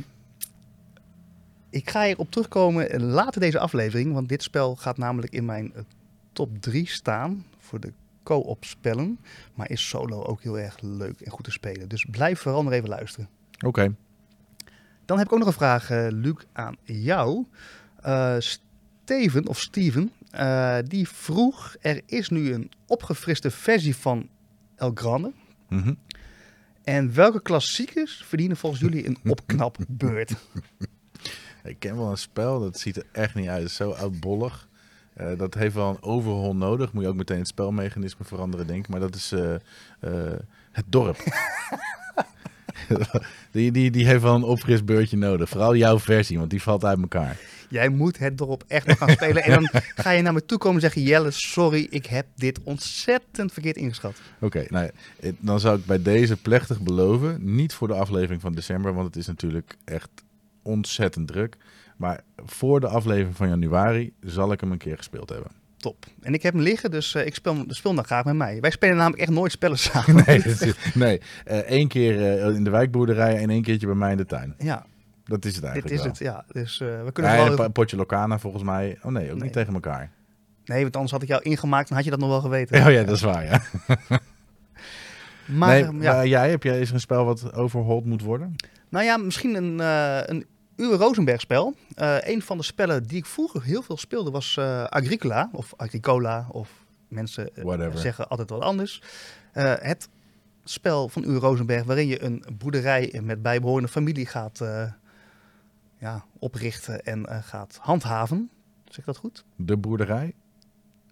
S3: ik ga hierop terugkomen later deze aflevering, want dit spel gaat namelijk in mijn uh, top drie staan voor de co-op spellen. Maar is solo ook heel erg leuk en goed te spelen. Dus blijf vooral nog even luisteren.
S4: Oké. Okay.
S3: Dan heb ik ook nog een vraag, uh, Luc, aan jou. Uh, Steven, of Steven, uh, die vroeg, er is nu een opgefriste versie van El Grande.
S4: Mm-hmm.
S3: En welke klassiekers verdienen volgens jullie een opknapbeurt?
S4: Ik ken wel een spel, dat ziet er echt niet uit. Het is zo oudbollig. Uh, dat heeft wel een overhaul nodig. Moet je ook meteen het spelmechanisme veranderen, denk ik. Maar dat is uh, uh, het dorp. die, die, die heeft wel een opfrisbeurtje nodig. Vooral jouw versie, want die valt uit elkaar.
S3: Jij moet het dorp echt nog gaan spelen. En dan ga je naar me toe komen en zeggen: Jelle, sorry, ik heb dit ontzettend verkeerd ingeschat.
S4: Oké, okay, nou, dan zou ik bij deze plechtig beloven. Niet voor de aflevering van december, want het is natuurlijk echt ontzettend druk. Maar voor de aflevering van januari zal ik hem een keer gespeeld hebben.
S3: Top. En ik heb hem liggen, dus uh, ik speel, speel dan graag met mij. Wij spelen namelijk echt nooit spellen samen.
S4: Nee, is, nee. Uh, één keer uh, in de wijkboerderij en één keertje bij mij in de tuin.
S3: Ja.
S4: Dat is het eigenlijk
S3: Dit is
S4: wel.
S3: het, ja. Dus uh, we kunnen
S4: ja,
S3: wel...
S4: Een potje Locana volgens mij. Oh nee, ook
S3: nee.
S4: niet tegen elkaar.
S3: Nee, want anders had ik jou ingemaakt en had je dat nog wel geweten.
S4: Oh ja, dat is waar, ja.
S3: maar,
S4: nee,
S3: um, ja.
S4: maar jij, heb jij eens een spel wat overhauled moet worden?
S3: Nou ja, misschien een, uh, een Uwe Rosenberg spel. Uh, een van de spellen die ik vroeger heel veel speelde was uh, Agricola. Of Agricola, of mensen uh, zeggen altijd wat anders. Uh, het spel van Uwe Rosenberg waarin je een boerderij met bijbehorende familie gaat uh, ja, oprichten en uh, gaat handhaven. Zeg ik dat goed?
S4: De boerderij?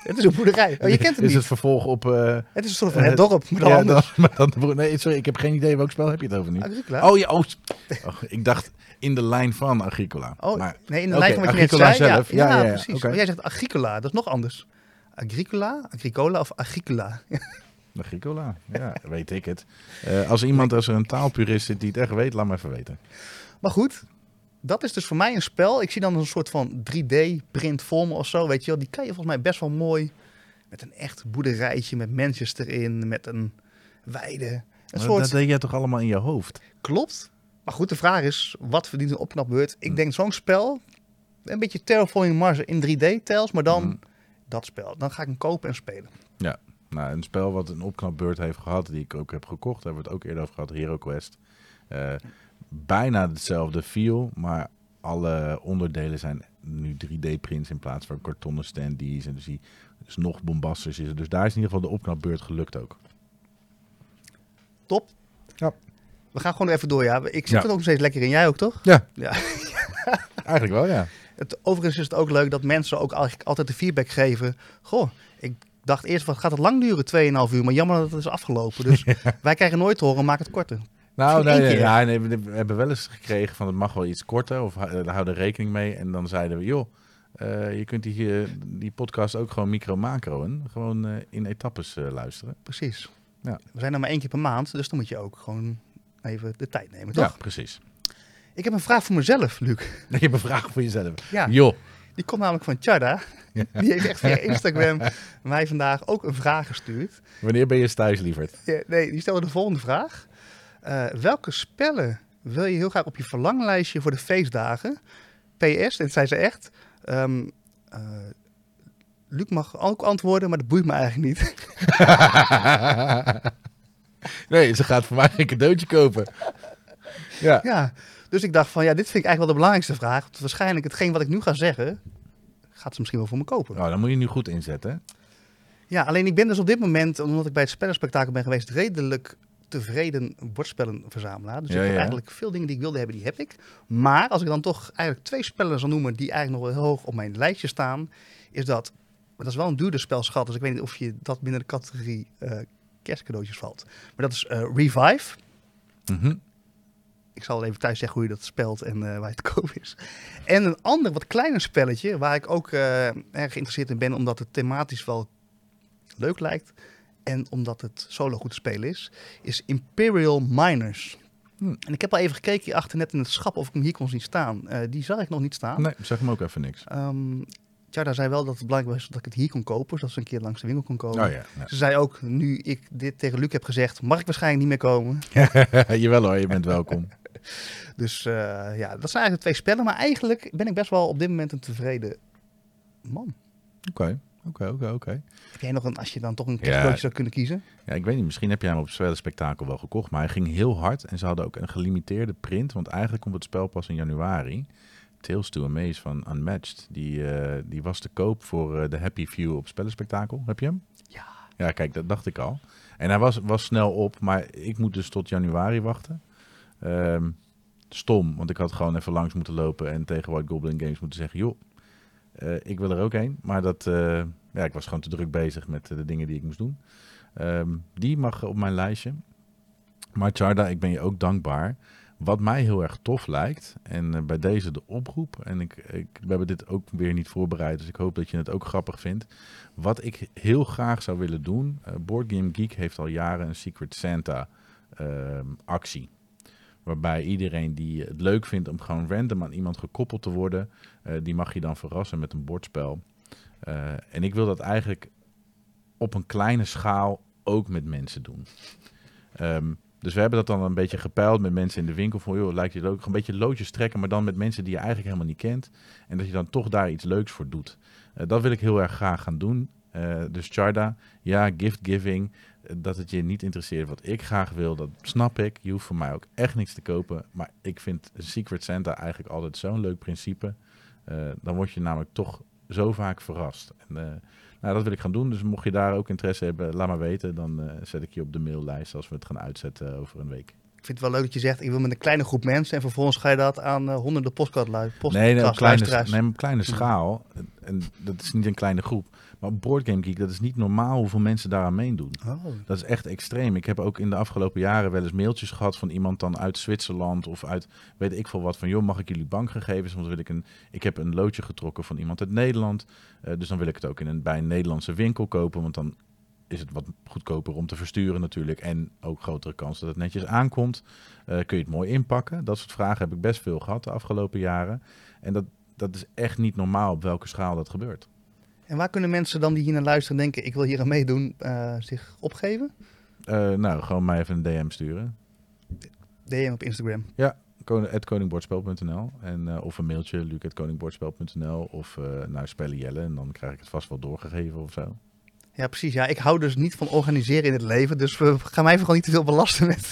S3: Het is een boerderij. Oh, je kent het
S4: Is
S3: niet.
S4: het vervolg op... Uh,
S3: Het is een soort van het dorp, maar dan
S4: ja,
S3: anders.
S4: dan, maar dan, nee, sorry, ik heb geen idee welk spel heb je het over nu.
S3: Agricola?
S4: Oh ja, oh, oh, ik dacht in de lijn van Agricola.
S3: Oh,
S4: maar,
S3: nee, in de
S4: oké,
S3: lijn van wat je net
S4: Agricola
S3: zei.
S4: zelf.
S3: Ja,
S4: Ja,
S3: ja,
S4: ja, ja,
S3: precies.
S4: oké.
S3: Maar jij zegt Agricola, dat is nog anders. Agricola, Agricola of Agricola?
S4: Agricola, ja, weet ik het. Uh, als iemand, als er een taalpurist zit die het echt weet, laat me even weten.
S3: Maar goed, dat is dus voor mij een spel. Ik zie dan een soort van drie D-print voor me of zo, weet je wel. Die kan je volgens mij best wel mooi met een echt boerderijtje met mensjes erin, met een weide. Een
S4: Dat,
S3: soort...
S4: dat deed jij toch allemaal in je hoofd?
S3: Klopt. Maar goed, de vraag is, wat verdient een opknapbeurt? Ik
S4: Hm.
S3: denk zo'n spel, een beetje Terraforming Mars in drie D-tels, maar dan
S4: Hm.
S3: dat spel. Dan ga ik hem kopen en spelen.
S4: Ja, nou, een spel wat een opknapbeurt heeft gehad, die ik ook heb gekocht, daar hebben we het ook eerder over gehad, HeroQuest. Uh, bijna hetzelfde feel, maar alle onderdelen zijn nu drie D-prints in plaats van kartonnen standees. En dus die is nog bombastisch. Is. Dus daar is in ieder geval de opknapbeurt gelukt ook.
S3: Top.
S4: Ja.
S3: We gaan gewoon even door, ja. Ik zit
S4: Ja.
S3: er ook nog steeds lekker in. Jij ook, toch?
S4: Ja,
S3: Ja.
S4: eigenlijk wel, ja.
S3: Het, overigens is het ook leuk dat mensen ook eigenlijk altijd de feedback geven. Goh, ik dacht eerst, wat gaat het lang duren? tweeënhalf uur. Maar jammer dat het is afgelopen. Dus wij krijgen nooit te horen, maak het korter.
S4: Nou,
S3: Misschien
S4: nee,
S3: één
S4: nee,
S3: keer.
S4: ja, nee, we we hebben wel eens gekregen van het mag wel iets korter. Of hou hou er rekening mee. En dan zeiden we, joh, uh, je kunt die, uh, die podcast ook gewoon micro-macroen. Gewoon uh, in etappes uh, luisteren.
S3: Precies.
S4: Ja.
S3: We zijn er maar één keer per maand, dus dan moet je ook gewoon even de tijd nemen, toch?
S4: Ja, precies.
S3: Ik heb een vraag voor mezelf, Luc.
S4: Je hebt een vraag voor jezelf.
S3: Ja,
S4: Joh.
S3: die komt namelijk van Tjarda.
S4: Ja.
S3: Die heeft echt via Instagram mij vandaag ook een vraag gestuurd.
S4: Wanneer ben je thuis, lieverd?
S3: Ja, nee, die stelde de volgende vraag. Uh, welke spellen wil je heel graag op je verlanglijstje voor de feestdagen? P S, en zei ze echt. Um, uh, Luc mag ook antwoorden, maar dat boeit me eigenlijk niet.
S4: Nee, ze gaat voor mij een cadeautje kopen. Ja.
S3: Ja, dus ik dacht van ja, dit vind ik eigenlijk wel de belangrijkste vraag. Want waarschijnlijk hetgeen wat ik nu ga zeggen, gaat ze misschien wel voor me kopen.
S4: Nou, dan moet je nu goed inzetten. Hè?
S3: Ja, alleen ik ben dus op dit moment, omdat ik bij het spellenspectakel ben geweest, redelijk tevreden bordspellenverzamelaar. Dus
S4: Ja,
S3: ik heb
S4: ja.
S3: eigenlijk veel dingen die ik wilde hebben, die heb ik. Maar als ik dan toch eigenlijk twee spellen zal noemen die eigenlijk nog wel heel hoog op mijn lijstje staan, is dat, dat is wel een duurder spel, schat, dus ik weet niet of je dat binnen de categorie uh, kerstcadeautjes valt. Maar dat is uh, Revive.
S4: Mm-hmm.
S3: Ik zal even thuis zeggen hoe je dat spelt en uh, waar het te koop is. En een ander, wat kleiner spelletje, waar ik ook uh, erg geïnteresseerd in ben, omdat het thematisch wel leuk lijkt. En omdat het solo goed te spelen is, is Imperial Miners. Hm. En ik heb al even gekeken hierachter net in het schap of ik hem hier kon zien staan. Uh, die zag ik nog niet staan.
S4: Nee, zeg hem ook even niks.
S3: Um, Tjarda zei wel dat het belangrijk was dat ik het hier kon kopen, zodat ze een keer langs de winkel kon komen.
S4: Oh ja, ja.
S3: Ze zei ook, nu ik dit tegen Luc heb gezegd, mag ik waarschijnlijk niet meer komen.
S4: Jawel hoor, je bent welkom.
S3: Dus uh, ja, dat zijn eigenlijk twee spellen. Maar eigenlijk ben ik best wel op dit moment een tevreden man.
S4: Oké, oké, oké, oké.
S3: Heb jij nog een, als je dan toch een kerstcadeautje ja. zou kunnen kiezen?
S4: Ja, ik weet niet, misschien heb jij hem op het spellenspectakel wel gekocht, maar hij ging heel hard. En ze hadden ook een gelimiteerde print, want eigenlijk komt het spel pas in januari. Tales to Amaze van Unmatched, die, uh, die was te koop voor uh, de Happy Few op spellenspectakel. Heb je hem?
S3: Ja.
S4: Ja, kijk, dat dacht ik al. En hij was, was snel op, maar ik moet dus tot januari wachten. Um, stom, want ik had gewoon even langs moeten lopen en tegen White Goblin Games moeten zeggen, joh, uh, ik wil er ook heen. Maar dat, uh, ja, ik was gewoon te druk bezig met uh, de dingen die ik moest doen. Um, die mag op mijn lijstje. Maar Tjarda, ik ben je ook dankbaar. Wat mij heel erg tof lijkt, en uh, bij deze de oproep, en ik, ik, we hebben dit ook weer niet voorbereid, dus ik hoop dat je het ook grappig vindt. Wat ik heel graag zou willen doen, uh, Board Game Geek heeft al jaren een Secret Santa uh, actie. Waarbij iedereen die het leuk vindt om gewoon random aan iemand gekoppeld te worden, uh, die mag je dan verrassen met een bordspel. Uh, en ik wil dat eigenlijk op een kleine schaal ook met mensen doen. Um, dus we hebben dat dan een beetje gepeild met mensen in de winkel. Van, joh, lijkt je het ook een beetje loodjes trekken, maar dan met mensen die je eigenlijk helemaal niet kent. En dat je dan toch daar iets leuks voor doet. Uh, dat wil ik heel erg graag gaan doen. Uh, dus Tjarda, ja, gift giving. Uh, dat het je niet interesseert wat ik graag wil, dat snap ik. Je hoeft voor mij ook echt niks te kopen. Maar ik vind Secret Santa eigenlijk altijd zo'n leuk principe. Uh, dan word je namelijk toch zo vaak verrast. En, uh, nou, dat wil ik gaan doen. Dus mocht je daar ook interesse hebben, laat maar weten. Dan uh, zet ik je op de maillijst als we het gaan uitzetten over een week.
S3: vind het wel leuk dat je zegt, ik wil met een kleine groep mensen en vervolgens ga je dat aan uh, honderden podcast luisteren.
S4: Nee, nee, op kleine, nee, op kleine schaal. En dat is niet een kleine groep. Maar op Board Game Geek, dat is niet normaal hoeveel mensen daaraan meedoen.
S3: Oh.
S4: Dat is echt extreem. Ik heb ook in de afgelopen jaren wel eens mailtjes gehad van iemand dan uit Zwitserland of uit weet ik veel wat van, joh, mag ik jullie bankgegevens? Want wil ik een, ik heb een loodje getrokken van iemand uit Nederland. Uh, dus dan wil ik het ook in een, bij een Nederlandse winkel kopen, want dan is het wat goedkoper om te versturen natuurlijk. En ook grotere kans dat het netjes aankomt. Uh, kun je het mooi inpakken? Dat soort vragen heb ik best veel gehad de afgelopen jaren. En dat, dat is echt niet normaal op welke schaal dat gebeurt.
S3: En waar kunnen mensen dan die hier naar luisteren denken, ik wil hier aan meedoen, uh, zich opgeven?
S4: Uh, nou, gewoon mij even een D M sturen.
S3: D M op Instagram?
S4: Ja, at koningbordspel punt n l. En, uh, of een mailtje, luc at koningbordspel punt n l. Of uh, naar Spellen Jelle. En dan krijg ik het vast wel doorgegeven of zo.
S3: Ja, precies. Ja, ik hou dus niet van organiseren in het leven. Dus we gaan mij vooral niet te veel belasten met...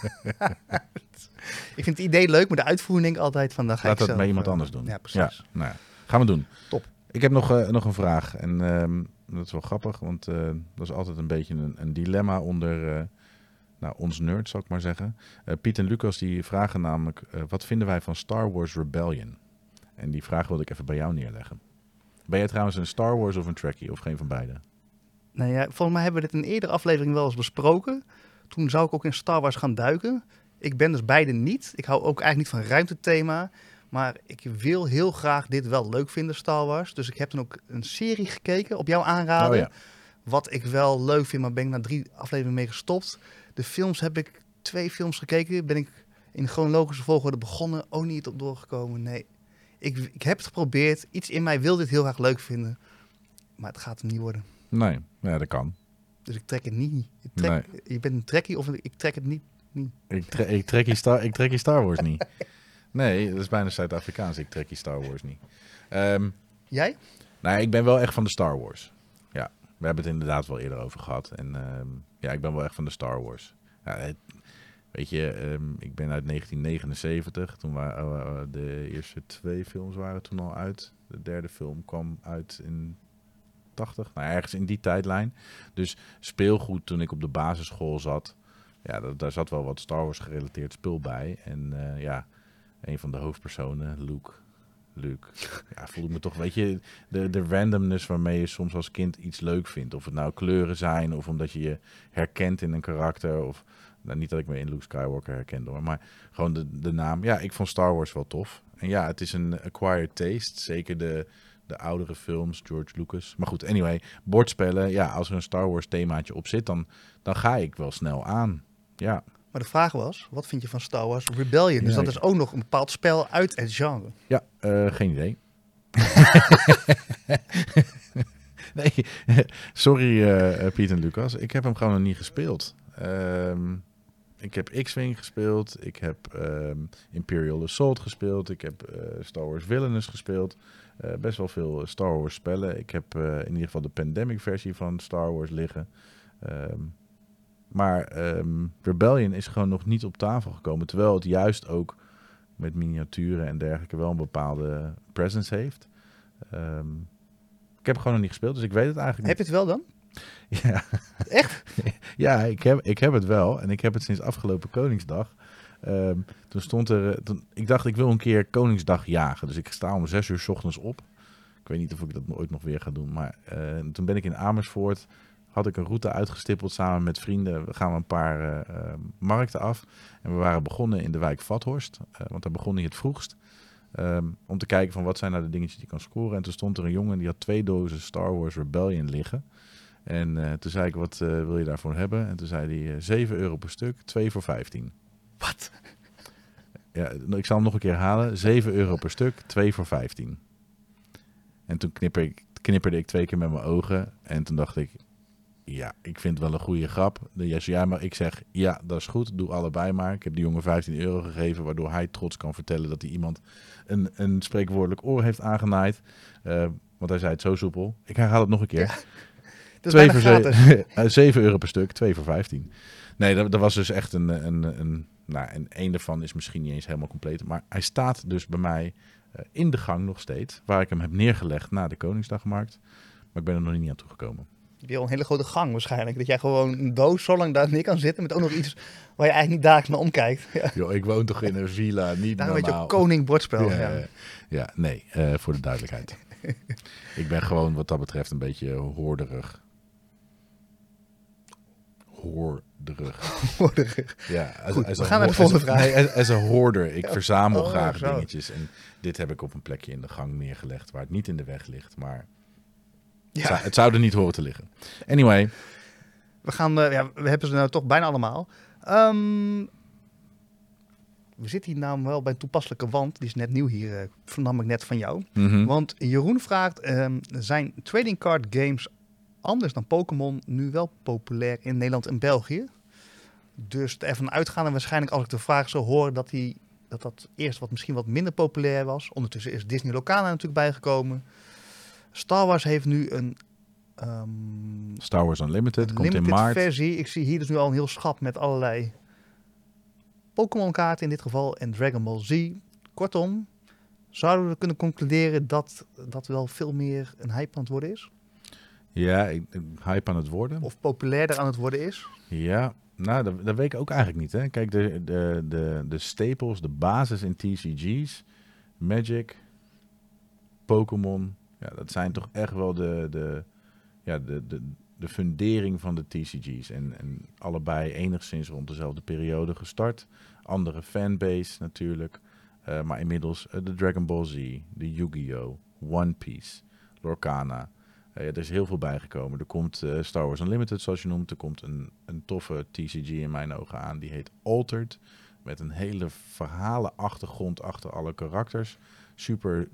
S3: Ik vind het idee leuk, maar de uitvoering denk ik altijd van... Dan ga
S4: Laat
S3: ik
S4: dat
S3: zelf,
S4: met iemand
S3: uh,
S4: anders doen.
S3: Ja, precies.
S4: Ja, nou ja, gaan we doen.
S3: Top.
S4: Ik heb nog, uh, nog een vraag. En um, dat is wel grappig, want uh, dat is altijd een beetje een, een dilemma onder uh, nou, ons nerd, zal ik maar zeggen. Uh, Piet en Lucas die vragen namelijk, uh, wat vinden wij van Star Wars Rebellion? En die vraag wilde ik even bij jou neerleggen. Ben jij trouwens een Star Wars of een Trekkie, of geen van beide?
S3: Nou ja, volgens mij hebben we dit in een eerdere aflevering wel eens besproken. Toen zou ik ook in Star Wars gaan duiken. Ik ben dus beide niet. Ik hou ook eigenlijk niet van ruimtethema. Maar ik wil heel graag dit wel leuk vinden, Star Wars. Dus ik heb dan ook een serie gekeken op jouw aanraden.
S4: Oh ja.
S3: Wat ik wel leuk vind, maar ben ik na drie afleveringen mee gestopt. De films heb ik twee films gekeken. Ben ik in chronologische volgorde begonnen. Ook niet op doorgekomen. Nee, ik, ik heb het geprobeerd. Iets in mij wil dit heel graag leuk vinden. Maar het gaat hem niet worden.
S4: Nee, ja, dat kan.
S3: Dus ik trek het niet. Ik trek,
S4: Nee.
S3: Je bent een trekkie of een, ik trek het niet. niet.
S4: Ik, tre- ik, trek je Star, ik trek je Star Wars niet. Nee, dat is bijna Zuid-Afrikaans. Ik trek je Star Wars niet. Um,
S3: Jij?
S4: nou, ik ben wel echt van de Star Wars. Ja, we hebben het inderdaad wel eerder over gehad. En um, ja, ik ben wel echt van de Star Wars. Ja, het, weet je, um, ik ben uit negentien negenenzeventig. Toen waren uh, de eerste twee films waren toen al uit. De derde film kwam uit in tachtig. Nou, ergens in die tijdlijn. Dus speelgoed toen ik op de basisschool zat. Ja, dat, daar zat wel wat Star Wars gerelateerd spul bij. En uh, ja, een van de hoofdpersonen, Luke. Luke. Ja, voelde me toch, weet je, de, de randomness waarmee je soms als kind iets leuk vindt. Of het nou kleuren zijn, of omdat je je herkent in een karakter. Of, nou, niet dat ik me in Luke Skywalker herkende hoor, maar gewoon de, de naam. Ja, ik vond Star Wars wel tof. En ja, het is een acquired taste. Zeker de, de oudere films, George Lucas. Maar goed, anyway, bordspellen. Ja, als er een Star Wars themaatje op zit, dan, dan ga ik wel snel aan. Ja.
S3: Maar de vraag was, wat vind je van Star Wars Rebellion? Dus
S4: Ja,
S3: dat
S4: ik-
S3: is ook nog een bepaald spel uit het genre.
S4: Ja, uh, geen idee. Nee, sorry uh, Piet en Lucas. Ik heb hem gewoon nog niet gespeeld. Um, ik heb X-Wing gespeeld. Ik heb um, Imperial Assault gespeeld. Ik heb uh, Star Wars Villainous gespeeld. Uh, best wel veel Star Wars spellen. Ik heb uh, in ieder geval de pandemic versie van Star Wars liggen. Um, maar um, Rebellion is gewoon nog niet op tafel gekomen. Terwijl het juist ook met miniaturen en dergelijke wel een bepaalde presence heeft. Um, ik heb het gewoon nog niet gespeeld, dus ik weet het eigenlijk
S3: Heb
S4: niet.
S3: je het wel dan?
S4: Ja.
S3: Echt?
S4: Ja, ik heb, ik heb het wel. En ik heb het sinds afgelopen Koningsdag. Um, toen stond er... Toen, ik dacht, ik wil een keer Koningsdag jagen. Dus ik sta om zes uur 's ochtends op. Ik weet niet of ik dat ooit nog weer ga doen. Maar uh, toen ben ik in Amersfoort. Had ik een route uitgestippeld samen met vrienden. We gaan een paar uh, uh, markten af. En we waren begonnen in de wijk Vathorst. Uh, want daar begon hij het vroegst. Um, om te kijken van wat zijn nou de dingetjes die je kan scoren. En toen stond er een jongen die had twee dozen Star Wars Rebellion liggen. En uh, toen zei ik, wat uh, wil je daarvoor hebben? En toen zei hij, uh, zeven euro per stuk, twee voor vijftien.
S3: Wat?
S4: Ja, ik zal hem nog een keer halen. zeven euro per stuk, twee voor vijftien. En toen knipper ik, knipperde ik twee keer met mijn ogen. En toen dacht ik, ja, ik vind het wel een goede grap. De yes, ja, maar ik zeg, ja, dat is goed. Doe allebei maar. Ik heb die jongen vijftien euro gegeven, waardoor hij trots kan vertellen dat hij iemand een, een spreekwoordelijk oor heeft aangenaaid. Uh, want hij zei het zo soepel. Ik herhaal het nog een keer.
S3: Ja. Dat is
S4: Twee
S3: bijna
S4: voor
S3: gratis.
S4: zeven euro per stuk, twee voor vijftien. Nee, dat, dat was dus echt een, een, een... Nou, en één daarvan is misschien niet eens helemaal compleet. Maar hij staat dus bij mij uh, in de gang nog steeds. Waar ik hem heb neergelegd na de Koningsdagmarkt. Maar ik ben er nog niet aan toegekomen.
S3: heb je al een hele grote gang waarschijnlijk. Dat jij gewoon een doos zo lang daar neer kan zitten met ook nog iets waar je eigenlijk niet dagelijks naar omkijkt. Ja.
S4: Joh, ik woon toch in een villa, niet
S3: Daarom weet je
S4: normaal.
S3: ook koning bordspel.
S4: Ja,
S3: Ja,
S4: ja. ja nee, uh, voor de duidelijkheid. Ik ben gewoon wat dat betreft een beetje hoorderig. Hoorderig.
S3: Hoorderig.
S4: Ja, als,
S3: Goed,
S4: als
S3: we
S4: een
S3: gaan naar de
S4: hoor-
S3: volgende
S4: als-
S3: vraag.
S4: nee, als- Als een hoorder. Ik verzamel
S3: Oh,
S4: graag
S3: zo.
S4: dingetjes. En dit heb ik op een plekje in de gang neergelegd waar het niet in de weg ligt. Maar
S3: Ja.
S4: het, zou, het zou er niet horen te liggen. Anyway,
S3: We, gaan, uh, ja, we hebben ze nou toch bijna allemaal. Um, we zitten hier namelijk wel bij een toepasselijke wand. Die is net nieuw hier, uh, vernam ik net van jou.
S4: mhm.
S3: Want Jeroen vraagt, um, zijn trading card games anders dan Pokémon nu wel populair in Nederland en België? Dus ervan uitgaande waarschijnlijk als ik de vraag zo hoor dat, die, dat dat eerst wat misschien wat minder populair was. Ondertussen is Disney Locana natuurlijk bijgekomen. Star Wars heeft nu een um,
S4: Star Wars Unlimited
S3: een
S4: komt
S3: limited
S4: in maart.
S3: versie. Ik zie hier dus nu al een heel schap met allerlei Pokémon kaarten in dit geval en Dragon Ball Z. Kortom, zouden we kunnen concluderen dat dat wel veel meer een hype aan het worden is?
S4: Ja, ik, ik hype aan het worden.
S3: Of populairder aan het worden is?
S4: Ja, nou, dat, dat weet ik ook eigenlijk niet. Hè. Kijk, de, de, de, de staples, de basis in T C G's, Magic, Pokémon, ja, dat zijn toch echt wel de, de, ja, de, de, de fundering van de T C G's. En, en allebei enigszins rond dezelfde periode gestart. Andere fanbase natuurlijk. Uh, maar inmiddels uh, de Dragon Ball Z, de Yu-Gi-Oh!, One Piece, Lorcana. Uh, ja, er is heel veel bijgekomen. Er komt uh, Star Wars Unlimited, zoals je noemt. Er komt een, een toffe T C G in mijn ogen aan. Die heet Altered. Met een hele verhalenachtergrond achter alle karakters. Super,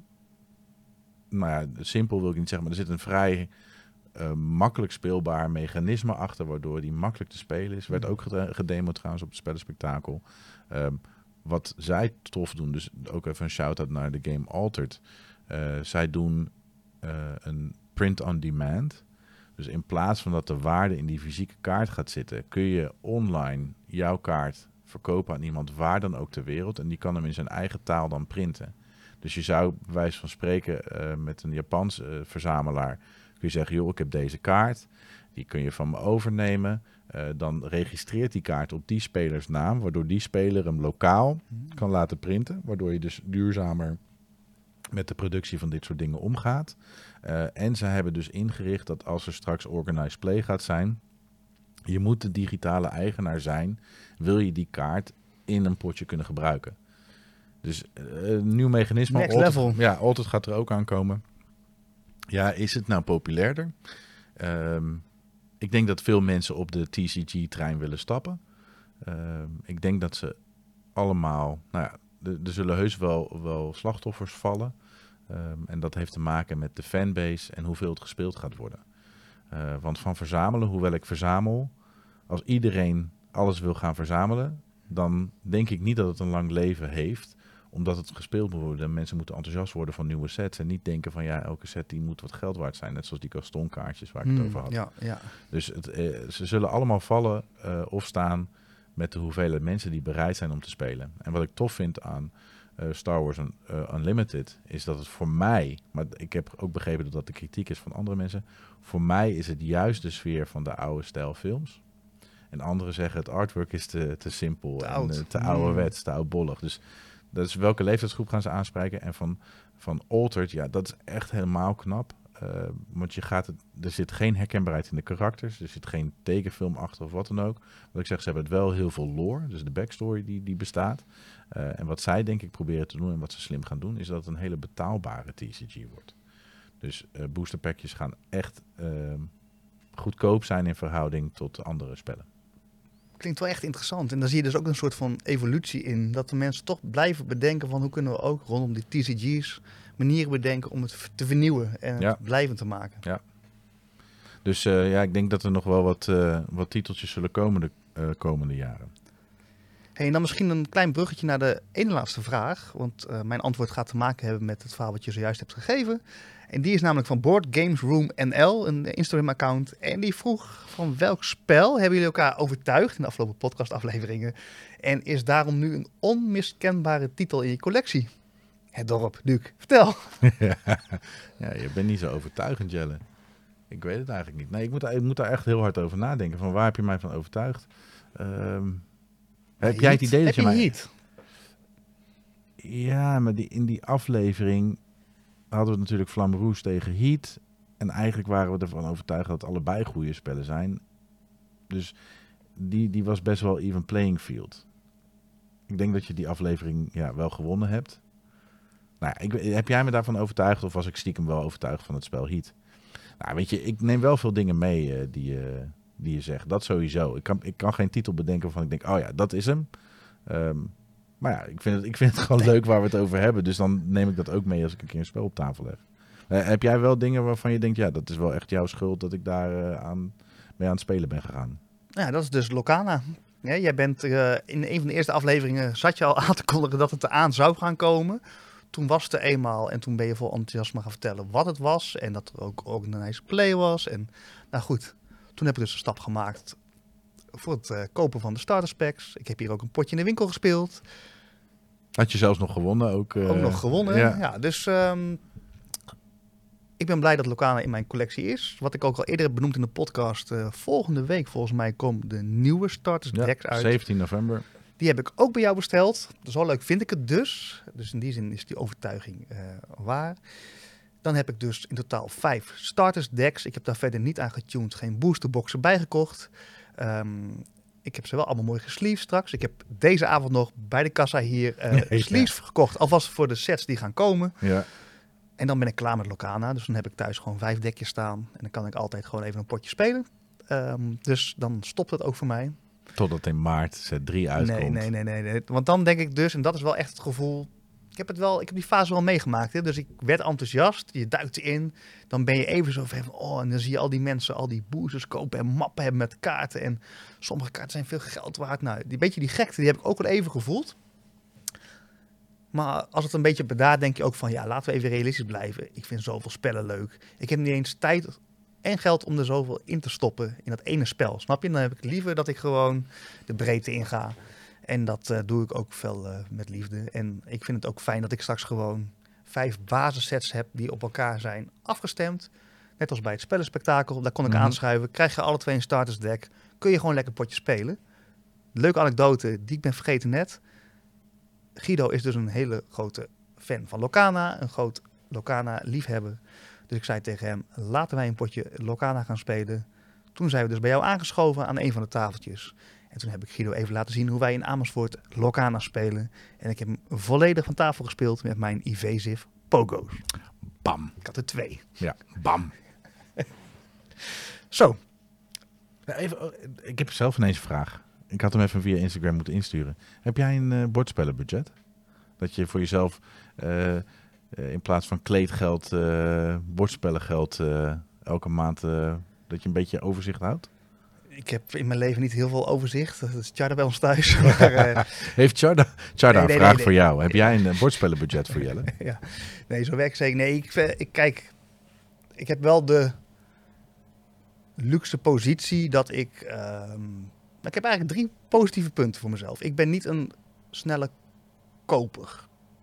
S4: nou ja, simpel wil ik niet zeggen. Maar er zit een vrij uh, makkelijk speelbaar mechanisme achter. Waardoor die makkelijk te spelen is. Werd ook gede- gedemoed trouwens op het spellenspectakel. Um, wat zij tof doen, dus ook even een shout-out naar de game Altered. Uh, zij doen uh, een print on demand. Dus in plaats van dat de waarde in die fysieke kaart gaat zitten, kun je online jouw kaart verkopen aan iemand waar dan ook ter wereld. En die kan hem in zijn eigen taal dan printen. Dus je zou bij wijze van spreken uh, met een Japanse uh, verzamelaar kun je zeggen, joh, ik heb deze kaart. Die kun je van me overnemen. Uh, dan registreert die kaart op die spelers naam, waardoor die speler hem lokaal kan laten printen. Waardoor je dus duurzamer met de productie van dit soort dingen omgaat. Uh, en ze hebben dus ingericht dat als er straks organized play gaat zijn, je moet de digitale eigenaar zijn, wil je die kaart in een potje kunnen gebruiken. Dus uh, een nieuw mechanisme.
S3: Next
S4: Altijd,
S3: level.
S4: Ja, altijd gaat er ook aankomen. Ja, is het nou populairder? Um, ik denk dat veel mensen op de T C G-trein willen stappen. Um, ik denk dat ze allemaal, nou ja, er zullen heus wel, wel slachtoffers vallen. Um, en dat heeft te maken met de fanbase en hoeveel het gespeeld gaat worden. Uh, want van verzamelen, hoewel ik verzamel, als iedereen alles wil gaan verzamelen, dan denk ik niet dat het een lang leven heeft, omdat het gespeeld moet worden. Mensen moeten enthousiast worden van nieuwe sets en niet denken van ja, elke set die moet wat geld waard zijn. Net zoals die Gaston-kaartjes waar ik het
S3: Hmm,
S4: over had.
S3: ja, ja.
S4: Dus het, uh, ze zullen allemaal vallen uh, of staan met de hoeveelheid mensen die bereid zijn om te spelen. En wat ik tof vind aan uh, Star Wars un, uh, Unlimited is dat het voor mij, maar ik heb ook begrepen dat dat de kritiek is van andere mensen, voor mij is het juist de sfeer van de oude stijl films. En anderen zeggen het artwork is te, te simpel
S3: Te
S4: en
S3: oud.
S4: uh, te
S3: Mm.
S4: ouderwets, te oudbollig. Dus dat is welke leeftijdsgroep gaan ze aanspreken. En van, van Altered, ja, dat is echt helemaal knap. Uh, want je gaat het, er zit geen herkenbaarheid in de karakters. Er zit geen tekenfilm achter of wat dan ook. Wat ik zeg, ze hebben het wel heel veel lore. Dus de backstory die, die bestaat. Uh, en wat zij denk ik proberen te doen en wat ze slim gaan doen, is dat het een hele betaalbare T C G wordt. Dus uh, boosterpackjes gaan echt uh, goedkoop zijn in verhouding tot andere spellen.
S3: Klinkt wel echt interessant. En dan zie je dus ook een soort van evolutie in. Dat de mensen toch blijven bedenken van hoe kunnen we ook rondom die T C G's manieren bedenken om het te vernieuwen en
S4: Ja.
S3: het blijvend te maken.
S4: Dus uh, ja, ik denk dat er nog wel wat, uh, wat titeltjes zullen komen de uh, komende jaren.
S3: Hey, en dan misschien een klein bruggetje naar de ene laatste vraag. Want uh, mijn antwoord gaat te maken hebben met het verhaal wat je zojuist hebt gegeven. En die is namelijk van Board Games Room N L, een Instagram-account. En die vroeg van welk spel hebben jullie elkaar overtuigd in de afgelopen podcastafleveringen? En is daarom nu een onmiskenbare titel in je collectie? Het dorp, Luc. Vertel.
S4: Ja, je bent niet zo overtuigend, Jelle. Ik weet het eigenlijk niet. Nee, ik moet, ik moet daar echt heel hard over nadenken. Van waar heb je mij van overtuigd? Um, heb
S3: Ja,
S4: jij het
S3: Heat.
S4: idee dat
S3: heb
S4: je
S3: je
S4: mij...
S3: Heat?
S4: Ja, maar die, in die aflevering hadden we natuurlijk Flamme Rouge tegen Heat. En eigenlijk waren we ervan overtuigd dat het allebei goede spellen zijn. Dus die, die was best wel even playing field. Ik denk dat je die aflevering ja, wel gewonnen hebt. Nou, ja, ik, heb jij me daarvan overtuigd of was ik stiekem wel overtuigd van het spel Heat? Nou, weet je, ik neem wel veel dingen mee uh, die, uh, die je zegt. Dat sowieso. Ik kan, ik kan geen titel bedenken waarvan ik denk, oh ja, dat is hem. Um, maar ja, ik vind, het, ik vind het gewoon leuk waar we het over hebben. Dus dan neem ik dat ook mee als ik een keer een spel op tafel leg. Uh, heb jij wel dingen waarvan je denkt, ja, dat is wel echt jouw schuld dat ik daar uh, aan, mee aan het spelen ben gegaan?
S3: Ja, dat is dus Locana. Ja, jij bent uh, in een van de eerste afleveringen zat je al aan te kondigen dat het eraan zou gaan komen. Toen was het er eenmaal en toen ben je vol enthousiasme gaan vertellen wat het was. En dat er ook organized play was. En nou goed, toen heb ik dus een stap gemaakt voor het uh, kopen van de starter packs. Ik heb hier ook een potje in de winkel gespeeld.
S4: Had je zelfs nog gewonnen? Ook, uh,
S3: ook nog gewonnen,
S4: ja.
S3: ja dus um, ik ben blij dat Locana in mijn collectie is. Wat ik ook al eerder heb benoemd in de podcast. Uh, volgende week volgens mij komen de nieuwe starters decks
S4: ja,
S3: uit.
S4: zeventien november.
S3: Die heb ik ook bij jou besteld. Zo leuk vind ik het dus. Dus in die zin is die overtuiging uh, waar. Dan heb ik dus in totaal vijf starters decks. Ik heb daar verder niet aan getuned. Geen boosterboxen bijgekocht. Um, ik heb ze wel allemaal mooi gesleeved straks. Ik heb deze avond nog bij de kassa hier uh,
S4: nee,
S3: sleeves
S4: ja.
S3: gekocht. Alvast voor de sets die gaan komen.
S4: Ja.
S3: En dan ben ik klaar met Locana. Dus dan heb ik thuis gewoon vijf dekjes staan. En dan kan ik altijd gewoon even een potje spelen. Um, dus dan stopt het ook voor mij.
S4: Totdat in maart set drie uitkomt.
S3: Nee, nee, nee, nee, nee. Want dan denk ik dus, en dat is wel echt het gevoel. Ik heb het wel, ik heb die fase wel meegemaakt. Hè? Dus ik werd enthousiast. Je duikt erin. Dan ben je even zo van, oh, en dan zie je al die mensen al die boosters kopen en mappen hebben met kaarten. En sommige kaarten zijn veel geld waard. Nou, die beetje die gekte, die heb ik ook wel even gevoeld. Maar als het een beetje bedaart, denk je ook van, ja, laten we even realistisch blijven. Ik vind zoveel spellen leuk. Ik heb niet eens tijd en geld om er zoveel in te stoppen in dat ene spel. Snap je? Dan heb ik liever dat ik gewoon de breedte inga. En dat uh, doe ik ook veel uh, met liefde. En ik vind het ook fijn dat ik straks gewoon vijf basissets heb die op elkaar zijn afgestemd. Net als bij het spellenspectakel. Daar kon ik mm-hmm. aanschuiven. Krijg je alle twee een starters deck. Kun je gewoon lekker potje spelen. Leuke anekdote die ik ben vergeten net. Guido is dus een hele grote fan van Locana. Een groot Locana liefhebber. Dus ik zei tegen hem, laten wij een potje Locana gaan spelen. Toen zijn we dus bij jou aangeschoven aan een van de tafeltjes. En toen heb ik Guido even laten zien hoe wij in Amersfoort Locana spelen. En ik heb hem volledig van tafel gespeeld met mijn Evasive Pogo's.
S4: Bam.
S3: Ik had er twee.
S4: Ja, bam.
S3: Zo.
S4: Even, ik heb zelf ineens een vraag. Ik had hem even via Instagram moeten insturen. Heb jij een uh, bordspellenbudget? Dat je voor jezelf uh, uh, in plaats van kleedgeld, uh, bordspellengeld uh, elke maand uh, dat je een beetje overzicht houdt?
S3: Ik heb in mijn leven niet heel veel overzicht. Dat is Tjarda bij ons thuis. Maar, uh,
S4: Heeft Tjarda, Tjarda
S3: nee, nee,
S4: een vraag
S3: nee,
S4: voor
S3: nee.
S4: jou? Heb jij een uh, bordspellenbudget voor Jelle?
S3: Ja. Nee, zo werkt zeker. Nee, ik, ik kijk, ik heb wel de luxe positie dat ik... Um, ik heb eigenlijk drie positieve punten voor mezelf. Ik ben niet een snelle koper.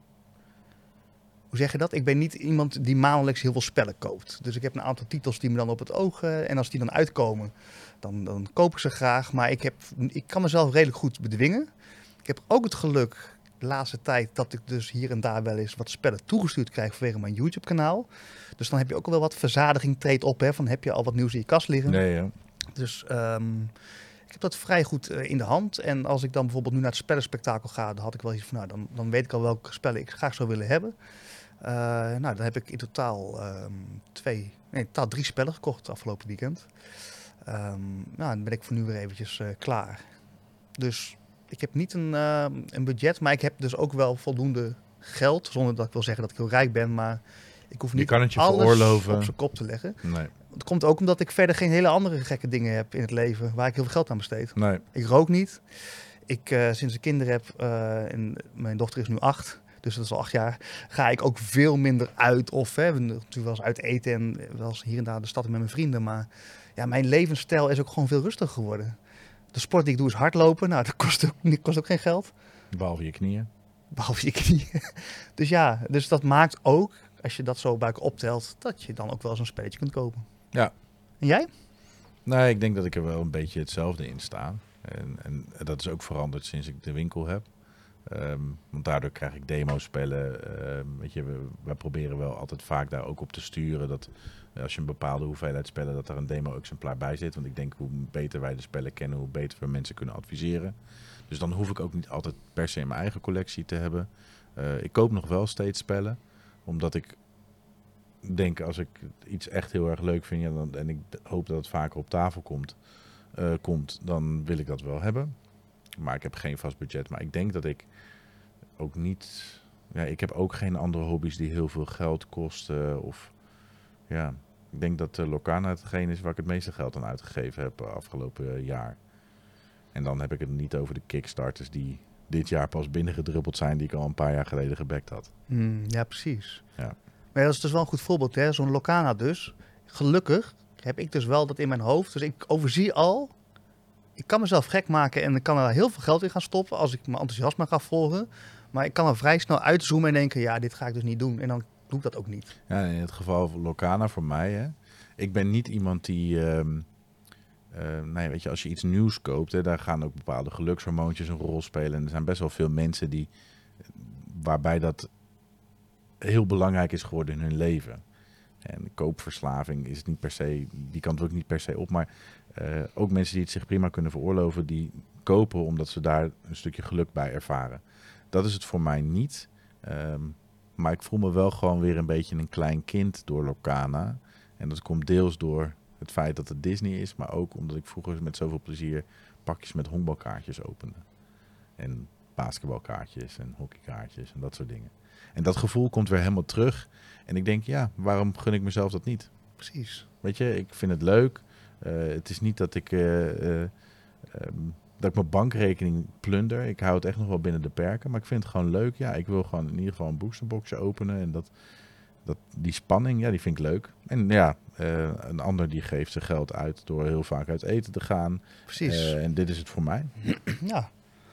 S3: Hoe zeg je dat? Ik ben niet iemand die maandelijks heel veel spellen koopt. Dus ik heb een aantal titels die me dan op het oog... Uh, en als die dan uitkomen, dan, dan koop ik ze graag. Maar ik, heb, ik kan mezelf redelijk goed bedwingen. Ik heb ook het geluk de laatste tijd dat ik dus hier en daar wel eens wat spellen toegestuurd krijg vanwege mijn YouTube-kanaal. Dus dan heb je ook wel wat verzadiging treedt op. Hè, van heb je al wat nieuws in je kast liggen.
S4: Nee, ja.
S3: Dus... Um, ik heb dat vrij goed uh, in de hand. En als ik dan bijvoorbeeld nu naar het spellenspectakel ga, dan had ik wel iets van, nou, dan, dan weet ik al welke spellen ik graag zou willen hebben. Uh, nou, dan heb ik in totaal um, twee, nee, in totaal drie spellen gekocht afgelopen weekend. Um, nou, dan ben ik voor nu weer eventjes uh, klaar. Dus ik heb niet een, uh, een budget, maar ik heb dus ook wel voldoende geld, zonder dat ik wil zeggen dat ik heel rijk ben, maar ik hoef niet
S4: je kan het je
S3: alles
S4: veroorloven.
S3: op zijn kop te leggen.
S4: Nee.
S3: Het komt ook omdat ik verder geen hele andere gekke dingen heb in het leven waar ik heel veel geld aan besteed.
S4: Nee.
S3: Ik rook niet. Ik, uh, sinds ik kinderen heb, uh, en mijn dochter is nu acht, dus dat is al acht jaar, ga ik ook veel minder uit. Of hè, we natuurlijk wel eens uit eten en wel eens hier en daar de stad met mijn vrienden. Maar ja, mijn levensstijl is ook gewoon veel rustiger geworden. De sport die ik doe is hardlopen. Nou, dat kost ook, kost ook geen geld.
S4: Behalve je knieën.
S3: Behalve je knieën. Dus ja, dus dat maakt ook, als je dat zo bij elkaar optelt, dat je dan ook wel eens een spelletje kunt kopen.
S4: Ja,
S3: En jij?
S4: Nee, ik denk dat ik er wel een beetje hetzelfde in sta. En, en dat is ook veranderd sinds ik de winkel heb. Um, want daardoor krijg ik demo-spellen. Um, weet je, we, wij proberen wel altijd vaak daar ook op te sturen. Dat als je een bepaalde hoeveelheid spellen, dat er een demo-exemplaar bij zit. Want ik denk, hoe beter wij de spellen kennen, hoe beter we mensen kunnen adviseren. Dus dan hoef ik ook niet altijd per se mijn eigen collectie te hebben. Uh, ik koop nog wel steeds spellen. Omdat ik denk, als ik iets echt heel erg leuk vind, ja, dan, en ik hoop dat het vaker op tafel komt, uh, komt, dan wil ik dat wel hebben. Maar ik heb geen vast budget. Maar ik denk dat ik ook niet... Ja, ik heb ook geen andere hobby's die heel veel geld kosten. Of ja, ik denk dat uh, Lorcana hetgeen is waar ik het meeste geld aan uitgegeven heb uh, afgelopen uh, jaar. En dan heb ik het niet over de Kickstarters die dit jaar pas binnengedruppeld zijn, die ik al een paar jaar geleden gebackt had.
S3: Hmm, ja, precies.
S4: Ja.
S3: Maar dat is dus wel een goed voorbeeld, hè? Zo'n Lorcana dus. Gelukkig heb ik dus wel dat in mijn hoofd. Dus ik overzie al... Ik kan mezelf gek maken en ik kan er heel veel geld in gaan stoppen als ik mijn enthousiasme ga volgen. Maar ik kan er vrij snel uitzoomen en denken, ja, dit ga ik dus niet doen. En dan doe ik dat ook niet.
S4: Ja, in het geval van Lorcana voor mij, hè. Ik ben niet iemand die... Um, uh, nee, weet je, als je iets nieuws koopt, hè, daar gaan ook bepaalde gelukshormoontjes een rol spelen. En er zijn best wel veel mensen die... waarbij dat heel belangrijk is geworden in hun leven. En koopverslaving is niet per se, die kant wil ik niet per se op. Maar uh, ook mensen die het zich prima kunnen veroorloven, die kopen omdat ze daar een stukje geluk bij ervaren. Dat is het voor mij niet. Um, maar ik voel me wel gewoon weer een beetje een klein kind door Lorcana. En dat komt deels door het feit dat het Disney is, maar ook omdat ik vroeger met zoveel plezier pakjes met honkbalkaartjes opende. En basketbalkaartjes en hockeykaartjes en dat soort dingen. En dat gevoel komt weer helemaal terug. En ik denk, ja, waarom gun ik mezelf dat niet?
S3: Precies.
S4: Weet je, ik vind het leuk. Uh, het is niet dat ik, uh, uh, um, dat ik mijn bankrekening plunder. Ik hou het echt nog wel binnen de perken. Maar ik vind het gewoon leuk. Ja, ik wil gewoon in ieder geval een boosterboxje openen. En dat, dat, die spanning, ja, die vind ik leuk. En ja, uh, een ander die geeft zijn geld uit door heel vaak uit eten te gaan.
S3: Precies.
S4: Uh, en dit is het voor mij.
S3: Ja.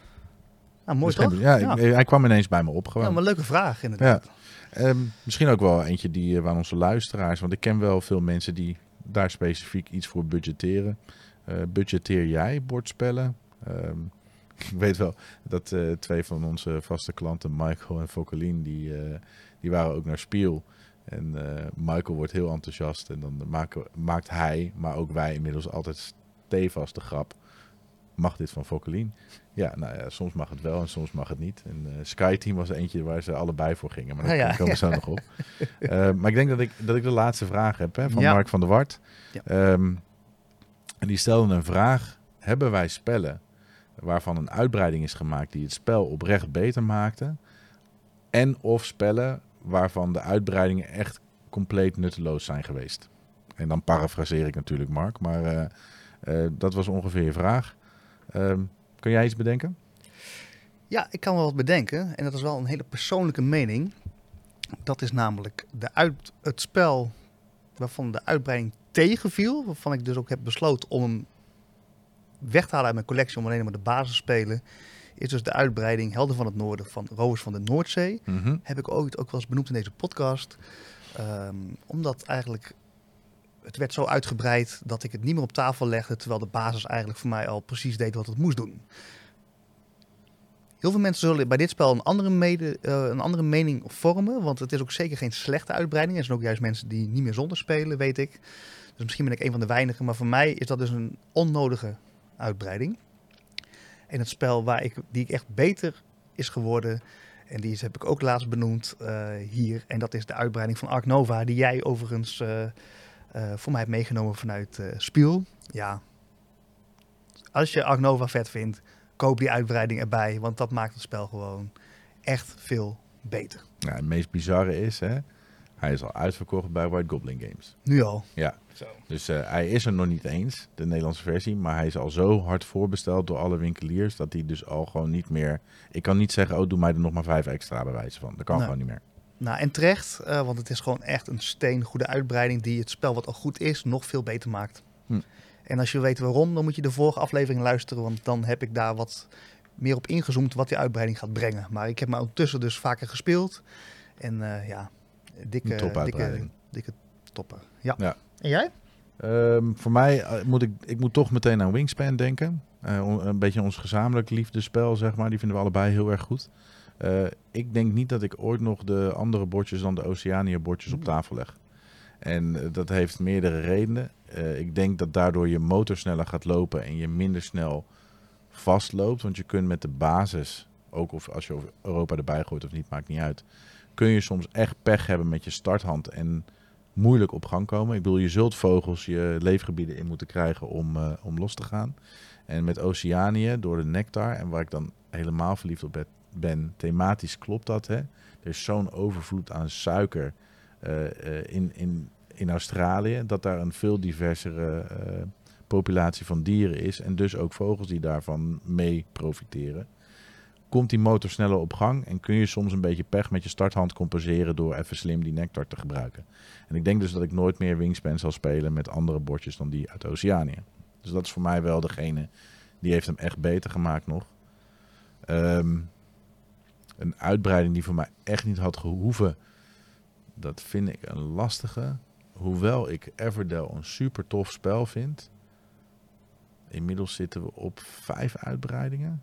S3: Nou, mooi
S4: dus
S3: toch?
S4: Ja,
S3: ja.
S4: Ik, hij kwam ineens bij me op gewoon.
S3: Ja, maar een leuke vraag inderdaad.
S4: Ja. Um, misschien ook wel eentje die uh, aan onze luisteraars, want ik ken wel veel mensen die daar specifiek iets voor budgetteren. Uh, budgetteer jij bordspellen? Um, ik weet wel dat uh, twee van onze vaste klanten, Michael en Fokkelien, die, uh, die waren ook naar Spiel. En uh, Michael wordt heel enthousiast en dan maken, maakt hij, maar ook wij inmiddels altijd stevast de grap. Mag dit van Fokkelien? Ja, nou ja, soms mag het wel en soms mag het niet. En uh, Sky Team was eentje waar ze allebei voor gingen. Maar daar
S3: ja, ja.
S4: komen we zo nog op. Uh, maar ik denk dat ik, dat ik de laatste vraag heb hè, van
S3: ja.
S4: Mark van der Wart.
S3: Ja.
S4: Um, en die stelde een vraag. Hebben wij spellen waarvan een uitbreiding is gemaakt die het spel oprecht beter maakte? En of spellen waarvan de uitbreidingen echt compleet nutteloos zijn geweest? En dan parafraseer ik natuurlijk Mark. Maar uh, uh, dat was ongeveer je vraag. Um, kun jij iets bedenken?
S3: Ja, ik kan wel wat bedenken. En dat is wel een hele persoonlijke mening. Dat is namelijk de uit, het spel waarvan de uitbreiding tegenviel. Waarvan ik dus ook heb besloten om hem weg te halen uit mijn collectie. Om alleen maar de basis te spelen. Is dus de uitbreiding Helden van het Noorden van Rovers van de Noordzee.
S4: Mm-hmm.
S3: Heb ik ooit ook wel eens benoemd in deze podcast. Um, omdat eigenlijk... Het werd zo uitgebreid dat ik het niet meer op tafel legde, terwijl de basis eigenlijk voor mij al precies deed wat het moest doen. Heel veel mensen zullen bij dit spel een andere, mede, uh, een andere mening vormen, want het is ook zeker geen slechte uitbreiding. Er zijn ook juist mensen die niet meer zonder spelen, weet ik. Dus misschien ben ik een van de weinigen, maar voor mij is dat dus een onnodige uitbreiding. En het spel waar ik, die ik echt beter is geworden, en die is, heb ik ook laatst benoemd uh, hier, en dat is de uitbreiding van Ark Nova, die jij overigens... Uh, Uh, voor mij heb meegenomen vanuit uh, Spiel. Ja, als je Ark Nova vet vindt, koop die uitbreiding erbij. Want dat maakt het spel gewoon echt veel beter.
S4: Ja, het meest bizarre is, hè, hij is al uitverkocht bij White Goblin Games.
S3: Nu al?
S4: Ja,
S3: zo.
S4: Dus uh, hij is er nog niet eens, de Nederlandse versie. Maar hij is al zo hard voorbesteld door alle winkeliers, dat hij dus al gewoon niet meer... Ik kan niet zeggen, oh, doe mij er nog maar vijf extra bij wijze van. Dat kan
S3: nee.
S4: gewoon niet meer.
S3: Nou, en terecht, uh, want het is gewoon echt een steengoede uitbreiding die het spel wat al goed is, nog veel beter maakt.
S4: Hm.
S3: En als je weet waarom, dan moet je de vorige aflevering luisteren, want dan heb ik daar wat meer op ingezoomd wat die uitbreiding gaat brengen. Maar ik heb me ondertussen dus vaker gespeeld. En uh, ja, dikke, dikke, dikke topper. Ja.
S4: ja.
S3: En jij?
S4: Um, voor mij uh, moet ik, ik moet toch meteen aan Wingspan denken. Uh, on, een beetje ons gezamenlijk liefdespel, zeg maar. Die vinden we allebei heel erg goed. Uh, ik denk niet dat ik ooit nog de andere bordjes dan de Oceania bordjes op tafel leg. En uh, dat heeft meerdere redenen. Uh, ik denk dat daardoor je motor sneller gaat lopen en je minder snel vastloopt. Want je kunt met de basis, ook of als je Europa erbij gooit of niet, maakt niet uit. Kun je soms echt pech hebben met je starthand en moeilijk op gang komen. Ik bedoel, je zult vogels je leefgebieden in moeten krijgen om, uh, om los te gaan. En met Oceanië, door de nectar, en waar ik dan helemaal verliefd op ben, thematisch klopt dat. Hè? Er is zo'n overvloed aan suiker uh, uh, in, in, in Australië, dat daar een veel diversere uh, populatie van dieren is. En dus ook vogels die daarvan mee profiteren. Komt die motor sneller op gang en kun je soms een beetje pech met je starthand compenseren door even slim die nectar te gebruiken. En ik denk dus dat ik nooit meer Wingspan zal spelen met andere bordjes dan die uit Oceanië. Dus dat is voor mij wel degene die heeft hem echt beter gemaakt nog. Um, een uitbreiding die voor mij echt niet had gehoeven, dat vind ik een lastige. Hoewel ik Everdell een super tof spel vind. Inmiddels zitten we op vijf uitbreidingen.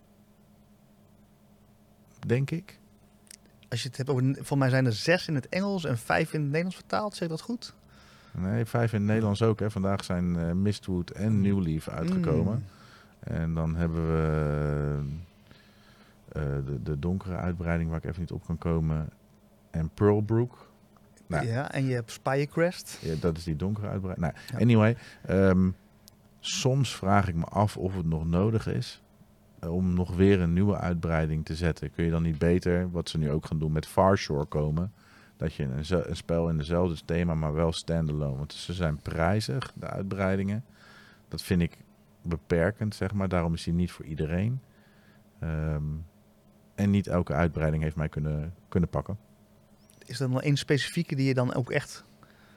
S4: Denk ik.
S3: Als je het hebt over, voor mij zijn er zes in het Engels en vijf in het Nederlands vertaald. Zeg dat goed?
S4: Nee, vijf in het Nederlands ook. Hè. Vandaag zijn uh, Mistwood en New Leaf uitgekomen. Mm. En dan hebben we uh, de, de donkere uitbreiding waar ik even niet op kan komen. En Pearlbrook. Nou,
S3: ja, en je hebt Spirecrest.
S4: Ja, dat is die donkere uitbreiding. Nou, ja. Anyway, um, soms vraag ik me af of het nog nodig is om nog weer een nieuwe uitbreiding te zetten. Kun je dan niet beter, wat ze nu ook gaan doen, met Farshore komen? Dat je een, een spel in dezelfde thema, maar wel standalone. Want ze zijn prijzig, de uitbreidingen. Dat vind ik beperkend, zeg maar. Daarom is die niet voor iedereen. Um, en niet elke uitbreiding heeft mij kunnen, kunnen pakken.
S3: Is er nog één specifieke die je dan ook echt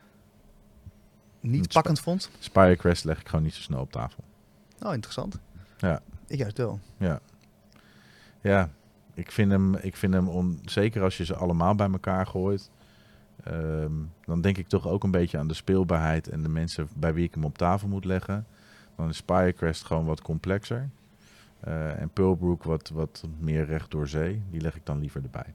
S3: niet Sp- pakkend vond?
S4: Spirecrest leg ik gewoon niet zo snel op tafel.
S3: Oh, interessant.
S4: Ja.
S3: Ik juist wel.
S4: Ja. Ja, ik vind hem, ik vind hem on, zeker als je ze allemaal bij elkaar gooit, um, dan denk ik toch ook een beetje aan de speelbaarheid en de mensen bij wie ik hem op tafel moet leggen. Dan is Spirecrest gewoon wat complexer. Uh, en Pearlbrook wat, wat meer recht door zee. Die leg ik dan liever erbij.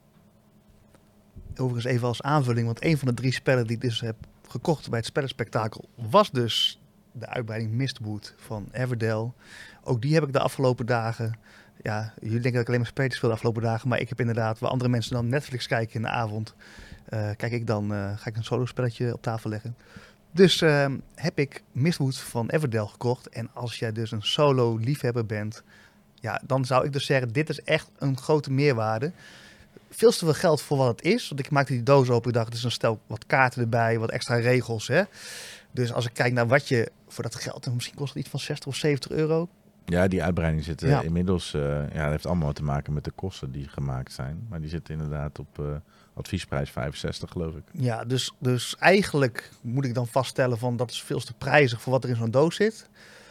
S3: Overigens even als aanvulling, want een van de drie spellen die ik dus heb gekocht bij het spellenspectakel was dus de uitbreiding Mistwood van Everdell. Ook die heb ik de afgelopen dagen, ja, jullie denken dat ik alleen maar spelletjes speel de afgelopen dagen, maar ik heb inderdaad, waar andere mensen dan Netflix kijken in de avond, uh, kijk ik dan, uh, ga ik een solo spelletje op tafel leggen. Dus uh, heb ik Mistwood van Everdell gekocht. En als jij dus een solo liefhebber bent, ja, dan zou ik dus zeggen, dit is echt een grote meerwaarde. Veel te veel geld voor wat het is. Want ik maakte die doos open, ik dacht, het is een stel wat kaarten erbij, wat extra regels, hè. Dus als ik kijk naar wat je voor dat geld, en misschien kost het iets van zestig of zeventig euro.
S4: Ja, die uitbreiding zit uh,
S3: ja.
S4: inmiddels, uh, ja, dat heeft allemaal te maken met de kosten die gemaakt zijn. Maar die zitten inderdaad op uh, adviesprijs vijfenzestig, geloof ik.
S3: Ja, dus, dus eigenlijk moet ik dan vaststellen van dat is veel te prijzig voor wat er in zo'n doos zit.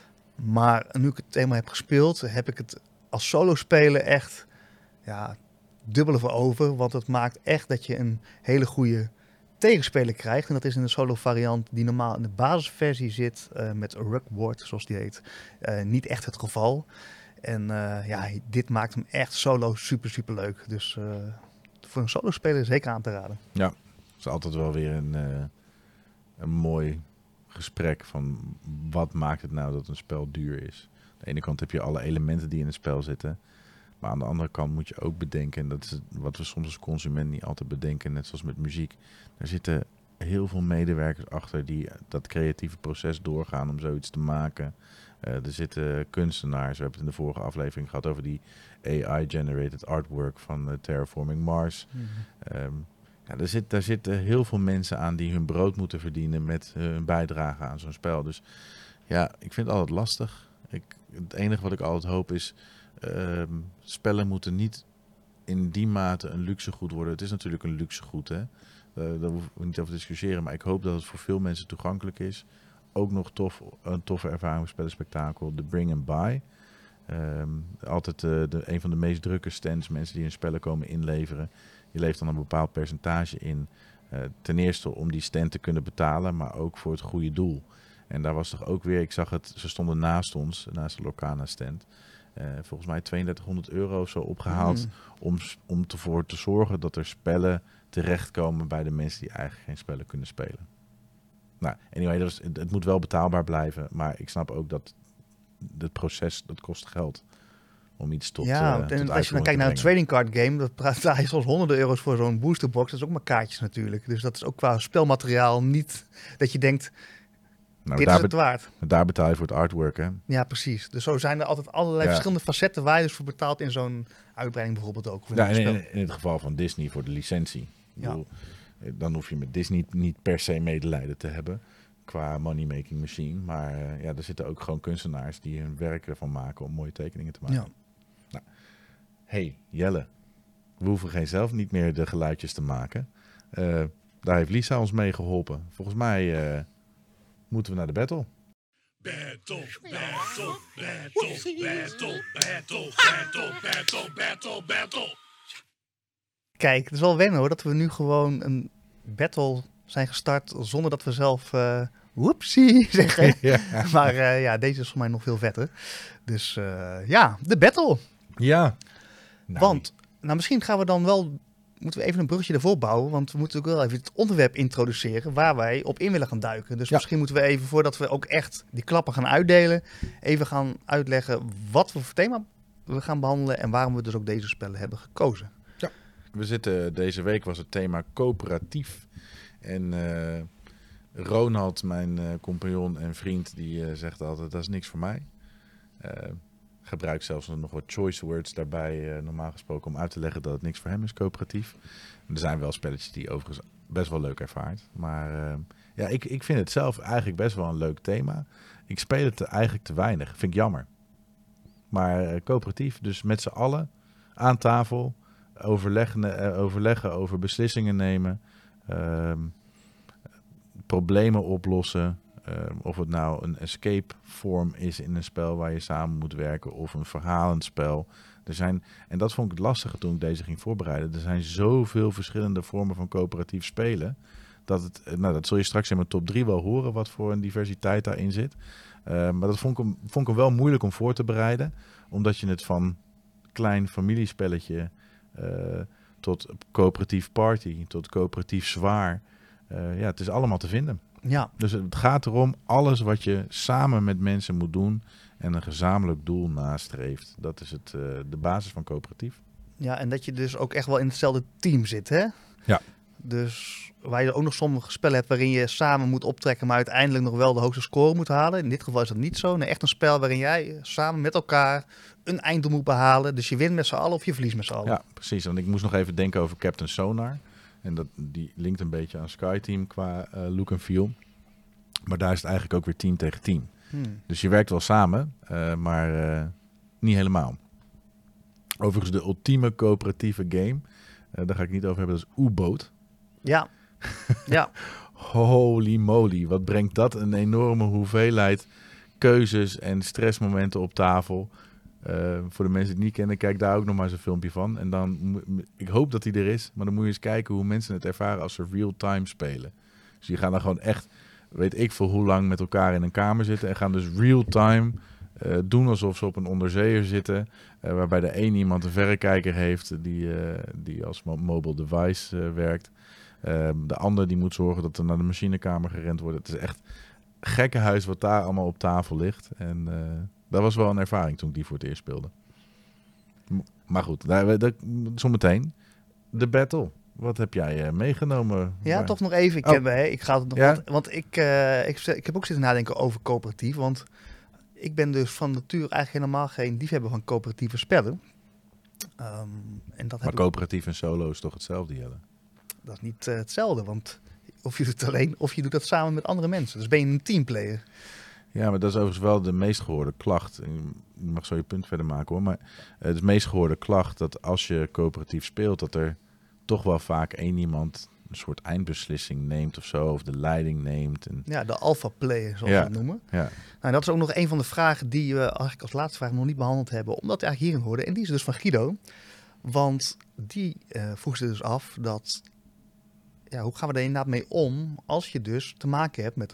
S3: Maar nu ik het eenmaal heb gespeeld, heb ik het als solo spelen echt, ja, dubbele voor over. Want het maakt echt dat je een hele goede tegenspeler krijgt. En dat is in de solo variant die normaal in de basisversie zit, uh, met Rugboard, zoals die heet, uh, niet echt het geval. En uh, ja, dit maakt hem echt solo super, super leuk. Dus uh, voor een solo speler zeker aan te raden.
S4: Ja, het is altijd wel weer een, uh, een mooi gesprek van wat maakt het nou dat een spel duur is. Aan de ene kant heb je alle elementen die in het spel zitten. Maar aan de andere kant moet je ook bedenken, en dat is wat we soms als consument niet altijd bedenken, net zoals met muziek. Er zitten heel veel medewerkers achter die dat creatieve proces doorgaan om zoiets te maken. Uh, er zitten kunstenaars, we hebben het in de vorige aflevering gehad over die A I-generated artwork van uh, Terraforming Mars. Mm-hmm. Um, ja, er, zit, daar zitten heel veel mensen aan die hun brood moeten verdienen met uh, hun bijdrage aan zo'n spel. Dus ja, ik vind het altijd lastig. Ik, het enige wat ik altijd hoop is, Uh, spellen moeten niet in die mate een luxegoed worden. Het is natuurlijk een luxegoed, hè. Uh, daar hoeven we niet over te discussiëren. Maar ik hoop dat het voor veel mensen toegankelijk is. Ook nog tof, een toffe ervaring spellenspectakel. De Bring and Buy. Um, altijd uh, de, een van de meest drukke stands. Mensen die hun spellen komen inleveren. Je levert dan een bepaald percentage in. Uh, ten eerste om die stand te kunnen betalen. Maar ook voor het goede doel. En daar was toch ook weer, ik zag het, ze stonden naast ons, naast de Lorcana stand. Uh, volgens mij tweeëndertighonderd euro of zo opgehaald
S3: Mm.
S4: om, om ervoor te zorgen dat er spellen terechtkomen bij de mensen die eigenlijk geen spellen kunnen spelen. Nou, anyway, dat is, het, het moet wel betaalbaar blijven, maar ik snap ook dat het proces, dat kost geld om iets tot
S3: Ja,
S4: uh,
S3: en
S4: tot
S3: als je dan
S4: uitvoering
S3: kijkt naar een
S4: te
S3: trading card game, dat betaal je soms honderden euro's voor zo'n boosterbox. Dat is ook maar kaartjes natuurlijk. Dus dat is ook qua spelmateriaal niet dat je denkt,
S4: brengen. Nou,
S3: dit
S4: daar,
S3: is het
S4: be-
S3: waard.
S4: daar betaal je voor het artwork, hè?
S3: Ja, precies. Dus zo zijn er altijd allerlei
S4: Ja.
S3: verschillende facetten waar je dus voor betaalt in zo'n uitbreiding bijvoorbeeld ook. Of in
S4: Ja,
S3: een
S4: in,
S3: spel.
S4: in, in het geval van Disney voor de licentie. Ik
S3: Ja.
S4: bedoel, eh, dan hoef je met Disney niet per se medelijden te hebben qua money-making machine. Maar uh, ja, er zitten ook gewoon kunstenaars die hun werk ervan maken om mooie tekeningen te maken.
S3: Ja.
S4: Hey, Jelle, we hoeven geen zelf niet meer de geluidjes te maken. Uh, daar heeft Lisa ons mee geholpen. Volgens mij uh, moeten we naar de battle.
S2: Battle, battle, battle, battle, battle, battle, battle, battle, battle.
S3: Kijk, het is wel wennen hoor, dat we nu gewoon een battle zijn gestart zonder dat we zelf uh, whoopsie zeggen.
S4: Ja.
S3: Maar uh, ja, deze is voor mij nog veel vetter. Dus uh, ja, de battle.
S4: Ja. Nou,
S3: Want, nou misschien gaan we dan wel, moeten we even een bruggetje ervoor bouwen, want we moeten ook wel even het onderwerp introduceren waar wij op in willen gaan duiken. Dus
S4: Ja.
S3: misschien moeten we even, voordat we ook echt die klappen gaan uitdelen, even gaan uitleggen wat we voor thema we gaan behandelen en waarom we dus ook deze spellen hebben gekozen.
S4: we zitten, deze week was het thema coöperatief. En uh, Ronald, mijn uh, compagnon en vriend, die uh, zegt altijd, dat is niks voor mij. Uh, gebruikt zelfs nog wat choice words daarbij, uh, normaal gesproken, om uit te leggen dat het niks voor hem is, coöperatief. En er zijn wel spelletjes die overigens best wel leuk ervaart. Maar uh, ja, ik, ik vind het zelf eigenlijk best wel een leuk thema. Ik speel het eigenlijk te weinig, vind ik jammer. Maar uh, coöperatief, dus met z'n allen aan tafel, overleggen, uh, overleggen over beslissingen nemen, uh, problemen oplossen. Uh, of het nou een escape vorm is in een spel waar je samen moet werken of een verhalend spel. Er zijn, en dat vond ik het lastige toen ik deze ging voorbereiden. Er zijn zoveel verschillende vormen van coöperatief spelen. Dat, het, nou, dat zul je straks in mijn top drie wel horen wat voor een diversiteit daarin zit. Uh, maar dat vond ik, hem, vond ik hem wel moeilijk om voor te bereiden. Omdat je het van klein familiespelletje uh, tot coöperatief party, tot coöperatief zwaar. Uh, ja, het is allemaal te vinden.
S3: Ja.
S4: Dus het gaat erom, alles wat je samen met mensen moet doen en een gezamenlijk doel nastreeft. Dat is het, uh, de basis van coöperatief.
S3: Ja, en dat je dus ook echt wel in hetzelfde team zit, hè?
S4: Ja.
S3: Dus waar je ook nog sommige spellen hebt waarin je samen moet optrekken, maar uiteindelijk nog wel de hoogste score moet halen. In dit geval is dat niet zo. Nee, echt een spel waarin jij samen met elkaar een einddoel moet behalen. Dus je wint met z'n allen of je verliest met z'n allen.
S4: Ja, precies. Want ik moest nog even denken over Captain Sonar. En dat, die linkt een beetje aan Skyteam qua uh, look en feel. Maar daar is het eigenlijk ook weer team tegen team.
S3: Hmm.
S4: Dus je werkt wel samen, uh, maar uh, niet helemaal. Overigens de ultieme coöperatieve game, uh, daar ga ik niet over hebben, dat is U-Boot.
S3: Ja. Ja.
S4: Holy moly, wat brengt dat een enorme hoeveelheid keuzes en stressmomenten op tafel. Uh, voor de mensen die het niet kennen, kijk daar ook nog maar eens een filmpje van. En dan, ik hoop dat die er is, maar dan moet je eens kijken hoe mensen het ervaren als ze real-time spelen. Dus die gaan dan gewoon echt, weet ik veel hoe lang met elkaar in een kamer zitten en gaan dus real-time uh, doen alsof ze op een onderzeeër zitten. Uh, waarbij de een iemand een verrekijker heeft die, uh, die als mo- mobile device uh, werkt. Uh, de ander die moet zorgen dat er naar de machinekamer gerend wordt. Het is echt gekkenhuis wat daar allemaal op tafel ligt. En uh, dat was wel een ervaring toen ik die voor het eerst speelde. M- maar goed, daar, daar, zometeen de battle. Wat heb jij uh, meegenomen?
S3: Ja,
S4: Waar?
S3: toch nog even. Ik,
S4: Oh.
S3: heb, hè, ik ga het nog
S4: Ja?
S3: wat, want ik, uh, ik, ik heb ook zitten nadenken over coöperatief. Want ik ben dus van nature eigenlijk helemaal geen liefhebber van coöperatieve spellen. Um, en dat,
S4: Maar
S3: heb
S4: coöperatief en solo is toch hetzelfde, Jelle?
S3: ik, dat is niet uh, hetzelfde. Want of je doet het alleen of je doet dat samen met andere mensen. Dus ben je een teamplayer.
S4: Ja, maar dat is overigens wel de meest gehoorde klacht. En je mag zo je punt verder maken hoor. Maar het is meest gehoorde klacht dat als je coöperatief speelt, dat er toch wel vaak één iemand een soort eindbeslissing neemt of zo. Of de leiding neemt. En,
S3: Ja, de alpha player zoals
S4: Ja.
S3: we het noemen.
S4: ja.
S3: Nou, dat is ook nog een van de vragen die we eigenlijk als laatste vraag nog niet behandeld hebben. Omdat we eigenlijk hierin hoorden. En die is dus van Guido. Want die uh, vroeg zich dus af dat, ja, hoe gaan we er inderdaad mee om als je dus te maken hebt met een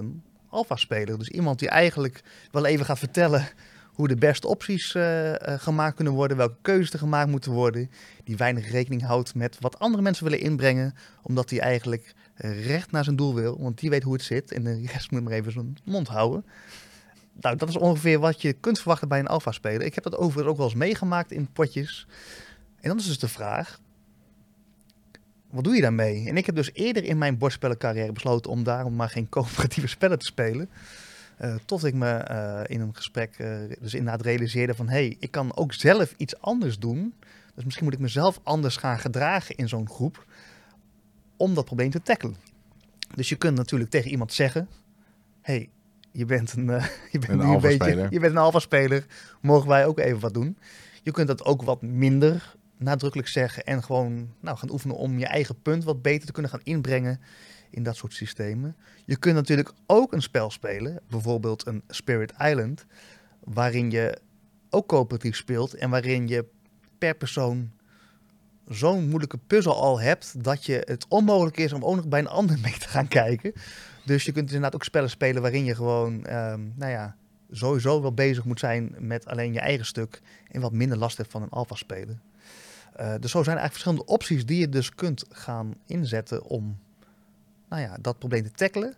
S3: alpha-speler. Dus iemand die eigenlijk wel even gaat vertellen hoe de beste opties uh, uh, gemaakt kunnen worden, welke keuzes er gemaakt moeten worden, die weinig rekening houdt met wat andere mensen willen inbrengen, omdat hij eigenlijk uh, recht naar zijn doel wil, want die weet hoe het zit en de rest moet maar even zijn mond houden. Nou, dat is ongeveer wat je kunt verwachten bij een alpha-speler. Ik heb dat overigens ook wel eens meegemaakt in potjes. En dan is dus de vraag, wat doe je daarmee? En ik heb dus eerder in mijn bordspellencarrière besloten om daarom maar geen coöperatieve spellen te spelen. Uh, tot ik me uh, in een gesprek uh, dus inderdaad realiseerde van, hé, hey, ik kan ook zelf iets anders doen. Dus misschien moet ik mezelf anders gaan gedragen in zo'n groep om dat probleem te tackelen. Dus je kunt natuurlijk tegen iemand zeggen, hé, hey, je bent een, uh, je bent
S4: een
S3: nu een beetje,
S4: alpha-speler.
S3: Je bent een alpha-speler, mogen wij ook even wat doen? Je kunt dat ook wat minder nadrukkelijk zeggen en gewoon nou, gaan oefenen om je eigen punt wat beter te kunnen gaan inbrengen in dat soort systemen. Je kunt natuurlijk ook een spel spelen, bijvoorbeeld een Spirit Island, waarin je ook coöperatief speelt en waarin je per persoon zo'n moeilijke puzzel al hebt dat je het onmogelijk is om ook nog bij een ander mee te gaan kijken. Dus je kunt inderdaad ook spellen spelen waarin je gewoon, um, nou ja, sowieso wel bezig moet zijn met alleen je eigen stuk en wat minder last hebt van een alpha spelen. Uh, dus zo zijn er eigenlijk verschillende opties die je dus kunt gaan inzetten om nou ja, dat probleem te tackelen.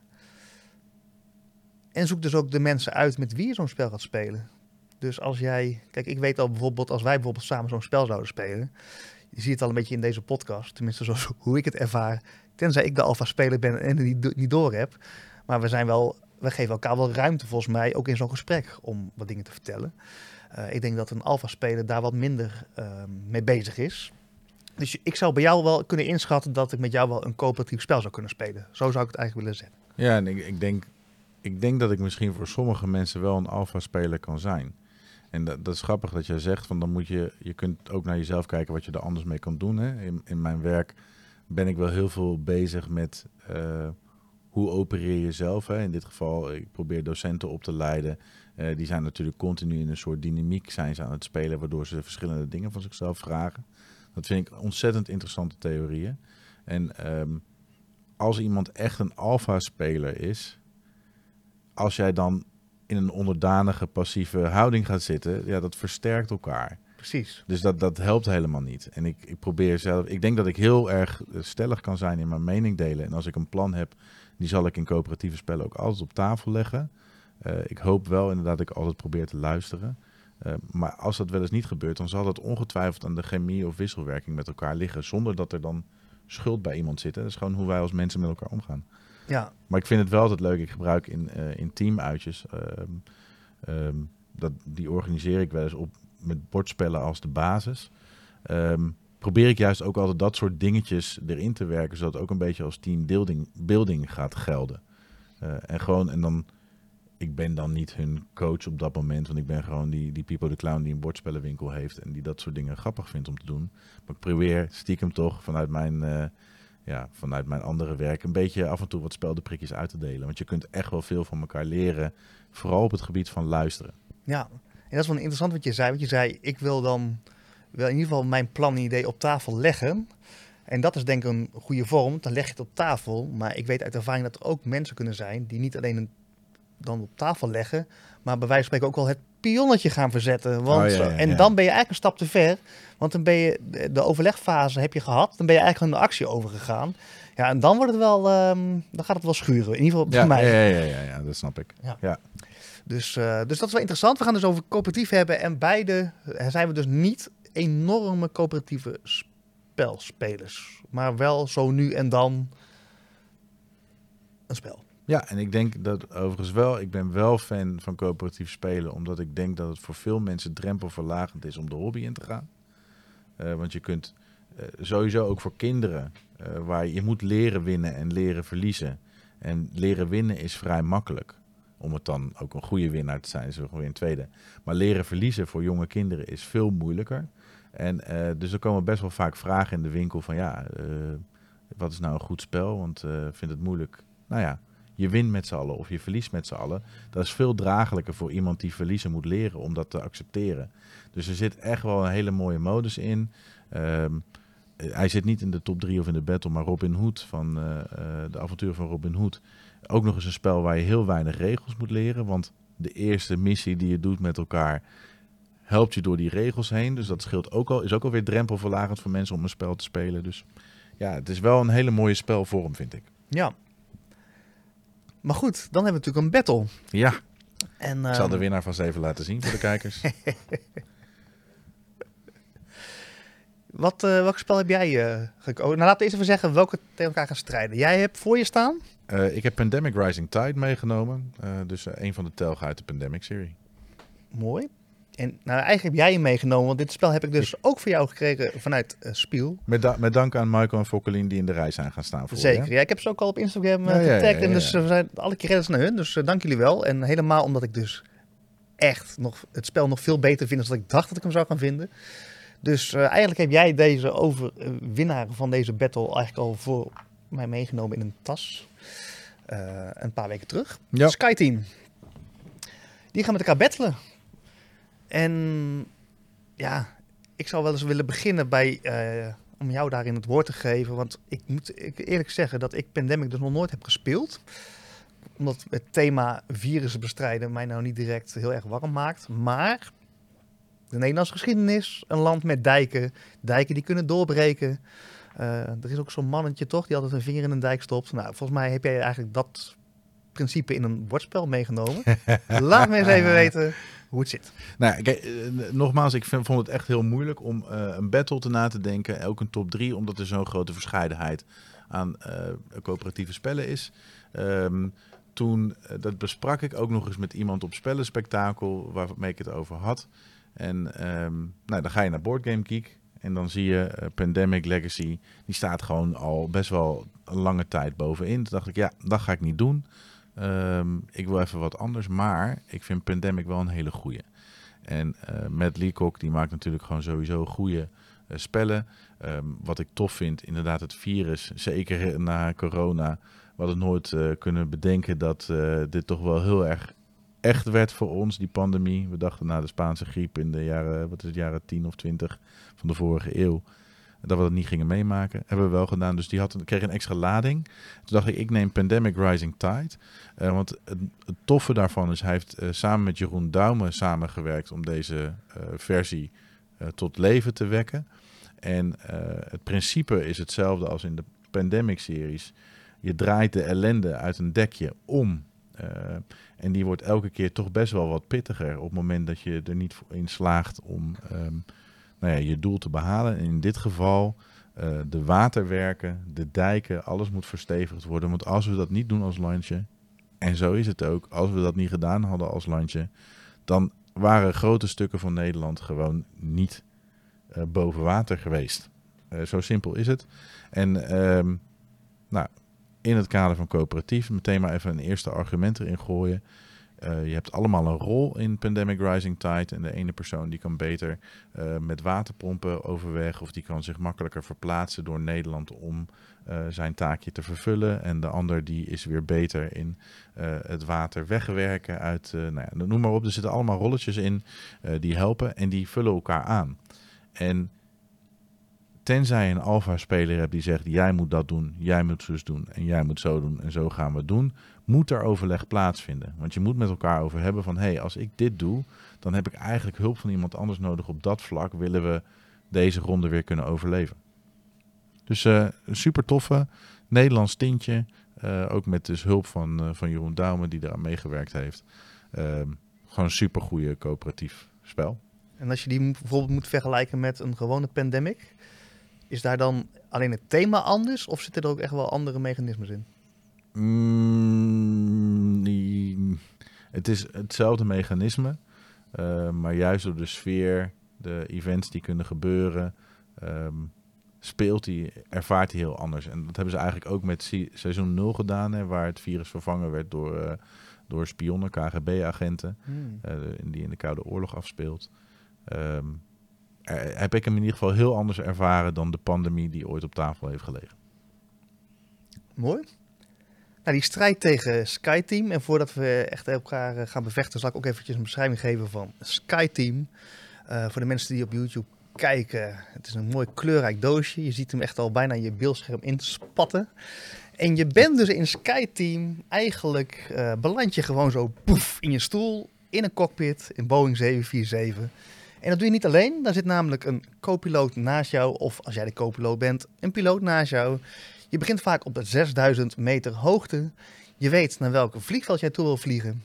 S3: En zoek dus ook de mensen uit met wie je zo'n spel gaat spelen. Dus als jij, kijk, ik weet al bijvoorbeeld, als wij bijvoorbeeld samen zo'n spel zouden spelen, je ziet het al een beetje in deze podcast, tenminste zoals hoe ik het ervaar, tenzij ik de alpha-speler ben en het niet, niet door heb. Maar we zijn wel, we geven elkaar wel ruimte volgens mij, ook in zo'n gesprek, om wat dingen te vertellen. Uh, ik denk dat een alpha-speler daar wat minder uh, mee bezig is. Dus ik zou bij jou wel kunnen inschatten dat ik met jou wel een coöperatief spel zou kunnen spelen. Zo zou ik het eigenlijk willen zetten.
S4: Ja, en ik, ik, denk, ik denk dat ik misschien voor sommige mensen wel een alpha-speler kan zijn. En dat, dat is grappig dat jij zegt, van dan moet je, je kunt ook naar jezelf kijken wat je er anders mee kan doen. Hè? In, in mijn werk ben ik wel heel veel bezig met uh, hoe opereer je zelf. Hè? In dit geval, ik probeer docenten op te leiden. Uh, die zijn natuurlijk continu in een soort dynamiek zijn ze aan het spelen, waardoor ze verschillende dingen van zichzelf vragen. Dat vind ik ontzettend interessante theorieën. En um, als iemand echt een alpha-speler is, als jij dan in een onderdanige, passieve houding gaat zitten, ja, dat versterkt elkaar.
S3: Precies.
S4: Dus dat, dat helpt helemaal niet. En ik, ik probeer zelf, ik denk dat ik heel erg stellig kan zijn in mijn mening delen. En als ik een plan heb, die zal ik in coöperatieve spellen ook altijd op tafel leggen. Uh, ik hoop wel inderdaad dat ik altijd probeer te luisteren. Uh, maar als dat wel eens niet gebeurt, dan zal dat ongetwijfeld aan de chemie of wisselwerking met elkaar liggen, zonder dat er dan schuld bij iemand zit. Hè? Dat is gewoon hoe wij als mensen met elkaar omgaan.
S3: Ja.
S4: Maar ik vind het wel altijd leuk. Ik gebruik in, uh, in teamuitjes, um, um, dat, die organiseer ik wel eens op met bordspellen als de basis. Um, probeer ik juist ook altijd dat soort dingetjes erin te werken, zodat het ook een beetje als teambuilding building gaat gelden. Uh, en gewoon, en dan, ik ben dan niet hun coach op dat moment, want ik ben gewoon die, die Pipo de Clown die een bordspellenwinkel heeft en die dat soort dingen grappig vindt om te doen. Maar ik probeer stiekem toch vanuit mijn, uh, ja, vanuit mijn andere werk een beetje af en toe wat speldenprikjes uit te delen. Want je kunt echt wel veel van elkaar leren, vooral op het gebied van luisteren.
S3: Ja, en dat is wel interessant wat je zei. Want je zei, ik wil dan wel in ieder geval mijn plan en idee op tafel leggen. En dat is denk ik een goede vorm. Dan leg je het op tafel. Maar ik weet uit ervaring dat er ook mensen kunnen zijn die niet alleen een, dan op tafel leggen, maar bij wijze van spreken ook wel het pionnetje gaan verzetten. Want,
S4: oh, ja, ja, ja.
S3: En dan ben je eigenlijk een stap te ver. Want dan ben je de overlegfase heb je gehad. Dan ben je eigenlijk een actie overgegaan. Ja, en dan wordt het wel, um, dan gaat het wel schuren. In ieder geval bij
S4: Ja,
S3: mij.
S4: ja, ja, ja, ja, dat snap ik.
S3: Ja.
S4: Ja.
S3: Dus, uh, dus dat is wel interessant. We gaan dus over coöperatief hebben. En beide zijn we dus niet enorme coöperatieve spelspelers. Maar wel zo nu en dan een spel.
S4: Ja, en ik denk dat overigens wel, ik ben wel fan van coöperatief spelen, omdat ik denk dat het voor veel mensen drempelverlagend is om de hobby in te gaan. Uh, want je kunt uh, sowieso ook voor kinderen, uh, waar je moet leren winnen en leren verliezen. En leren winnen is vrij makkelijk. Om het dan ook een goede winnaar te zijn, zo weer een tweede. Maar leren verliezen voor jonge kinderen is veel moeilijker. En uh, dus er komen best wel vaak vragen in de winkel van ja, uh, wat is nou een goed spel? Want ik uh, vind het moeilijk. Nou ja, je wint met z'n allen of je verliest met z'n allen. Dat is veel draaglijker voor iemand die verliezen moet leren om dat te accepteren. Dus er zit echt wel een hele mooie modus in. Um, hij zit niet in de top drie of in de battle, maar Robin Hood van uh, uh, de avontuur van Robin Hood. Ook nog eens een spel waar je heel weinig regels moet leren. Want de eerste missie die je doet met elkaar helpt je door die regels heen. Dus dat scheelt ook al, is ook alweer drempelverlagend voor mensen om een spel te spelen. Dus ja, het is wel een hele mooie spelvorm, vind ik.
S3: Ja. Maar goed, dan hebben we natuurlijk een battle.
S4: Ja,
S3: En,
S4: ik zal
S3: um,
S4: de winnaar vast even laten zien voor de kijkers.
S3: Wat, uh, welk spel heb jij uh, gekozen? Nou, laten we eerst even zeggen welke tegen elkaar gaan strijden. Jij hebt voor je staan?
S4: Uh, ik heb Pandemic Rising Tide meegenomen. Uh, dus uh, een van de telgen uit de Pandemic-serie.
S3: Mooi. En nou, eigenlijk heb jij hem meegenomen, want dit spel heb ik dus ik... ook voor jou gekregen vanuit uh, Spiel.
S4: Met, da- met dank aan Michael en Fokkelien die in de rij zijn gaan staan voor
S3: Zeker,
S4: je,
S3: ja. Ik heb ze ook al op Instagram uh,
S4: ja,
S3: getagd.
S4: ja, ja, ja, ja.
S3: En dus uh, we zijn alle credits naar hun, dus uh, dank jullie wel. En helemaal omdat ik dus echt nog het spel nog veel beter vind dan ik dacht dat ik hem zou gaan vinden. Dus uh, eigenlijk heb jij deze overwinnaar uh, van deze battle eigenlijk al voor mij meegenomen in een tas. Uh, een paar weken terug.
S4: Ja.
S3: Skyteam. Die gaan met elkaar battelen. En ja, ik zou wel eens willen beginnen bij, uh, om jou daarin het woord te geven. Want ik moet eerlijk zeggen dat ik Pandemic dus nog nooit heb gespeeld. Omdat het thema virussen bestrijden mij nou niet direct heel erg warm maakt. Maar de Nederlandse geschiedenis, een land met dijken. Dijken die kunnen doorbreken. Uh, er is ook zo'n mannetje toch, die altijd een vinger in een dijk stopt. Nou, volgens mij heb jij eigenlijk dat principe in een bordspel meegenomen. Laat me eens even weten hoe het zit.
S4: Nou, kijk, uh, nogmaals, ik vind, vond het echt heel moeilijk om uh, een battle te na te denken. Ook een top drie, omdat er zo'n grote verscheidenheid aan uh, coöperatieve spellen is. Um, toen, uh, dat besprak ik ook nog eens met iemand op Spellenspectakel, waarmee ik het over had. En um, nou, dan ga je naar Board Game Geek. En dan zie je uh, Pandemic Legacy, die staat gewoon al best wel een lange tijd bovenin. Toen dacht ik, ja, dat ga ik niet doen. Um, ik wil even wat anders, maar ik vind Pandemic wel een hele goeie. En uh, Matt Leacock, die maakt natuurlijk gewoon sowieso goede uh, spellen. Um, wat ik tof vind, inderdaad het virus, zeker na corona. We hadden nooit uh, kunnen bedenken dat uh, dit toch wel heel erg echt werd voor ons, die pandemie. We dachten na de Spaanse griep in de jaren, wat is het, jaren tien of twintig van de vorige eeuw, dat we dat niet gingen meemaken. Hebben we wel gedaan, dus die had een, kreeg een extra lading. Toen dacht ik, ik neem Pandemic Rising Tide. Uh, want het, het toffe daarvan is, hij heeft uh, samen met Jeroen Douwme samengewerkt om deze uh, versie uh, tot leven te wekken. En uh, het principe is hetzelfde als in de Pandemic-series. Je draait de ellende uit een dekje om. Uh, en die wordt elke keer toch best wel wat pittiger op het moment dat je er niet in slaagt om um, nou ja, je doel te behalen. En in dit geval uh, de waterwerken, de dijken, alles moet verstevigd worden. Want als we dat niet doen als landje, en zo is het ook, als we dat niet gedaan hadden als landje, dan waren grote stukken van Nederland gewoon niet uh, boven water geweest. Uh, zo simpel is het. En um, nou, in het kader van coöperatief, meteen maar even een eerste argument erin gooien. Uh, je hebt allemaal een rol in Pandemic Rising Tide. En de ene persoon die kan beter uh, met waterpompen overweg. Of die kan zich makkelijker verplaatsen door Nederland om uh, zijn taakje te vervullen. En de ander die is weer beter in uh, het water wegwerken uit, uh, nou ja, noem maar op. Er zitten allemaal rolletjes in uh, die helpen en die vullen elkaar aan. En tenzij je een alpha-speler hebt die zegt, jij moet dat doen, jij moet zus doen en jij moet zo doen en zo gaan we het doen, moet er overleg plaatsvinden. Want je moet met elkaar over hebben van, hé, hey, als ik dit doe, dan heb ik eigenlijk hulp van iemand anders nodig op dat vlak, willen we deze ronde weer kunnen overleven. Dus uh, een super toffe, Nederlands tintje, uh, ook met dus hulp van, uh, van Jeroen Douwme die eraan meegewerkt heeft. Uh, gewoon een super goede coöperatief spel.
S3: En als je die bijvoorbeeld moet vergelijken met een gewone Pandemic, is daar dan alleen het thema anders of zitten er ook echt wel andere mechanismes in?
S4: Mm, die, het is hetzelfde mechanisme, uh, maar juist door de sfeer, de events die kunnen gebeuren, um, speelt hij, ervaart hij heel anders. En dat hebben ze eigenlijk ook met se- seizoen nul gedaan, hè, waar het virus vervangen werd door, uh, door spionnen, K G B-agenten, hmm. uh, die in de Koude Oorlog afspeelt. Um, heb ik hem in ieder geval heel anders ervaren dan de pandemie die ooit op tafel heeft gelegen.
S3: Mooi. Nou, die strijd tegen Skyteam. En voordat we echt elkaar gaan bevechten, zal ik ook eventjes een beschrijving geven van Skyteam. Uh, voor de mensen die op YouTube kijken. Het is een mooi kleurrijk doosje. Je ziet hem echt al bijna je beeldscherm inspatten. En je bent dus in SkyTeam. Eigenlijk uh, beland je gewoon zo poef in je stoel in een cockpit in Boeing zeven vier zeven. En dat doe je niet alleen. Daar zit namelijk een co-piloot naast jou. Of als jij de co-piloot bent, een piloot naast jou. Je begint vaak op de zesduizend meter hoogte. Je weet naar welk vliegveld jij toe wil vliegen.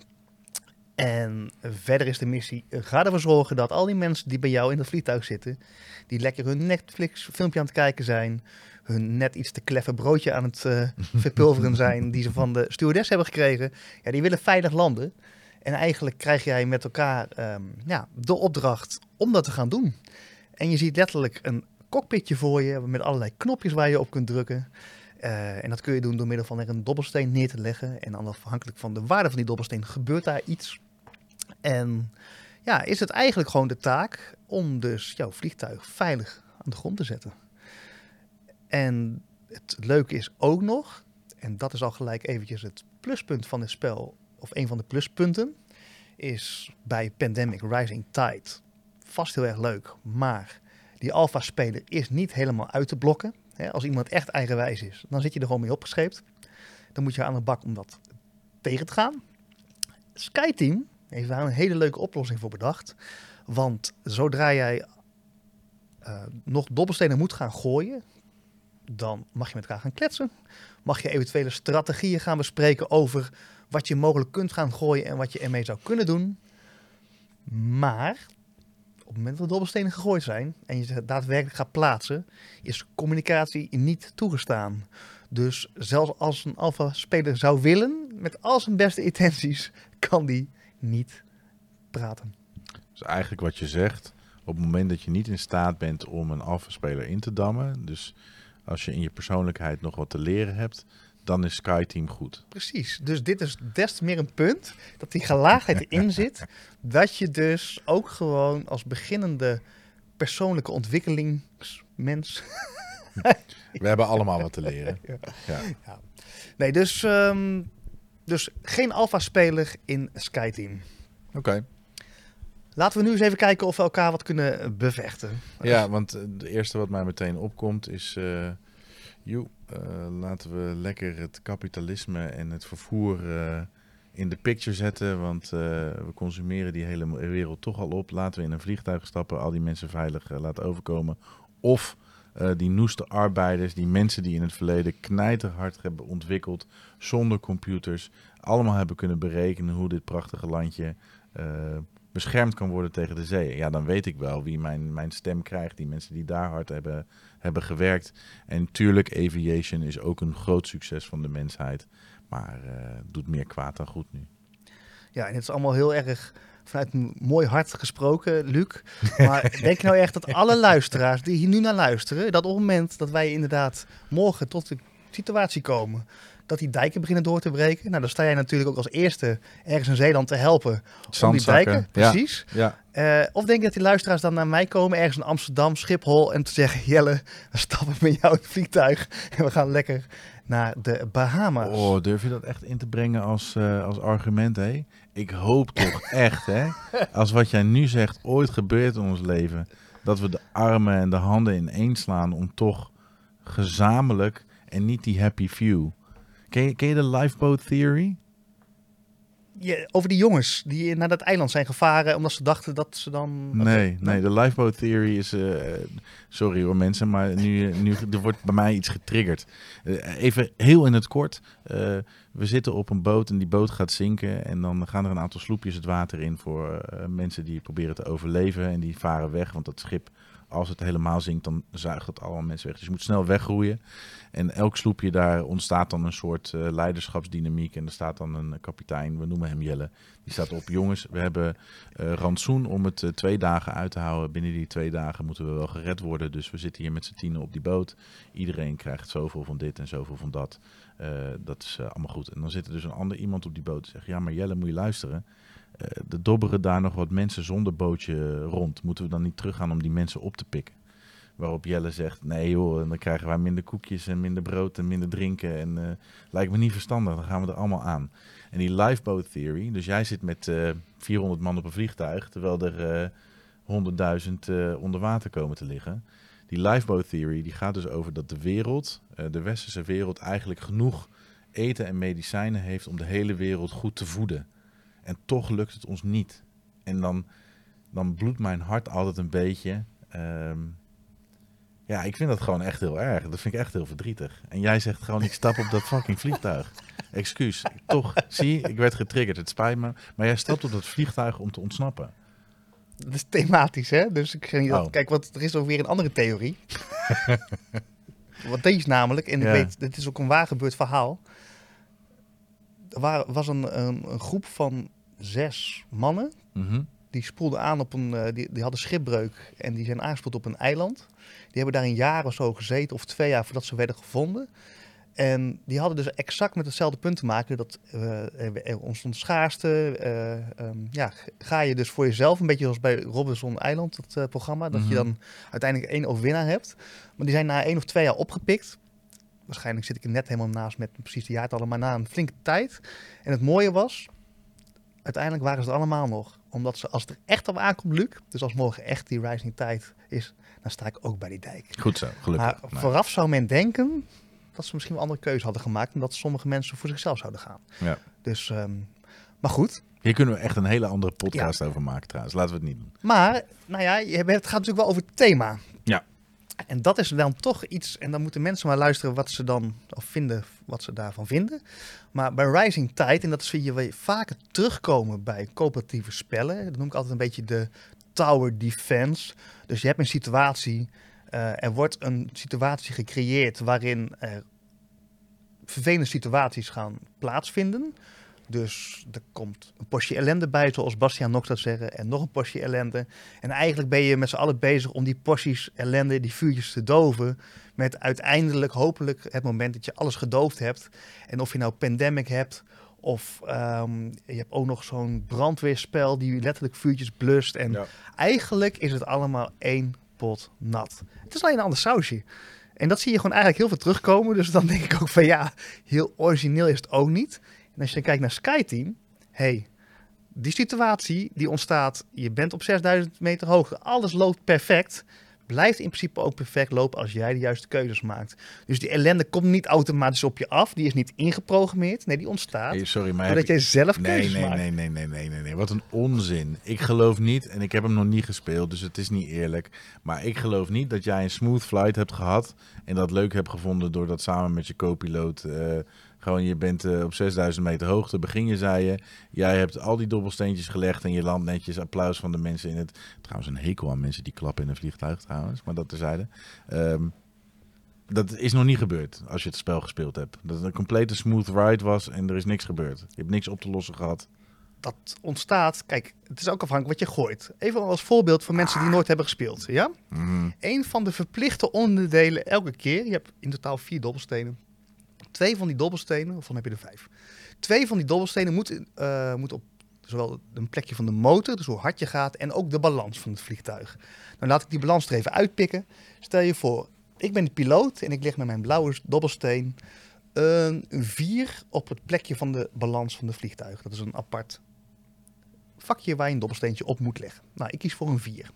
S3: En verder is de missie, ga ervoor zorgen dat al die mensen die bij jou in het vliegtuig zitten, die lekker hun Netflix filmpje aan het kijken zijn, hun net iets te kleffe broodje aan het uh, verpulveren zijn, die ze van de stewardess hebben gekregen, ja, die willen veilig landen. En eigenlijk krijg jij met elkaar um, ja, de opdracht om dat te gaan doen. En je ziet letterlijk een cockpitje voor je met allerlei knopjes waar je op kunt drukken. Uh, en dat kun je doen door middel van er een dobbelsteen neer te leggen. En dan afhankelijk van de waarde van die dobbelsteen gebeurt daar iets. En ja, is het eigenlijk gewoon de taak om dus jouw vliegtuig veilig aan de grond te zetten. En het leuke is ook nog, en dat is al gelijk eventjes het pluspunt van het spel, of een van de pluspunten, is bij Pandemic Rising Tide vast heel erg leuk. Maar die alpha-speler is niet helemaal uit te blokken. He, als iemand echt eigenwijs is, dan zit je er gewoon mee opgescheept. Dan moet je aan de bak om dat tegen te gaan. SkyTeam heeft daar een hele leuke oplossing voor bedacht. Want zodra jij uh, nog dobbelstenen moet gaan gooien, dan mag je met elkaar gaan kletsen. Mag je eventuele strategieën gaan bespreken over wat je mogelijk kunt gaan gooien en wat je ermee zou kunnen doen. Maar op het moment dat de dobbelstenen gegooid zijn en je ze daadwerkelijk gaat plaatsen, is communicatie niet toegestaan. Dus zelfs als een alpha-speler zou willen, met al zijn beste intenties, kan die niet praten.
S4: Dus eigenlijk wat je zegt, op het moment dat je niet in staat bent om een alpha-speler in te dammen, dus als je in je persoonlijkheid nog wat te leren hebt, dan is SkyTeam goed.
S3: Precies, dus dit is des te meer een punt, dat die gelaagdheid erin zit, dat je dus ook gewoon als beginnende persoonlijke ontwikkelingsmens...
S4: We hebben allemaal wat te leren.
S3: Ja.
S4: Ja.
S3: Ja. Nee, dus, um, dus geen alpha-speler in SkyTeam.
S4: Oké. Okay.
S3: Laten we nu eens even kijken of we elkaar wat kunnen bevechten.
S4: Ja, want het eerste wat mij meteen opkomt is... Uh, joh, uh, laten we lekker het kapitalisme en het vervoer uh, in de picture zetten. Want uh, we consumeren die hele wereld toch al op. Laten we in een vliegtuig stappen, al die mensen veilig uh, laten overkomen. Of uh, die noeste arbeiders, die mensen die in het verleden knijterhard hebben ontwikkeld, zonder computers, allemaal hebben kunnen berekenen hoe dit prachtige landje uh, beschermd kan worden tegen de zee. Ja, dan weet ik wel wie mijn, mijn stem krijgt. Die mensen die daar hard hebben, hebben gewerkt. En natuurlijk, aviation is ook een groot succes van de mensheid. Maar uh, doet meer kwaad dan goed nu.
S3: Ja, en het is allemaal heel erg vanuit een mooi hart gesproken, Luc. Maar denk nou echt dat alle luisteraars die hier nu naar luisteren, dat op het moment dat wij inderdaad morgen tot de situatie komen dat die dijken beginnen door te breken. Nou, dan sta jij natuurlijk ook als eerste ergens in Zeeland te helpen om die dijken. Precies.
S4: Ja, ja.
S3: Uh, of denk je dat die luisteraars dan naar mij komen, ergens in Amsterdam, Schiphol, en te zeggen, Jelle, we stappen met jou in het vliegtuig en we gaan lekker naar de Bahama's.
S4: Oh, durf je dat echt in te brengen als, uh, als argument, hè? Ik hoop toch echt, hè, als wat jij nu zegt ooit gebeurt in ons leven, dat we de armen en de handen ineens slaan om toch gezamenlijk en niet die happy few. Ken je, ken je de lifeboat theory?
S3: Ja, over die jongens die naar dat eiland zijn gevaren omdat ze dachten dat ze dan...
S4: Nee, nee, de lifeboat theory is... Uh, sorry hoor mensen, maar nu, nu er wordt bij mij iets getriggerd. Uh, even heel in het kort. Uh, we zitten op een boot en die boot gaat zinken. En dan gaan er een aantal sloepjes het water in voor uh, mensen die proberen te overleven. En die varen weg, want dat schip, als het helemaal zinkt, dan zuigt het allemaal mensen weg. Dus je moet snel weggroeien. En elk sloepje daar ontstaat dan een soort uh, leiderschapsdynamiek. En er staat dan een kapitein, we noemen hem Jelle. Die staat op, jongens, we hebben uh, rantsoen om het uh, twee dagen uit te houden. Binnen die twee dagen moeten we wel gered worden. Dus we zitten hier met z'n tienen op die boot. Iedereen krijgt zoveel van dit en zoveel van dat. Uh, dat is uh, allemaal goed. En dan zit er dus een ander iemand op die boot en zegt, ja, maar Jelle, moet je luisteren. Uh, er dobberen daar nog wat mensen zonder bootje rond. Moeten we dan niet teruggaan om die mensen op te pikken? Waarop Jelle zegt, nee joh, dan krijgen wij minder koekjes en minder brood en minder drinken. En uh, lijkt me niet verstandig, dan gaan we er allemaal aan. En die lifeboat theory, dus jij zit met uh, vierhonderd man op een vliegtuig, terwijl er uh, honderdduizend uh, onder water komen te liggen. Die lifeboat theory die gaat dus over dat de wereld, uh, de westerse wereld, eigenlijk genoeg eten en medicijnen heeft om de hele wereld goed te voeden. En toch lukt het ons niet. En dan, dan bloedt mijn hart altijd een beetje. Um, ja, ik vind dat gewoon echt heel erg. Dat vind ik echt heel verdrietig. En jij zegt gewoon, ik stap op dat fucking vliegtuig. Excuus. Toch, zie, ik werd getriggerd. Het spijt me. Maar jij stapt op dat vliegtuig om te ontsnappen.
S3: Dat is thematisch, hè? Dus ik zeg niet dat...
S4: Oh.
S3: Kijk, want er is ook weer een andere theorie. Wat deze namelijk, en ik
S4: Ja.
S3: weet, dit is ook een waar gebeurd verhaal. Er waren, was een, een, een groep van zes mannen.
S4: Mm-hmm.
S3: Die spoelden aan op een... Uh, die, die hadden schipbreuk en die zijn aangespoeld op een eiland. Die hebben daar een jaar of zo gezeten, of twee jaar voordat ze werden gevonden. En die hadden dus exact met hetzelfde punt te maken. Dat uh, er ontstond schaarste. Uh, um, ja, ga je dus voor jezelf, een beetje zoals bij Robinson Eiland, dat uh, programma. Dat
S4: Mm-hmm.
S3: je dan uiteindelijk één overwinnaar hebt. Maar die zijn na één of twee jaar opgepikt. Waarschijnlijk zit ik er net helemaal naast met precies de jaartallen. Maar na een flinke tijd. En het mooie was, uiteindelijk waren ze er allemaal nog. Omdat ze, als het er echt op aankomt, Luc. Dus als morgen echt die rising tide is, dan sta ik ook bij die dijk.
S4: Goed zo, gelukkig.
S3: Maar
S4: Nou,
S3: vooraf zou men denken dat ze misschien wel andere keuze hadden gemaakt en dat sommige mensen voor zichzelf zouden gaan.
S4: Ja.
S3: Dus, um, maar goed.
S4: Hier kunnen we echt een hele andere podcast ja. over maken trouwens. Laten we het niet doen.
S3: Maar, nou ja, het gaat natuurlijk wel over het thema.
S4: Ja.
S3: En dat is dan toch iets, en dan moeten mensen maar luisteren wat ze dan, of vinden, wat ze daarvan vinden. Maar bij Rising Tide, en dat zie je weer vaker terugkomen bij coöperatieve spellen, dat noem ik altijd een beetje de tower defense. Dus je hebt een situatie, uh, er wordt een situatie gecreëerd waarin er vervelende situaties gaan plaatsvinden. Dus er komt een portie ellende bij, zoals Bastiaan nog zou zeggen, en nog een portie ellende. En eigenlijk ben je met z'n allen bezig om die porties ellende, die vuurtjes te doven, met uiteindelijk hopelijk het moment dat je alles gedoofd hebt. En of je nou pandemic hebt, of um, je hebt ook nog zo'n brandweerspel die letterlijk vuurtjes blust. En
S4: Ja.
S3: eigenlijk is het allemaal één pot nat. Het is alleen een ander sausje. En dat zie je gewoon eigenlijk heel veel terugkomen. Dus dan denk ik ook van ja, heel origineel is het ook niet. En als je dan kijkt naar SkyTeam, hey, die situatie die ontstaat, je bent op zesduizend meter hoogte, alles loopt perfect, blijft in principe ook perfect lopen als jij de juiste keuzes maakt. Dus die ellende komt niet automatisch op je af, die is niet ingeprogrammeerd, nee, die ontstaat
S4: Hey, sorry, maar
S3: doordat
S4: heb
S3: jij zelf
S4: Nee,
S3: keuzes
S4: nee,
S3: maakt.
S4: nee, nee, nee, nee, nee, nee. Wat een onzin. Ik geloof niet, en ik heb hem nog niet gespeeld, dus het is niet eerlijk. Maar ik geloof niet dat jij een smooth flight hebt gehad en dat leuk hebt gevonden door dat samen met je co-piloot... Uh, gewoon, je bent uh, op zesduizend meter hoogte, begin je, zei je. Jij hebt al die dobbelsteentjes gelegd en je landt netjes. Applaus van de mensen in het... Trouwens, een hekel aan mensen die klappen in een vliegtuig trouwens, maar dat terzijde. Um, dat is nog niet gebeurd als je het spel gespeeld hebt. Dat het een complete smooth ride was en er is niks gebeurd. Je hebt niks op te lossen gehad.
S3: Dat ontstaat, kijk, het is ook afhankelijk wat je gooit. Even als voorbeeld voor mensen die nooit hebben gespeeld, ja?
S4: Mm.
S3: Een van de verplichte onderdelen elke keer, je hebt in totaal vier dobbelstenen. Twee van die dobbelstenen, of dan heb je er vijf. Twee van die dobbelstenen moeten, uh, moeten op zowel een plekje van de motor, dus hoe hard je gaat, en ook de balans van het vliegtuig. Nou, laat ik die balans er even uitpikken. Stel je voor, ik ben de piloot en ik lig met mijn blauwe dobbelsteen uh, een vier op het plekje van de balans van het vliegtuig. Dat is een apart vakje waar je een dobbelsteentje op moet leggen. Nou, ik kies voor een vier.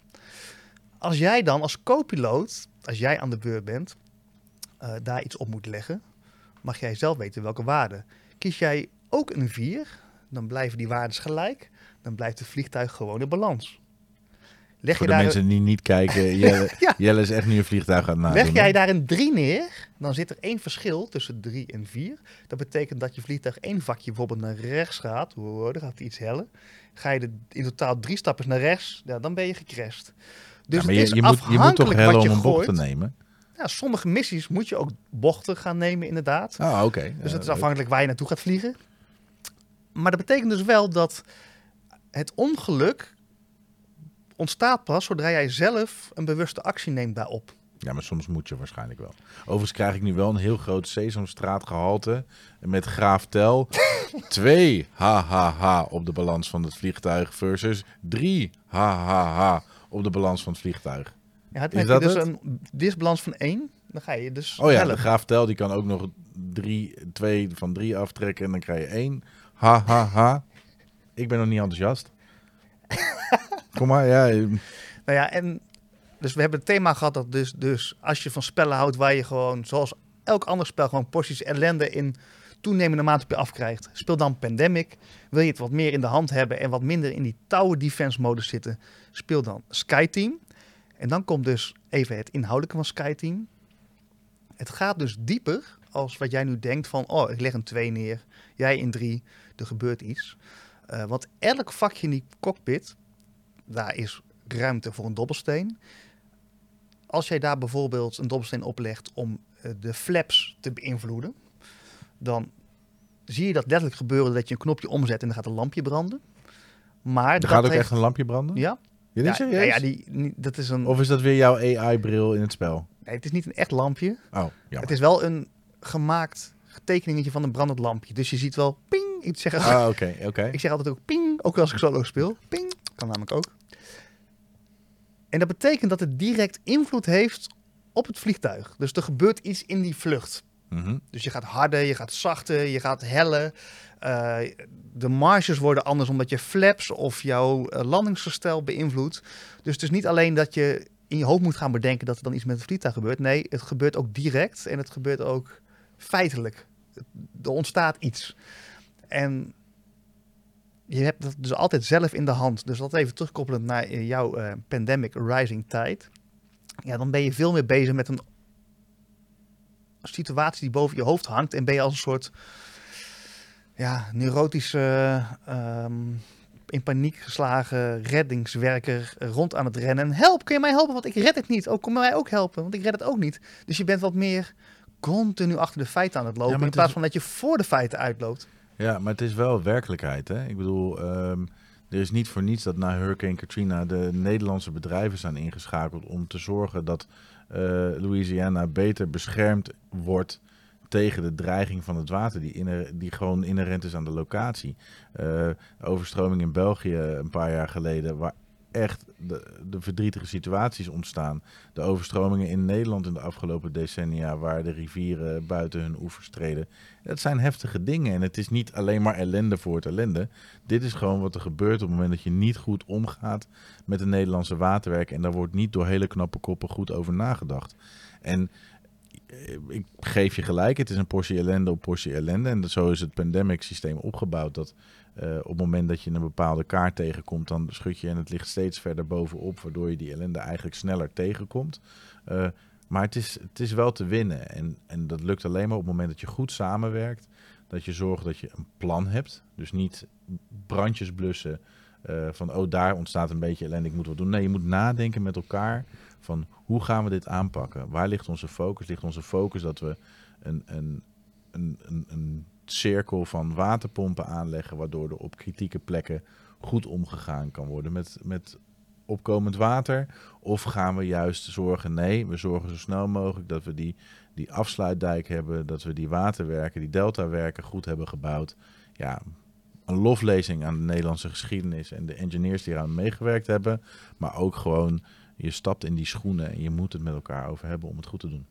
S3: Als jij dan als co-piloot, als jij aan de beurt bent, uh, daar iets op moet leggen, mag jij zelf weten welke waarde. Kies jij ook een vier, dan blijven die waardes gelijk. Dan blijft het vliegtuig gewoon in balans. Leg
S4: Voor
S3: je
S4: de
S3: daar
S4: mensen die niet kijken, Jelle,
S3: Ja.
S4: Jelle is echt nu een vliegtuig aan het nadoen.
S3: Leg jij
S4: hè?
S3: daar een drie neer, dan zit er één verschil tussen drie en vier. Dat betekent dat je vliegtuig één vakje bijvoorbeeld naar rechts gaat. Wow, dan gaat hij iets hellen. Ga je de, in totaal drie stappen naar rechts, ja, dan ben je gecrashed. Dus
S4: Ja, maar
S3: het
S4: je,
S3: is
S4: je, moet, je moet toch
S3: afhankelijk
S4: hellen
S3: wat
S4: om
S3: je
S4: een bocht te
S3: gooit.
S4: nemen?
S3: Ja, sommige missies moet je ook bochten gaan nemen inderdaad.
S4: Ah, oké. Okay.
S3: Dus het is afhankelijk waar je naartoe gaat vliegen. Maar dat betekent dus wel dat het ongeluk ontstaat pas zodra jij zelf een bewuste actie neemt daarop.
S4: Ja, maar soms moet je waarschijnlijk wel. Overigens krijg ik nu wel een heel groot Sesamstraatgehalte met Graaf Tel. Twee ha ha ha op de balans van het vliegtuig versus drie ha ha ha op de balans van het vliegtuig.
S3: Ja, dan
S4: Is
S3: heb
S4: dat
S3: je dus
S4: het?
S3: een disbalans van één. Dan ga je dus
S4: Oh ja,
S3: helpen.
S4: de Graaf Tel die kan ook nog drie, twee van drie aftrekken en dan krijg je één. Ha ha ha. Ik ben nog niet enthousiast. Kom maar, ja.
S3: Nou ja, en dus we hebben het thema gehad dat dus, dus als je van spellen houdt waar je gewoon, zoals elk ander spel, gewoon porties ellende in toenemende mate op je afkrijgt. Speel dan Pandemic. Wil je het wat meer in de hand hebben en wat minder in die tower defense modus zitten, speel dan Skyteam. En dan komt dus even het inhoudelijke van Skyteam. Het gaat dus dieper als wat jij nu denkt van, oh, ik leg een twee neer, jij in drie, er gebeurt iets. Uh, want elk vakje in die cockpit, daar is ruimte voor een dobbelsteen. Als jij daar bijvoorbeeld een dobbelsteen oplegt om uh, de flaps te beïnvloeden, dan zie je dat letterlijk gebeuren dat je een knopje omzet en dan gaat een lampje branden. Maar
S4: er
S3: dat
S4: gaat ook
S3: heeft...
S4: echt een lampje branden?
S3: Ja.
S4: Ja,
S3: Ja,
S4: serieus?
S3: ja, die, die, dat is een...
S4: Of is dat weer jouw A I-bril in het spel?
S3: Nee, het is niet een echt lampje.
S4: Oh, ja.
S3: Het is wel een gemaakt tekeningetje van een brandend lampje. Dus je ziet wel ping. Ik zeg,
S4: Ah, oké, oké. Okay.
S3: ik zeg altijd ook ping, ook als ik solo speel. Ping, kan namelijk ook. En dat betekent dat het direct invloed heeft op het vliegtuig. Dus er gebeurt iets in die vlucht.
S4: Mm-hmm.
S3: Dus je gaat harder, je gaat zachter, je gaat hellen. Uh, de marges worden anders omdat je flaps of jouw uh, landingsgestel beïnvloedt. Dus het is niet alleen dat je in je hoofd moet gaan bedenken dat er dan iets met het vliegtuig gebeurt. Nee, het gebeurt ook direct en het gebeurt ook feitelijk. Er ontstaat iets. En je hebt dat dus altijd zelf in de hand. Dus dat even terugkoppelend naar jouw uh, Pandemic Rising Tide. Ja, dan ben je veel meer bezig met een situatie die boven je hoofd hangt. En ben je als een soort ja, neurotische, um, in paniek geslagen reddingswerker rond aan het rennen. Help, kun je mij helpen? Want ik red het niet. Oh, kom mij ook helpen, want ik red het ook niet. Dus je bent wat meer continu achter de feiten aan het lopen.
S4: Ja,
S3: in plaats
S4: is...
S3: van dat je voor de feiten uitloopt.
S4: Ja, maar het is wel werkelijkheid. Hè? Ik bedoel, um, er is niet voor niets dat na Hurricane Katrina de Nederlandse bedrijven zijn ingeschakeld om te zorgen dat uh, Louisiana beter beschermd wordt tegen de dreiging van het water die, inher- die gewoon inherent is aan de locatie. Uh, overstroming in België een paar jaar geleden, waar echt de, de verdrietige situaties ontstaan. De overstromingen in Nederland in de afgelopen decennia, waar de rivieren buiten hun oevers treden. Dat zijn heftige dingen en het is niet alleen maar ellende voor het ellende. Dit is gewoon wat er gebeurt op het moment dat je niet goed omgaat met de Nederlandse waterwerken. En daar wordt niet door hele knappe koppen goed over nagedacht. En ik geef je gelijk, het is een portie ellende op portie ellende. En zo is het pandemic systeem opgebouwd. Dat uh, op het moment dat je een bepaalde kaart tegenkomt, dan schud je en het ligt steeds verder bovenop, waardoor je die ellende eigenlijk sneller tegenkomt. Uh, maar het is, het is wel te winnen. En, en dat lukt alleen maar op het moment dat je goed samenwerkt. Dat je zorgt dat je een plan hebt. Dus niet brandjes blussen. Uh, van, oh, daar ontstaat een beetje ellende, ik moet wat doen. Nee, je moet nadenken met elkaar van, hoe gaan we dit aanpakken? Waar ligt onze focus? Ligt onze focus dat we een, een, een, een, een cirkel van waterpompen aanleggen, waardoor er op kritieke plekken goed omgegaan kan worden met, met opkomend water? Of gaan we juist zorgen, nee, we zorgen zo snel mogelijk dat we die, die afsluitdijk hebben, dat we die waterwerken, die deltawerken goed hebben gebouwd. Ja, een loflezing aan de Nederlandse geschiedenis en de engineers die eraan meegewerkt hebben. Maar ook gewoon, je stapt in die schoenen en je moet het met elkaar over hebben om het goed te doen.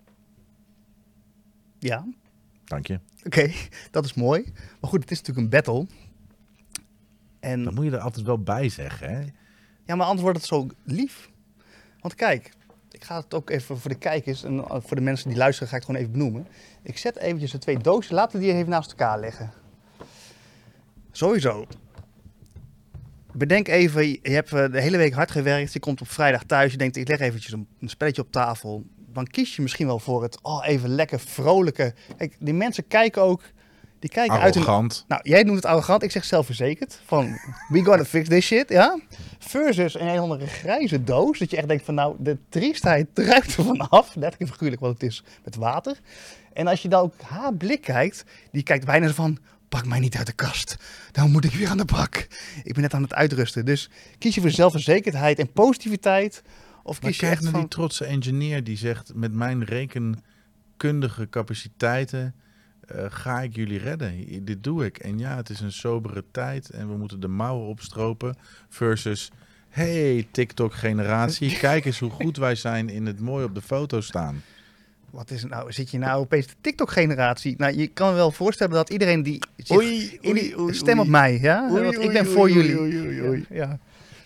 S3: Ja.
S4: Dank je.
S3: Oké, okay, dat is mooi. Maar goed, het is natuurlijk een battle. En
S4: dat moet je er altijd wel bij zeggen, hè?
S3: Ja, maar anders wordt het zo lief. Want kijk, ik ga het ook even voor de kijkers en voor de mensen die luisteren, ga ik het gewoon even benoemen. Ik zet eventjes de twee doosjes, laten we die even naast elkaar leggen. Sowieso. Bedenk even, je hebt de hele week hard gewerkt, je komt op vrijdag thuis, je denkt, ik leg eventjes een, een spelletje op tafel. Dan kies je misschien wel voor het, oh, even lekker vrolijke. Kijk, die mensen kijken ook, die kijken uit
S4: arrogant.
S3: Een, nou, jij noemt het arrogant, ik zeg zelfverzekerd. Van, we gonna fix this shit, ja. Versus een hele andere grijze doos, dat je echt denkt van, nou, de triestheid druipt er vanaf. Letterlijk en figuurlijk wat het is met water. En als je dan ook haar blik kijkt, die kijkt bijna zo van, pak mij niet uit de kast. Dan moet ik weer aan de bak. Ik ben net aan het uitrusten. Dus kies je voor zelfverzekerdheid en positiviteit. Of
S4: maar
S3: kies je
S4: kijk
S3: echt
S4: naar
S3: van...
S4: die trotse engineer die zegt, met mijn rekenkundige capaciteiten uh, ga ik jullie redden. Dit doe ik. En ja, het is een sobere tijd en we moeten de mouwen opstropen. Versus, hey TikTok generatie, kijk eens hoe goed wij zijn in het mooi op de foto staan.
S3: Wat is het nou? Zit je nou opeens de TikTok-generatie? Nou, je kan me wel voorstellen dat iedereen die... Zit,
S4: oei, oei,
S3: die
S4: oei,
S3: stem op
S4: oei.
S3: mij, ja?
S4: Oei,
S3: Want
S4: oei,
S3: ik ben
S4: oei,
S3: voor
S4: oei,
S3: jullie.
S4: oei, oei, oei.
S3: Ja.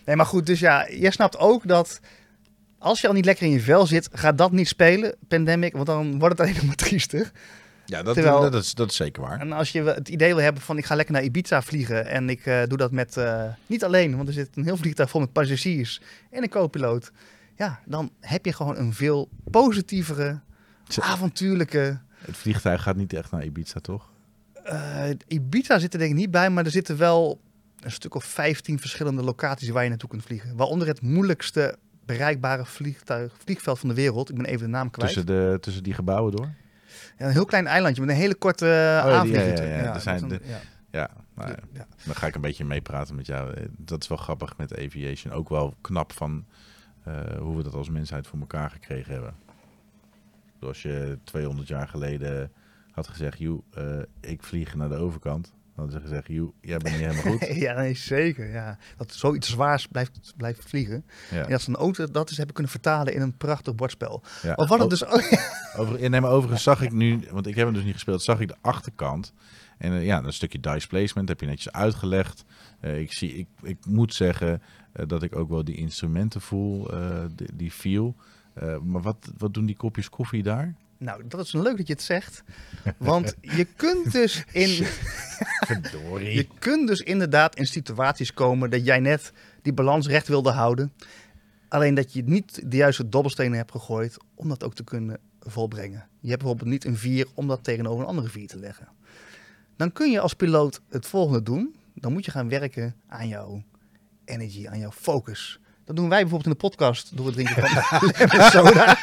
S3: Nee, maar goed, dus ja, jij snapt ook dat als je al niet lekker in je vel zit, ga dat niet spelen, Pandemic, want dan wordt het alleen nog maar triester.
S4: Ja, dat,
S3: Terwijl-
S4: dat, is, dat is zeker waar.
S3: En als je het idee wil hebben van ik ga lekker naar Ibiza vliegen en ik uh, doe dat met, uh, niet alleen, want er zit een heel vliegtuig vol met passagiers en een co-piloot. Ja, dan heb je gewoon een veel positievere,
S4: Zo.
S3: avontuurlijke...
S4: Het vliegtuig gaat niet echt naar Ibiza, toch?
S3: Uh, Ibiza zit er denk ik niet bij, maar er zitten wel een stuk of vijftien verschillende locaties waar je naartoe kunt vliegen. Waaronder het moeilijkste bereikbare vliegtuig, vliegveld van de wereld. Ik ben even de naam kwijt.
S4: Tussen, de, tussen die gebouwen door?
S3: Ja, een heel klein eilandje met een hele korte uh,
S4: Oh, ja,
S3: aanvliegroute.
S4: ja, ja, ja. Er zijn
S3: dat is
S4: de-
S3: een- ja.
S4: Ja, nou ja.
S3: Ja.
S4: Dan ga ik een beetje meepraten met jou. Eh, Dat is wel grappig met aviation. Ook wel knap van uh, hoe we dat als mensheid voor elkaar gekregen hebben. Zoals je tweehonderd jaar geleden had gezegd, joh, uh, ik vlieg naar de overkant. Dan hadden ze gezegd, joh, jij bent niet helemaal goed.
S3: Ja, nee, zeker. Ja. Dat zoiets zwaars blijft, blijft vliegen.
S4: Ja.
S3: En dat ze dan ook dat eens hebben kunnen vertalen in een prachtig bordspel.
S4: Ja.
S3: Of wat het
S4: O-
S3: dus ook...
S4: Over, ja, nee, maar overigens zag ik nu, want ik heb hem dus niet gespeeld, zag ik de achterkant. En uh, ja, een stukje dice placement heb je netjes uitgelegd. Uh, ik, zie, ik, ik moet zeggen uh, dat ik ook wel die instrumenten voel, uh, die, die feel. Uh, maar wat, wat doen die kopjes koffie daar?
S3: Nou, dat is leuk dat je het zegt. Want je kunt dus in...
S4: Verdorie.
S3: Je kunt dus inderdaad in situaties komen dat jij net die balans recht wilde houden. Alleen dat je niet de juiste dobbelstenen hebt gegooid om dat ook te kunnen volbrengen. Je hebt bijvoorbeeld niet een vier om dat tegenover een andere vier te leggen. Dan kun je als piloot het volgende doen. Dan moet je gaan werken aan jouw energy, aan jouw focus. Dat doen wij bijvoorbeeld in de podcast door het drinken van lemon soda.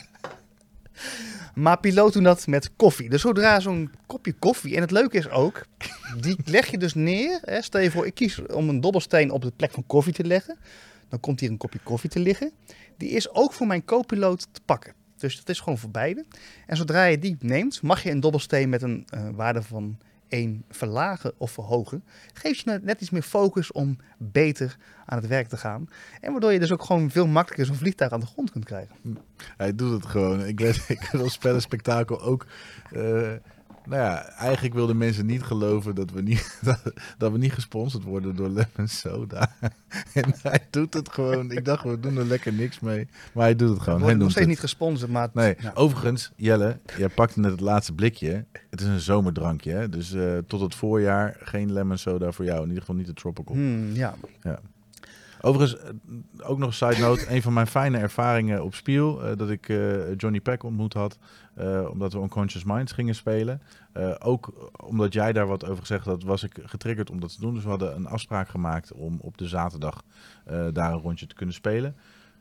S3: Maar piloten doen dat met koffie. Dus zodra zo'n kopje koffie, en het leuke is ook, die leg je dus neer. Hè, stel je voor, ik kies om een dobbelsteen op de plek van koffie te leggen. Dan komt hier een kopje koffie te liggen. Die is ook voor mijn co-piloot te pakken. Dus dat is gewoon voor beide. En zodra je die neemt, mag je een dobbelsteen met een uh, waarde van één verlagen of verhogen. Geeft je net iets meer focus om beter aan het werk te gaan. En waardoor je dus ook gewoon veel makkelijker zo'n vliegtuig aan de grond kunt krijgen.
S4: Hij doet het gewoon. Ik weet, ik wil spellenspectakel ook. Uh, nou ja, eigenlijk wilden mensen niet geloven dat we niet, dat, dat we niet gesponsord worden door Lemon Soda. En hij doet het gewoon. Ik dacht, we doen er lekker niks mee. Maar hij doet het gewoon.
S3: We
S4: Hij
S3: worden nog
S4: doet
S3: steeds
S4: het.
S3: niet gesponsord, maar...
S4: Nee,
S3: nou,
S4: overigens, Jelle, jij pakte net het laatste blikje. Het is een zomerdrankje, hè? Dus uh, tot het voorjaar geen lemon soda voor jou. In ieder geval niet de tropical.
S3: hmm, ja.
S4: Ja. Overigens, uh, ook nog een side note. Een van mijn fijne ervaringen op Spiel, uh, dat ik uh, Johnny Peck ontmoet had. Uh, omdat we Unconscious Minds gingen spelen. Uh, ook omdat jij daar wat over gezegd had, was ik getriggerd om dat te doen. Dus we hadden een afspraak gemaakt om op de zaterdag uh, daar een rondje te kunnen spelen.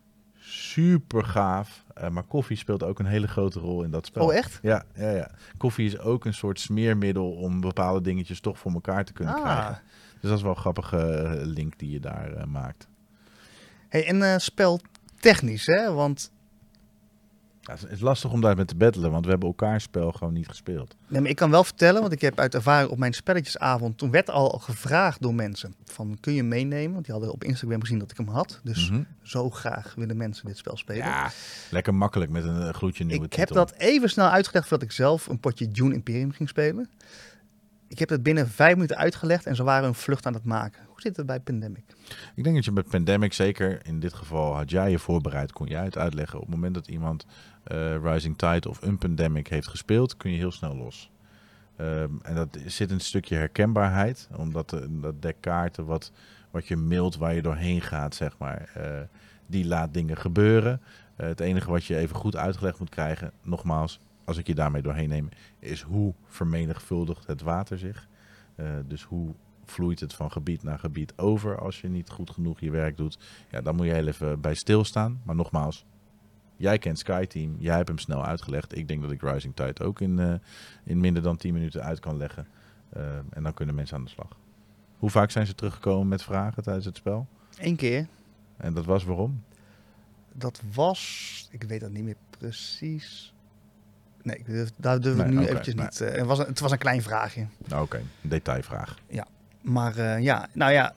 S4: Super gaaf. Uh, maar koffie speelt ook een hele grote rol in dat spel.
S3: Oh, echt?
S4: Ja, ja, ja. Koffie is ook een soort smeermiddel om bepaalde dingetjes toch voor elkaar te kunnen
S3: Ah.
S4: krijgen. Dus dat is wel een grappige uh, link die je daar uh, maakt.
S3: Hey, en uh, spel technisch, hè? Want
S4: Ja, het is lastig om daar met te battelen, want we hebben elkaar spel gewoon niet gespeeld.
S3: nee, maar ik kan wel vertellen, want ik heb uit ervaring op mijn spelletjesavond, toen werd al gevraagd door mensen van kun je hem meenemen? Want die hadden op Instagram gezien dat ik hem had. Dus
S4: Mhm.
S3: zo graag willen mensen dit spel spelen.
S4: Ja, lekker makkelijk met een uh, gloedje nieuwe
S3: ik heb
S4: titel.
S3: dat even snel uitgelegd voordat ik zelf een potje Dune Imperium ging spelen. Ik heb het binnen vijf minuten uitgelegd en ze waren een vlucht aan het maken. Hoe zit het bij Pandemic?
S4: Ik denk dat je met Pandemic, zeker in dit geval had jij je voorbereid, kon jij het uitleggen. Op het moment dat iemand uh, Rising Tide of een Pandemic heeft gespeeld, kun je heel snel los. Um, en dat zit een stukje herkenbaarheid, omdat uh, dat dek kaarten wat, wat je mailt waar je doorheen gaat, zeg maar, uh, die laat dingen gebeuren. Uh, het enige wat je even goed uitgelegd moet krijgen, nogmaals, als ik je daarmee doorheen neem, is hoe vermenigvuldigt het water zich. Uh, dus hoe vloeit het van gebied naar gebied over als je niet goed genoeg je werk doet. Ja, dan moet je heel even bij stilstaan. Maar nogmaals, jij kent SkyTeam, jij hebt hem snel uitgelegd. Ik denk dat ik Rising Tide ook in, uh, in minder dan tien minuten uit kan leggen. Uh, en dan kunnen mensen aan de slag. Hoe vaak zijn ze teruggekomen met vragen tijdens het spel?
S3: Eén keer.
S4: En dat was waarom?
S3: Dat was, ik weet dat niet meer precies. Nee, ik durf, daar durf
S4: Nee,
S3: ik nu
S4: oké,
S3: eventjes
S4: nee.
S3: niet. Uh, het, was een, het was een klein vraagje.
S4: Nou, oké, okay. Een detailvraag.
S3: Maar uh, ja, nou ja.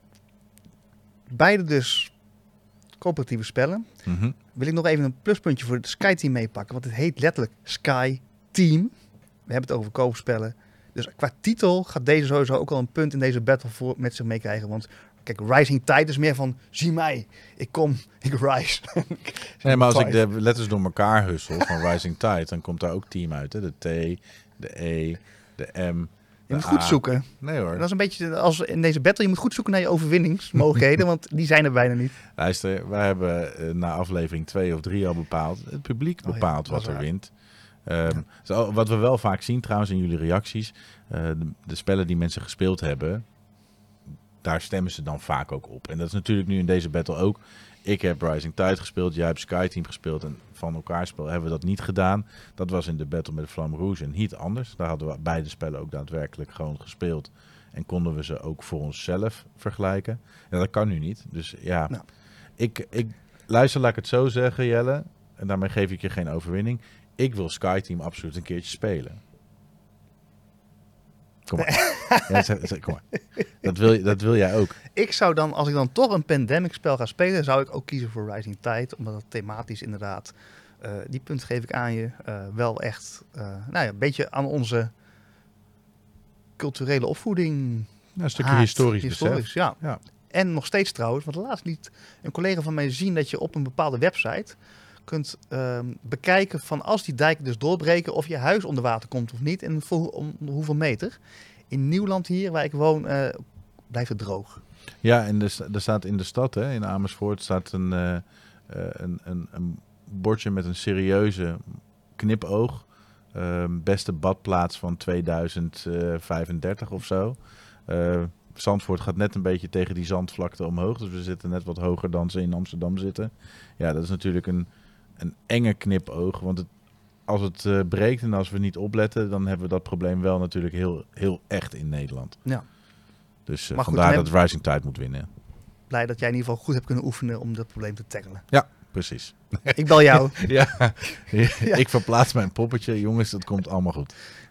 S3: Beide dus coöperatieve spellen.
S4: Mm-hmm.
S3: Wil ik nog even een pluspuntje voor het SkyTeam meepakken. Want het heet letterlijk SkyTeam. We hebben het over koopspellen. Dus qua titel gaat deze sowieso ook al een punt in deze battle voor met zich meekrijgen. Want Kijk, Rising Tide is meer van, zie mij, ik kom, ik rise.
S4: Nee, maar als ik de letters door elkaar hussel van Rising Tide, dan komt daar ook team uit. Hè? De T, de E, de M.
S3: Je moet goed
S4: A.
S3: zoeken.
S4: Nee hoor.
S3: Dat is een beetje als in deze battle, je moet goed zoeken naar je overwinningsmogelijkheden, want die zijn er bijna niet.
S4: Luister, wij hebben uh, na aflevering twee of drie al bepaald. Het publiek
S3: Oh ja,
S4: bepaalt
S3: dat is
S4: wat er
S3: waar.
S4: wint. Um,
S3: Ja.
S4: zo, wat we wel vaak zien trouwens in jullie reacties. Uh, de, de spellen die mensen gespeeld hebben. Daar stemmen ze dan vaak ook op. En dat is natuurlijk nu in deze battle ook. Ik heb Rising Tide gespeeld. Jij hebt Skyteam gespeeld. En van elkaar spel hebben we dat niet gedaan. Dat was in de battle met Flamme Rouge en Heat anders. Daar hadden we beide spellen ook daadwerkelijk gewoon gespeeld. En konden we ze ook voor onszelf vergelijken. En dat kan nu niet. Dus ja,
S3: Nou.
S4: ik, ik luister, laat ik het zo zeggen, Jelle. En daarmee geef ik je geen overwinning. Ik wil Skyteam absoluut een keertje spelen. Kom maar. Ja, zeg, zeg, kom maar. Dat, wil, dat wil jij ook.
S3: Ik zou dan, als ik dan toch een pandemic spel ga spelen, zou ik ook kiezen voor Rising Tide, omdat het thematisch inderdaad, uh, die punt geef ik aan je, uh, wel echt, uh, nou ja, een beetje aan onze culturele opvoeding.
S4: Ja, een stukje
S3: haakt.
S4: historisch,
S3: historisch
S4: besef.
S3: ja.
S4: Ja.
S3: En nog steeds trouwens, want laatst liet een collega van mij zien dat je op een bepaalde website kunt uh, bekijken van als die dijken dus doorbreken of je huis onder water komt of niet en voor om hoeveel meter. In Nieuwland hier, waar ik woon, uh, blijft het droog.
S4: Ja, en er, er staat in de stad, hè, in Amersfoort, staat een, uh, uh, een, een, een bordje met een serieuze knipoog. Uh, beste badplaats van tweeduizend vijfendertig of zo. Uh, Zandvoort gaat net een beetje tegen die zandvlakte omhoog. Dus we zitten net wat hoger dan ze in Amsterdam zitten. Ja, dat is natuurlijk een, een enge knipoog. Want het, als het uh, breekt en als we niet opletten, dan hebben we dat probleem wel natuurlijk heel, heel echt in Nederland.
S3: Ja.
S4: Dus uh,
S3: Maar goed,
S4: vandaar
S3: dan
S4: dat Rising Tide moet winnen.
S3: Blij dat jij in ieder geval goed hebt kunnen oefenen om dat probleem te tackelen.
S4: Ja, precies.
S3: Ik bel jou.
S4: ja, ik verplaats mijn poppetje. Jongens, dat komt allemaal goed.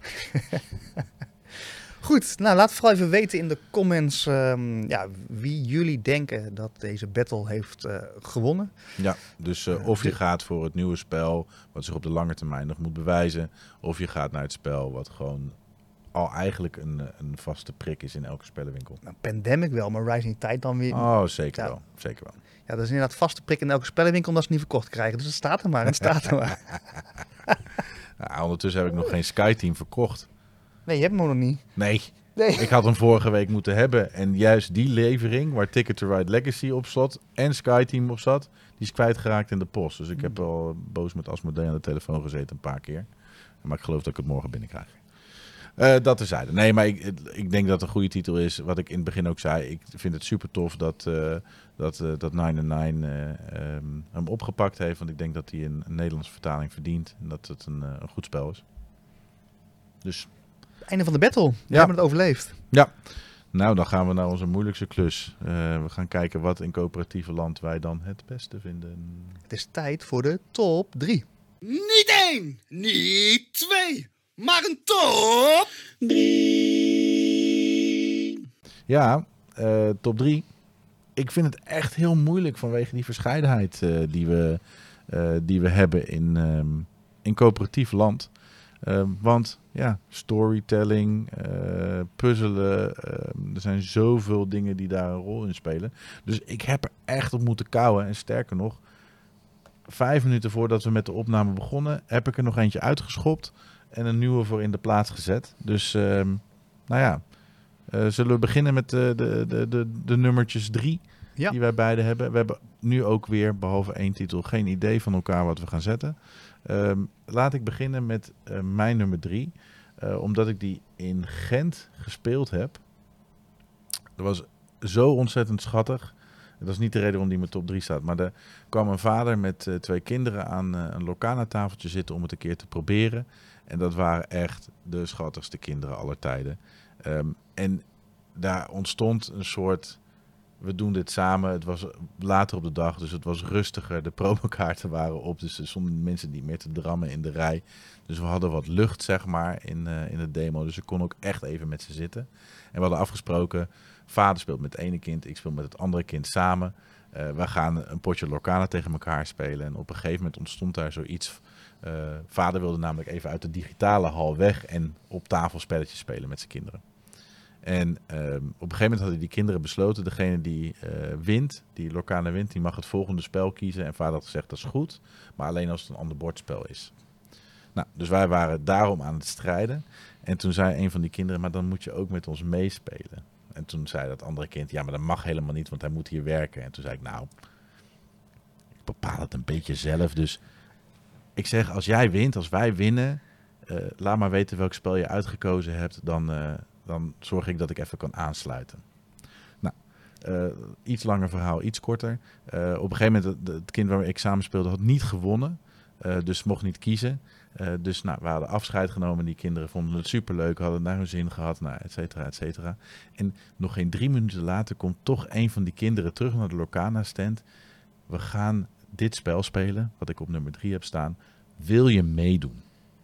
S3: Goed, nou laat vooral even weten in de comments um, ja, wie jullie denken dat deze battle heeft uh, gewonnen.
S4: Ja, dus uh, of je gaat voor het nieuwe spel, wat zich op de lange termijn nog moet bewijzen. Of je gaat naar het spel wat gewoon al eigenlijk een, een vaste prik is in elke spellenwinkel.
S3: Nou, Pandemic wel, maar Rising Tide dan weer.
S4: Oh, zeker
S3: ja.
S4: wel. Zeker wel.
S3: Ja, dat is inderdaad vaste prik in elke spellenwinkel omdat ze het niet verkocht krijgen. Dus het staat er maar, het staat er maar.
S4: Nou, ondertussen heb ik nog geen Skyteam verkocht.
S3: Nee, je hebt hem nog niet.
S4: Nee.
S3: Nee.
S4: Ik had hem vorige week moeten hebben. En juist die levering, waar Ticket to Ride Legacy op zat en Skyteam op zat, die is kwijtgeraakt in de post. Dus ik heb al boos met Asmodee aan de telefoon gezeten een paar keer. Maar ik geloof dat ik het morgen binnenkrijg. Uh, dat terzijde. Nee, maar ik, ik denk dat het een goede titel is. Wat ik in het begin ook zei. Ik vind het super tof dat, uh, dat, uh, dat nine and nine uh, um, hem opgepakt heeft. Want ik denk dat hij een, een Nederlandse vertaling verdient. En dat het een, uh, een goed spel is. Dus...
S3: Einde van de battle. We
S4: Ja.
S3: hebben het overleefd.
S4: Ja. Nou, dan gaan we naar onze moeilijkste klus. Uh, we gaan kijken wat in coöperatieve land wij dan het beste vinden.
S3: Het is tijd voor de top drie.
S1: Niet één, niet twee, maar een top drie.
S4: Ja, uh, top drie. Ik vind het echt heel moeilijk vanwege die verscheidenheid uh, die, we, uh, die we hebben in, um, in coöperatief land. Uh, want ja, storytelling, uh, puzzelen, uh, er zijn zoveel dingen die daar een rol in spelen. Dus ik heb er echt op moeten kouwen. En sterker nog, vijf minuten voordat we met de opname begonnen, heb ik er nog eentje uitgeschopt en een nieuwe voor in de plaats gezet. Dus uh, nou ja, uh, zullen we beginnen met de, de, de, de, de nummertjes drie
S3: Ja.
S4: die wij beide hebben. We hebben nu ook weer, behalve één titel, geen idee van elkaar wat we gaan zetten. Um, laat ik beginnen met uh, mijn nummer drie. Uh, omdat ik die in Gent gespeeld heb. Dat was zo ontzettend schattig. Dat is niet de reden waarom die in mijn top drie staat. Maar er kwam een vader met uh, twee kinderen aan uh, een Lorcana-tafeltje zitten om het een keer te proberen. En dat waren echt de schattigste kinderen aller tijden. Um, en daar ontstond een soort... We doen dit samen. Het was later op de dag, dus het was rustiger. De promokaarten waren op, dus er stonden mensen niet meer te drammen in de rij. Dus we hadden wat lucht, zeg maar, in, uh, in de demo. Dus ik kon ook echt even met ze zitten. En we hadden afgesproken, vader speelt met het ene kind, ik speel met het andere kind samen. Uh, we gaan een potje Lorcana tegen elkaar spelen. En op een gegeven moment ontstond daar zoiets. Uh, vader wilde namelijk even uit de digitale hal weg en op tafel spelletjes spelen met zijn kinderen. En um, op een gegeven moment hadden die kinderen besloten, degene die uh, wint, die Lorcana wint, die mag het volgende spel kiezen. En vader had gezegd, dat is goed, maar alleen als het een ander bordspel is. Nou, dus wij waren daarom aan het strijden. En toen zei een van die kinderen, maar dan moet je ook met ons meespelen. En toen zei dat andere kind, ja, maar dat mag helemaal niet, want hij moet hier werken. En toen zei ik, nou, ik bepaal het een beetje zelf. Dus ik zeg, als jij wint, als wij winnen, uh, laat maar weten welk spel je uitgekozen hebt, dan, uh, dan zorg ik dat ik even kan aansluiten. Nou, uh, iets langer verhaal, iets korter. Uh, op een gegeven moment, het, het kind waarmee ik samen speelde, had niet gewonnen. Uh, dus mocht niet kiezen. Uh, dus nou, we hadden afscheid genomen. Die kinderen vonden het superleuk, hadden naar hun zin gehad, nou, et cetera, et cetera. En nog geen drie minuten later komt toch een van die kinderen terug naar de Lorcana stand. We gaan dit spel spelen, wat ik op nummer drie heb staan. Wil je meedoen?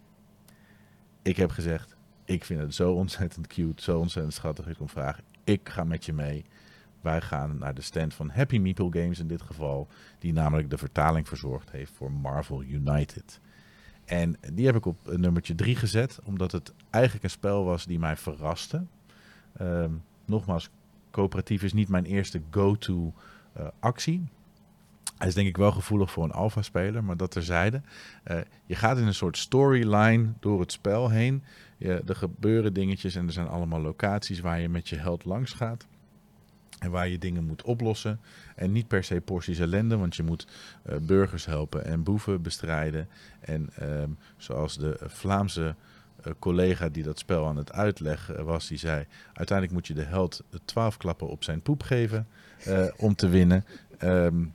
S4: Ik heb gezegd, ik vind het zo ontzettend cute, zo ontzettend schattig. Ik kom vragen, ik ga met je mee. Wij gaan naar de stand van Happy Meeple Games in dit geval, die namelijk de vertaling verzorgd heeft voor Marvel United. En die heb ik op nummertje drie gezet, omdat het eigenlijk een spel was die mij verraste. Um, nogmaals, coöperatief is niet mijn eerste go-to uh, actie. Hij is denk ik wel gevoelig voor een alpha-speler, maar dat terzijde. Uh, je gaat in een soort storyline door het spel heen. Je, er gebeuren dingetjes en er zijn allemaal locaties waar je met je held langs gaat. En waar je dingen moet oplossen. En niet per se porties ellende, want je moet uh, burgers helpen en boeven bestrijden. En um, zoals de Vlaamse uh, collega die dat spel aan het uitleggen was, die zei, uiteindelijk moet je de held twaalf klappen op zijn poep geven uh, om te winnen. Um,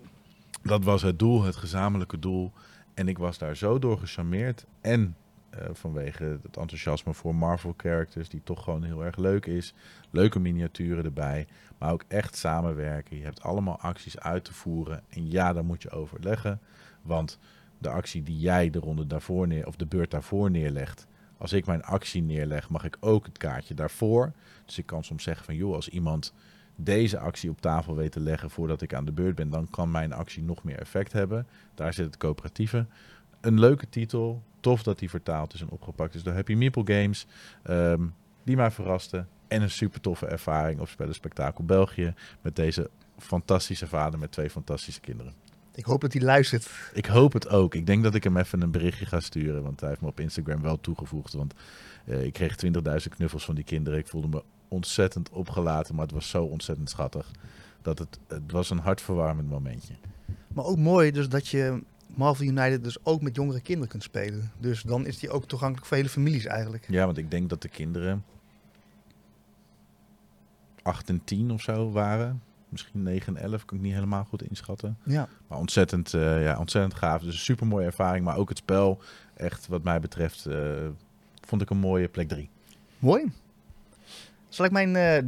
S4: dat was het doel, het gezamenlijke doel. En ik was daar zo door gecharmeerd. En uh, vanwege het enthousiasme voor Marvel characters, die toch gewoon heel erg leuk is. Leuke miniaturen erbij. Maar ook echt samenwerken. Je hebt allemaal acties uit te voeren. En ja, daar moet je overleggen. Want de actie die jij de ronde daarvoor neer, of de beurt daarvoor neerlegt. Als ik mijn actie neerleg, mag ik ook het kaartje daarvoor. Dus ik kan soms zeggen van, joh, als iemand deze actie op tafel weet te leggen voordat ik aan de beurt ben, dan kan mijn actie nog meer effect hebben. Daar zit het coöperatieve. Een leuke titel. Tof dat die vertaald is en opgepakt is door Happy Meeple Games. Um, die mij verraste. En een super toffe ervaring op Spellen Spektakel België. Met deze fantastische vader met twee fantastische kinderen.
S3: Ik hoop dat hij luistert.
S4: Ik hoop het ook. Ik denk dat ik hem even een berichtje ga sturen. Want hij heeft me op Instagram wel toegevoegd. Want uh, ik kreeg twintigduizend knuffels van die kinderen. Ik voelde me ontzettend opgelaten. Maar het was zo ontzettend schattig. Dat het, het was een hartverwarmend momentje.
S3: Maar ook mooi dus dat je Marvel United dus ook met jongere kinderen kunt spelen. Dus dan is die ook toegankelijk voor hele families eigenlijk.
S4: Ja, want ik denk dat de kinderen acht en tien of zo waren. Misschien negen en elf, kan ik niet helemaal goed inschatten.
S3: Ja.
S4: Maar ontzettend, uh, ja, ontzettend gaaf. Dus een super mooie ervaring. Maar ook het spel, echt wat mij betreft, uh, vond ik een mooie plek drie.
S3: Mooi. Zal ik mijn uh,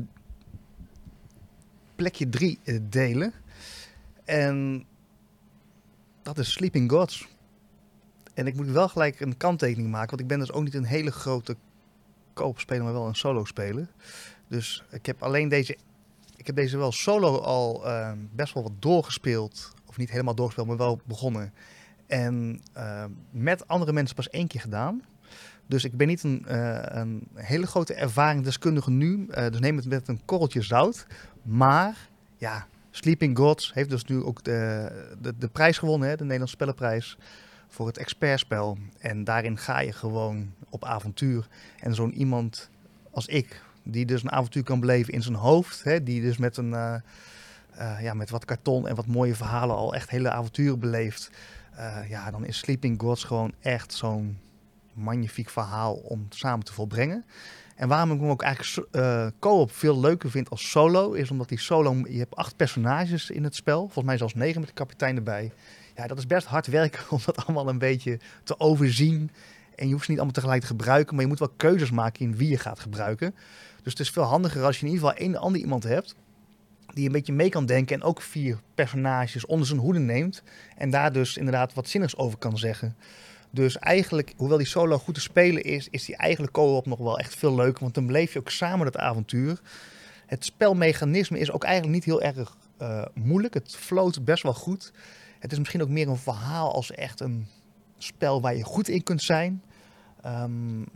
S3: plekje drie uh, delen? En dat is Sleeping Gods. En ik moet wel gelijk een kanttekening maken, want ik ben dus ook niet een hele grote koopspeler, maar wel een solo speler. Dus ik heb alleen deze, ik heb deze wel solo al uh, best wel wat doorgespeeld. Of niet helemaal doorgespeeld, maar wel begonnen. En uh, met andere mensen pas één keer gedaan. Dus ik ben niet een, uh, een hele grote ervaringsdeskundige nu. Uh, dus neem het met een korreltje zout. Maar ja, Sleeping Gods heeft dus nu ook de, de, de prijs gewonnen, hè, de Nederlandse Spellenprijs, voor het expertspel. En daarin ga je gewoon op avontuur. En zo'n iemand als ik, die dus een avontuur kan beleven in zijn hoofd, hè, die dus met, een, uh, uh, ja, met wat karton en wat mooie verhalen al echt hele avonturen beleeft. Uh, ja, dan is Sleeping Gods gewoon echt zo'n magnifiek verhaal om samen te volbrengen. En waarom ik hem ook eigenlijk uh, co-op veel leuker vind als solo, is omdat die solo, je hebt acht personages in het spel, volgens mij zelfs negen met de kapitein erbij. Ja, dat is best hard werken om dat allemaal een beetje te overzien. En je hoeft ze niet allemaal tegelijk te gebruiken, maar je moet wel keuzes maken in wie je gaat gebruiken. Dus het is veel handiger als je in ieder geval één ander iemand hebt die een beetje mee kan denken en ook vier personages onder zijn hoede neemt en daar dus inderdaad wat zinnigs over kan zeggen. Dus eigenlijk, hoewel die solo goed te spelen is, is die eigenlijk co-op nog wel echt veel leuker, want dan beleef je ook samen dat avontuur. Het spelmechanisme is ook eigenlijk niet heel erg uh, moeilijk. Het float best wel goed. Het is misschien ook meer een verhaal als echt een spel waar je goed in kunt zijn. Um,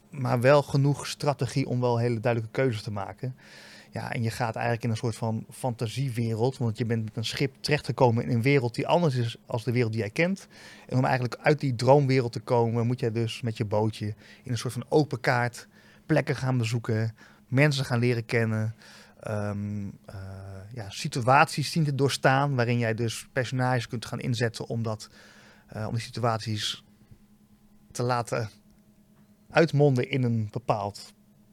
S3: maar wel genoeg strategie om wel hele duidelijke keuzes te maken. Ja, en je gaat eigenlijk in een soort van fantasiewereld, want je bent met een schip terechtgekomen in een wereld die anders is als de wereld die jij kent. En om eigenlijk uit die droomwereld te komen, moet jij dus met je bootje in een soort van open kaart plekken gaan bezoeken, mensen gaan leren kennen, um, uh, ja, situaties zien te doorstaan, waarin jij dus personages kunt gaan inzetten om, dat, uh, om die situaties te laten uitmonden in een bepaald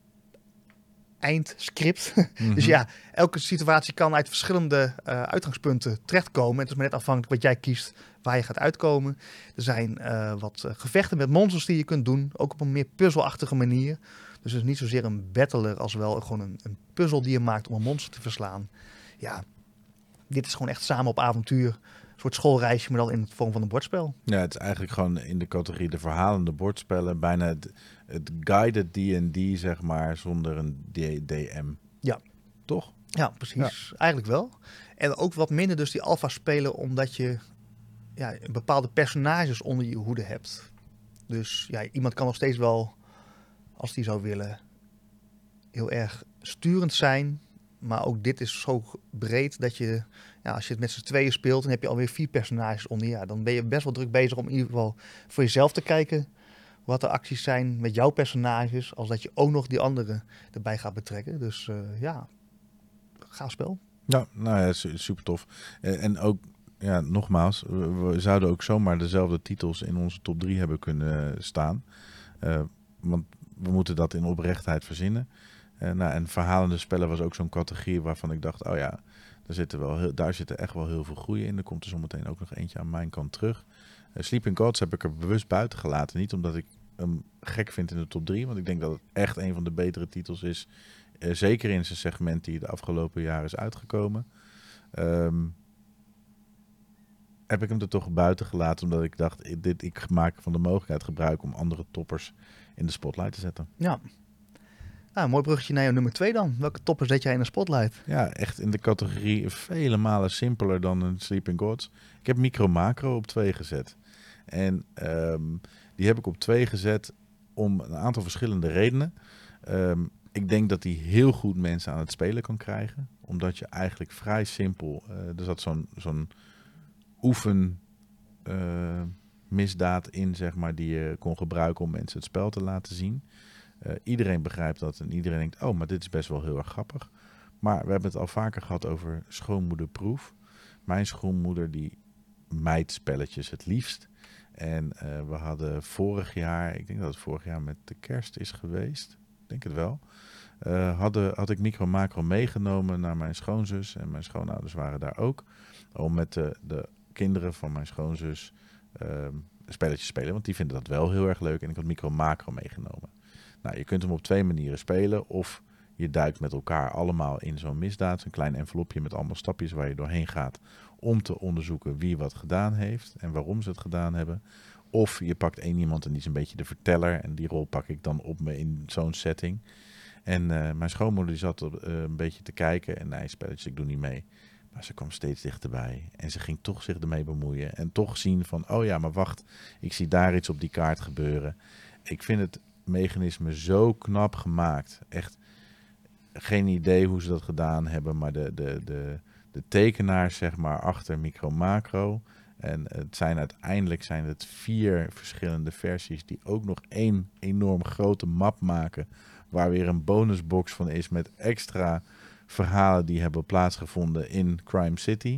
S3: eindscript.
S4: Mm-hmm.
S3: Dus ja, elke situatie kan uit verschillende uh, uitgangspunten terechtkomen. Het is maar net afhankelijk wat jij kiest waar je gaat uitkomen. Er zijn uh, wat uh, gevechten met monsters die je kunt doen, ook op een meer puzzelachtige manier. Dus het is niet zozeer een battler als wel gewoon een, een puzzel die je maakt om een monster te verslaan. Ja, dit is gewoon echt samen op avontuur. Een soort schoolreisje, maar dan in de vorm van een bordspel.
S4: Ja, het is eigenlijk gewoon in de categorie de verhalende bordspellen. Bijna het, het guided D en D, zeg maar, zonder een D M.
S3: Ja.
S4: Toch?
S3: Ja, precies. Ja. Eigenlijk wel. En ook wat minder dus die alpha spelen, omdat je ja, bepaalde personages onder je hoede hebt. Dus ja, iemand kan nog steeds wel, als die zou willen, heel erg sturend zijn. Maar ook dit is zo breed dat je, ja, als je het met z'n tweeën speelt, dan heb je alweer vier personages onder. Ja, dan ben je best wel druk bezig om in ieder geval voor jezelf te kijken wat de acties zijn met jouw personages, als dat je ook nog die anderen erbij gaat betrekken. Dus uh, ja, gaaf spel.
S4: Ja, nou ja, super tof. En ook, ja, nogmaals, we zouden ook zomaar dezelfde titels in onze top drie hebben kunnen staan. Uh, want we moeten dat in oprechtheid verzinnen. Uh, nou, en verhalende spellen was ook zo'n categorie waarvan ik dacht, oh ja, daar zitten wel heel, daar zitten echt wel heel veel groei in. Er komt er zometeen ook nog eentje aan mijn kant terug. Uh, Sleeping Gods heb ik er bewust buiten gelaten. Niet omdat ik hem gek vind in de top drie, want ik denk dat het echt een van de betere titels is. Uh, zeker in zijn segment die de afgelopen jaren is uitgekomen. Um, heb ik hem er toch buiten gelaten, omdat ik dacht, dit, ik maak van de mogelijkheid gebruik om andere toppers in de spotlight te zetten.
S3: Ja. Nou, mooi bruggetje naar jouw nummer twee dan. Welke topper zet jij in de spotlight?
S4: Ja, echt in de categorie vele malen simpeler dan een Sleeping Gods. Ik heb Micro Macro op twee gezet. En um, die heb ik op twee gezet om een aantal verschillende redenen. Um, ik denk dat die heel goed mensen aan het spelen kan krijgen. Omdat je eigenlijk vrij simpel... Uh, er zat zo'n, zo'n oefen uh, misdaad in, zeg maar, die je kon gebruiken om mensen het spel te laten zien. Uh, iedereen begrijpt dat en iedereen denkt, oh, maar dit is best wel heel erg grappig. Maar we hebben het al vaker gehad over schoonmoederproef. Mijn schoonmoeder die mijt spelletjes het liefst. En uh, we hadden vorig jaar, ik denk dat het vorig jaar met de kerst is geweest, ik denk het wel, uh, hadden, had ik Micro Macro meegenomen naar mijn schoonzus en mijn schoonouders waren daar ook. Om met de, de kinderen van mijn schoonzus uh, spelletjes te spelen, want die vinden dat wel heel erg leuk. En ik had Micro Macro meegenomen. Nou, je kunt hem op twee manieren spelen. Of je duikt met elkaar allemaal in zo'n misdaad. Een klein envelopje met allemaal stapjes waar je doorheen gaat. Om te onderzoeken wie wat gedaan heeft en waarom ze het gedaan hebben. Of je pakt één iemand en die is een beetje de verteller. En die rol pak ik dan op me in zo'n setting. En uh, mijn schoonmoeder die zat uh, een beetje te kijken. En nee, spelletjes, ik doe niet mee. Maar ze kwam steeds dichterbij. En ze ging toch zich ermee bemoeien. En toch zien van, oh ja, maar wacht. Ik zie daar iets op die kaart gebeuren. Ik vind het mechanisme zo knap gemaakt. Echt geen idee hoe ze dat gedaan hebben. Maar de, de, de, de tekenaars, zeg maar, achter Micro Macro. En het zijn uiteindelijk zijn het vier verschillende versies die ook nog één enorm grote map maken. Waar weer een bonusbox van is met extra verhalen die hebben plaatsgevonden in Crime City.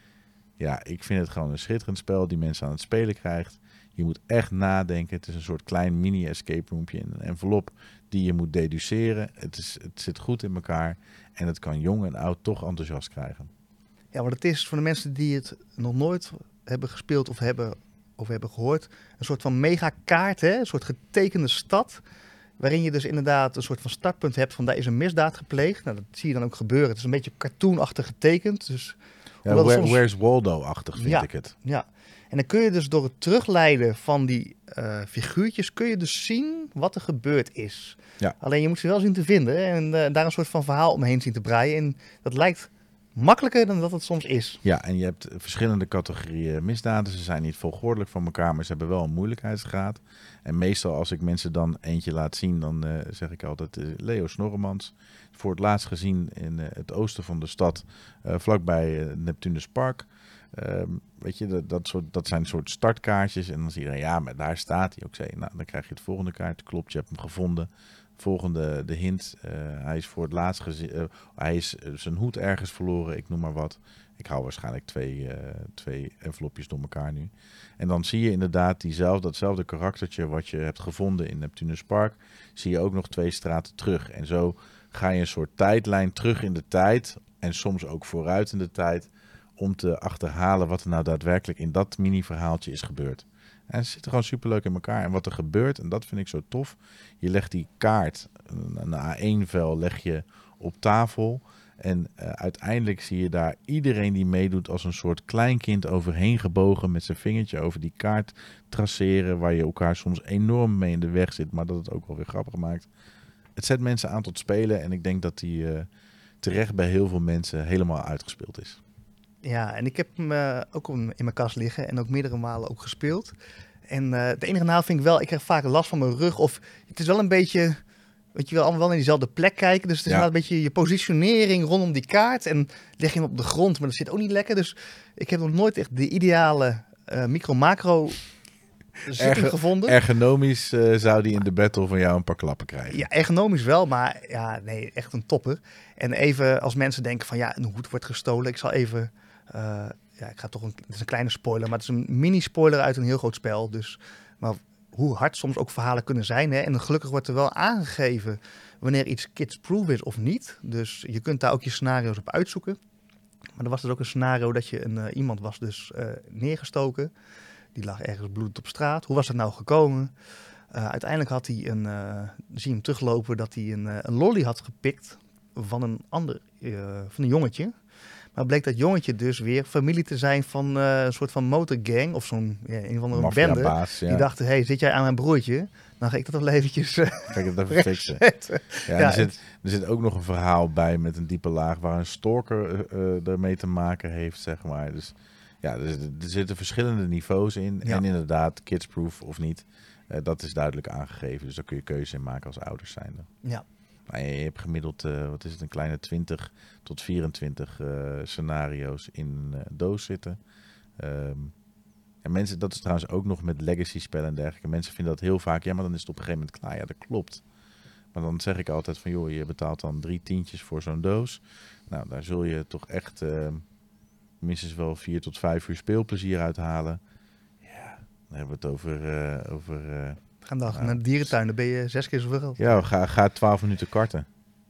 S4: Ja, ik vind het gewoon een schitterend spel die mensen aan het spelen krijgt. Je moet echt nadenken. Het is een soort klein mini-escape roompje in een envelop die je moet deduceren. Het, is, het zit goed in elkaar en het kan jong en oud toch enthousiast krijgen.
S3: Ja, maar het is voor de mensen die het nog nooit hebben gespeeld of hebben, of hebben gehoord, een soort van megakaart, hè? Een soort getekende stad, waarin je dus inderdaad een soort van startpunt hebt van daar is een misdaad gepleegd. Nou, dat zie je dan ook gebeuren. Het is een beetje cartoonachtig getekend. Dus,
S4: ja, where,
S3: soms...
S4: Where's Waldo-achtig vind
S3: ja,
S4: ik het.
S3: Ja, en dan kun je dus door het terugleiden van die uh, figuurtjes, kun je dus zien wat er gebeurd is.
S4: Ja.
S3: Alleen je moet ze wel zien te vinden en uh, daar een soort van verhaal omheen zien te breien. En dat lijkt makkelijker dan dat het soms is.
S4: Ja, en je hebt verschillende categorieën misdaden. Ze zijn niet volgordelijk van elkaar, maar ze hebben wel een moeilijkheidsgraad. En meestal als ik mensen dan eentje laat zien, dan uh, zeg ik altijd uh, Leo Snorremans. Voor het laatst gezien in uh, het oosten van de stad, uh, vlakbij uh, Neptunus Park. Uh, weet je, dat, dat, soort, dat zijn soort startkaartjes. En dan zie je, ja, maar daar staat hij ook. Zei, nou, dan krijg je het volgende kaart. Klopt, je hebt hem gevonden. Volgende, de hint. Uh, hij is voor het laatst gezien. Uh, hij is uh, zijn hoed ergens verloren, ik noem maar wat. Ik hou waarschijnlijk twee, uh, twee envelopjes door elkaar nu. En dan zie je inderdaad diezelfde, datzelfde karaktertje wat je hebt gevonden in Neptunus Park. Zie je ook nog twee straten terug. En zo ga je een soort tijdlijn terug in de tijd. En soms ook vooruit in de tijd. Om te achterhalen wat er nou daadwerkelijk in dat mini-verhaaltje is gebeurd. En ze zitten gewoon superleuk in elkaar. En wat er gebeurt, en dat vind ik zo tof. Je legt die kaart, een A één vel, leg je op tafel. En uh, uiteindelijk zie je daar iedereen die meedoet als een soort kleinkind overheen gebogen. Met zijn vingertje over die kaart traceren. Waar je elkaar soms enorm mee in de weg zit. Maar dat het ook wel weer grappig maakt. Het zet mensen aan tot spelen. En ik denk dat die uh, terecht bij heel veel mensen helemaal uitgespeeld is.
S3: Ja, en ik heb hem uh, ook in mijn kast liggen en ook meerdere malen ook gespeeld. En uh, de enige nadeel vind ik wel, ik krijg vaak last van mijn rug. Of het is wel een beetje, weet je wel, allemaal wel naar diezelfde plek kijken. Dus het is
S4: Ja.
S3: een beetje je positionering rondom die kaart. En leg je hem op de grond, maar dat zit ook niet lekker. Dus ik heb nog nooit echt de ideale uh, micro-macro zitting
S4: Erge-
S3: gevonden.
S4: Ergonomisch uh, zou die in de battle van jou een paar klappen krijgen.
S3: Ja, ergonomisch wel, maar ja, nee, echt een topper. En even als mensen denken van ja, een hoed wordt gestolen. Ik zal even, uh, ja, ik ga toch een, het is een kleine spoiler, maar het is een mini-spoiler uit een heel groot spel. Dus, maar hoe hard soms ook verhalen kunnen zijn. Hè? En gelukkig wordt er wel aangegeven wanneer iets kids-proof is of niet. Dus je kunt daar ook je scenario's op uitzoeken. Maar er was dus ook een scenario dat je een, uh, iemand was dus uh, neergestoken. Die lag ergens bloedend op straat. Hoe was dat nou gekomen? Uh, uiteindelijk had hij een, uh, zie je hem teruglopen, dat hij een, uh, een lolly had gepikt van een ander, uh, van een jongetje. Maar bleek dat jongetje dus weer familie te zijn van uh, een soort van motorgang of zo'n ja, een of andere bende.
S4: Maffiabaas, ja.
S3: Die dachten, hey, zit jij aan mijn broertje? Dan ga ik dat wel eventjes uh,
S4: Kijk, dat even fixen.
S3: zetten.
S4: Ja,
S3: Ja,
S4: er, zit, er zit ook nog een verhaal bij met een diepe laag waar een stalker uh, ermee te maken heeft, zeg maar. Dus ja, er, er zitten verschillende niveaus in.
S3: Ja.
S4: En inderdaad, kidsproof of niet, uh, dat is duidelijk aangegeven. Dus daar kun je keuze in maken als ouders zijnde.
S3: Ja.
S4: Maar je hebt gemiddeld, uh, wat is het, een kleine twintig tot vierentwintig uh, scenario's in een uh, doos zitten. Um, en mensen, dat is trouwens ook nog met legacy spellen en dergelijke. Mensen vinden dat heel vaak, ja, maar dan is het op een gegeven moment klaar. Ja, dat klopt. Maar dan zeg ik altijd van, joh, je betaalt dan drie tientjes voor zo'n doos. Nou, daar zul je toch echt uh, minstens wel vier tot vijf uur speelplezier uithalen. Ja, dan hebben we het over... Uh, over uh,
S3: Gaan dan
S4: nou,
S3: naar de dierentuin, dan ben je zes keer zoveel geld.
S4: ja, ga, ga twaalf minuten karten.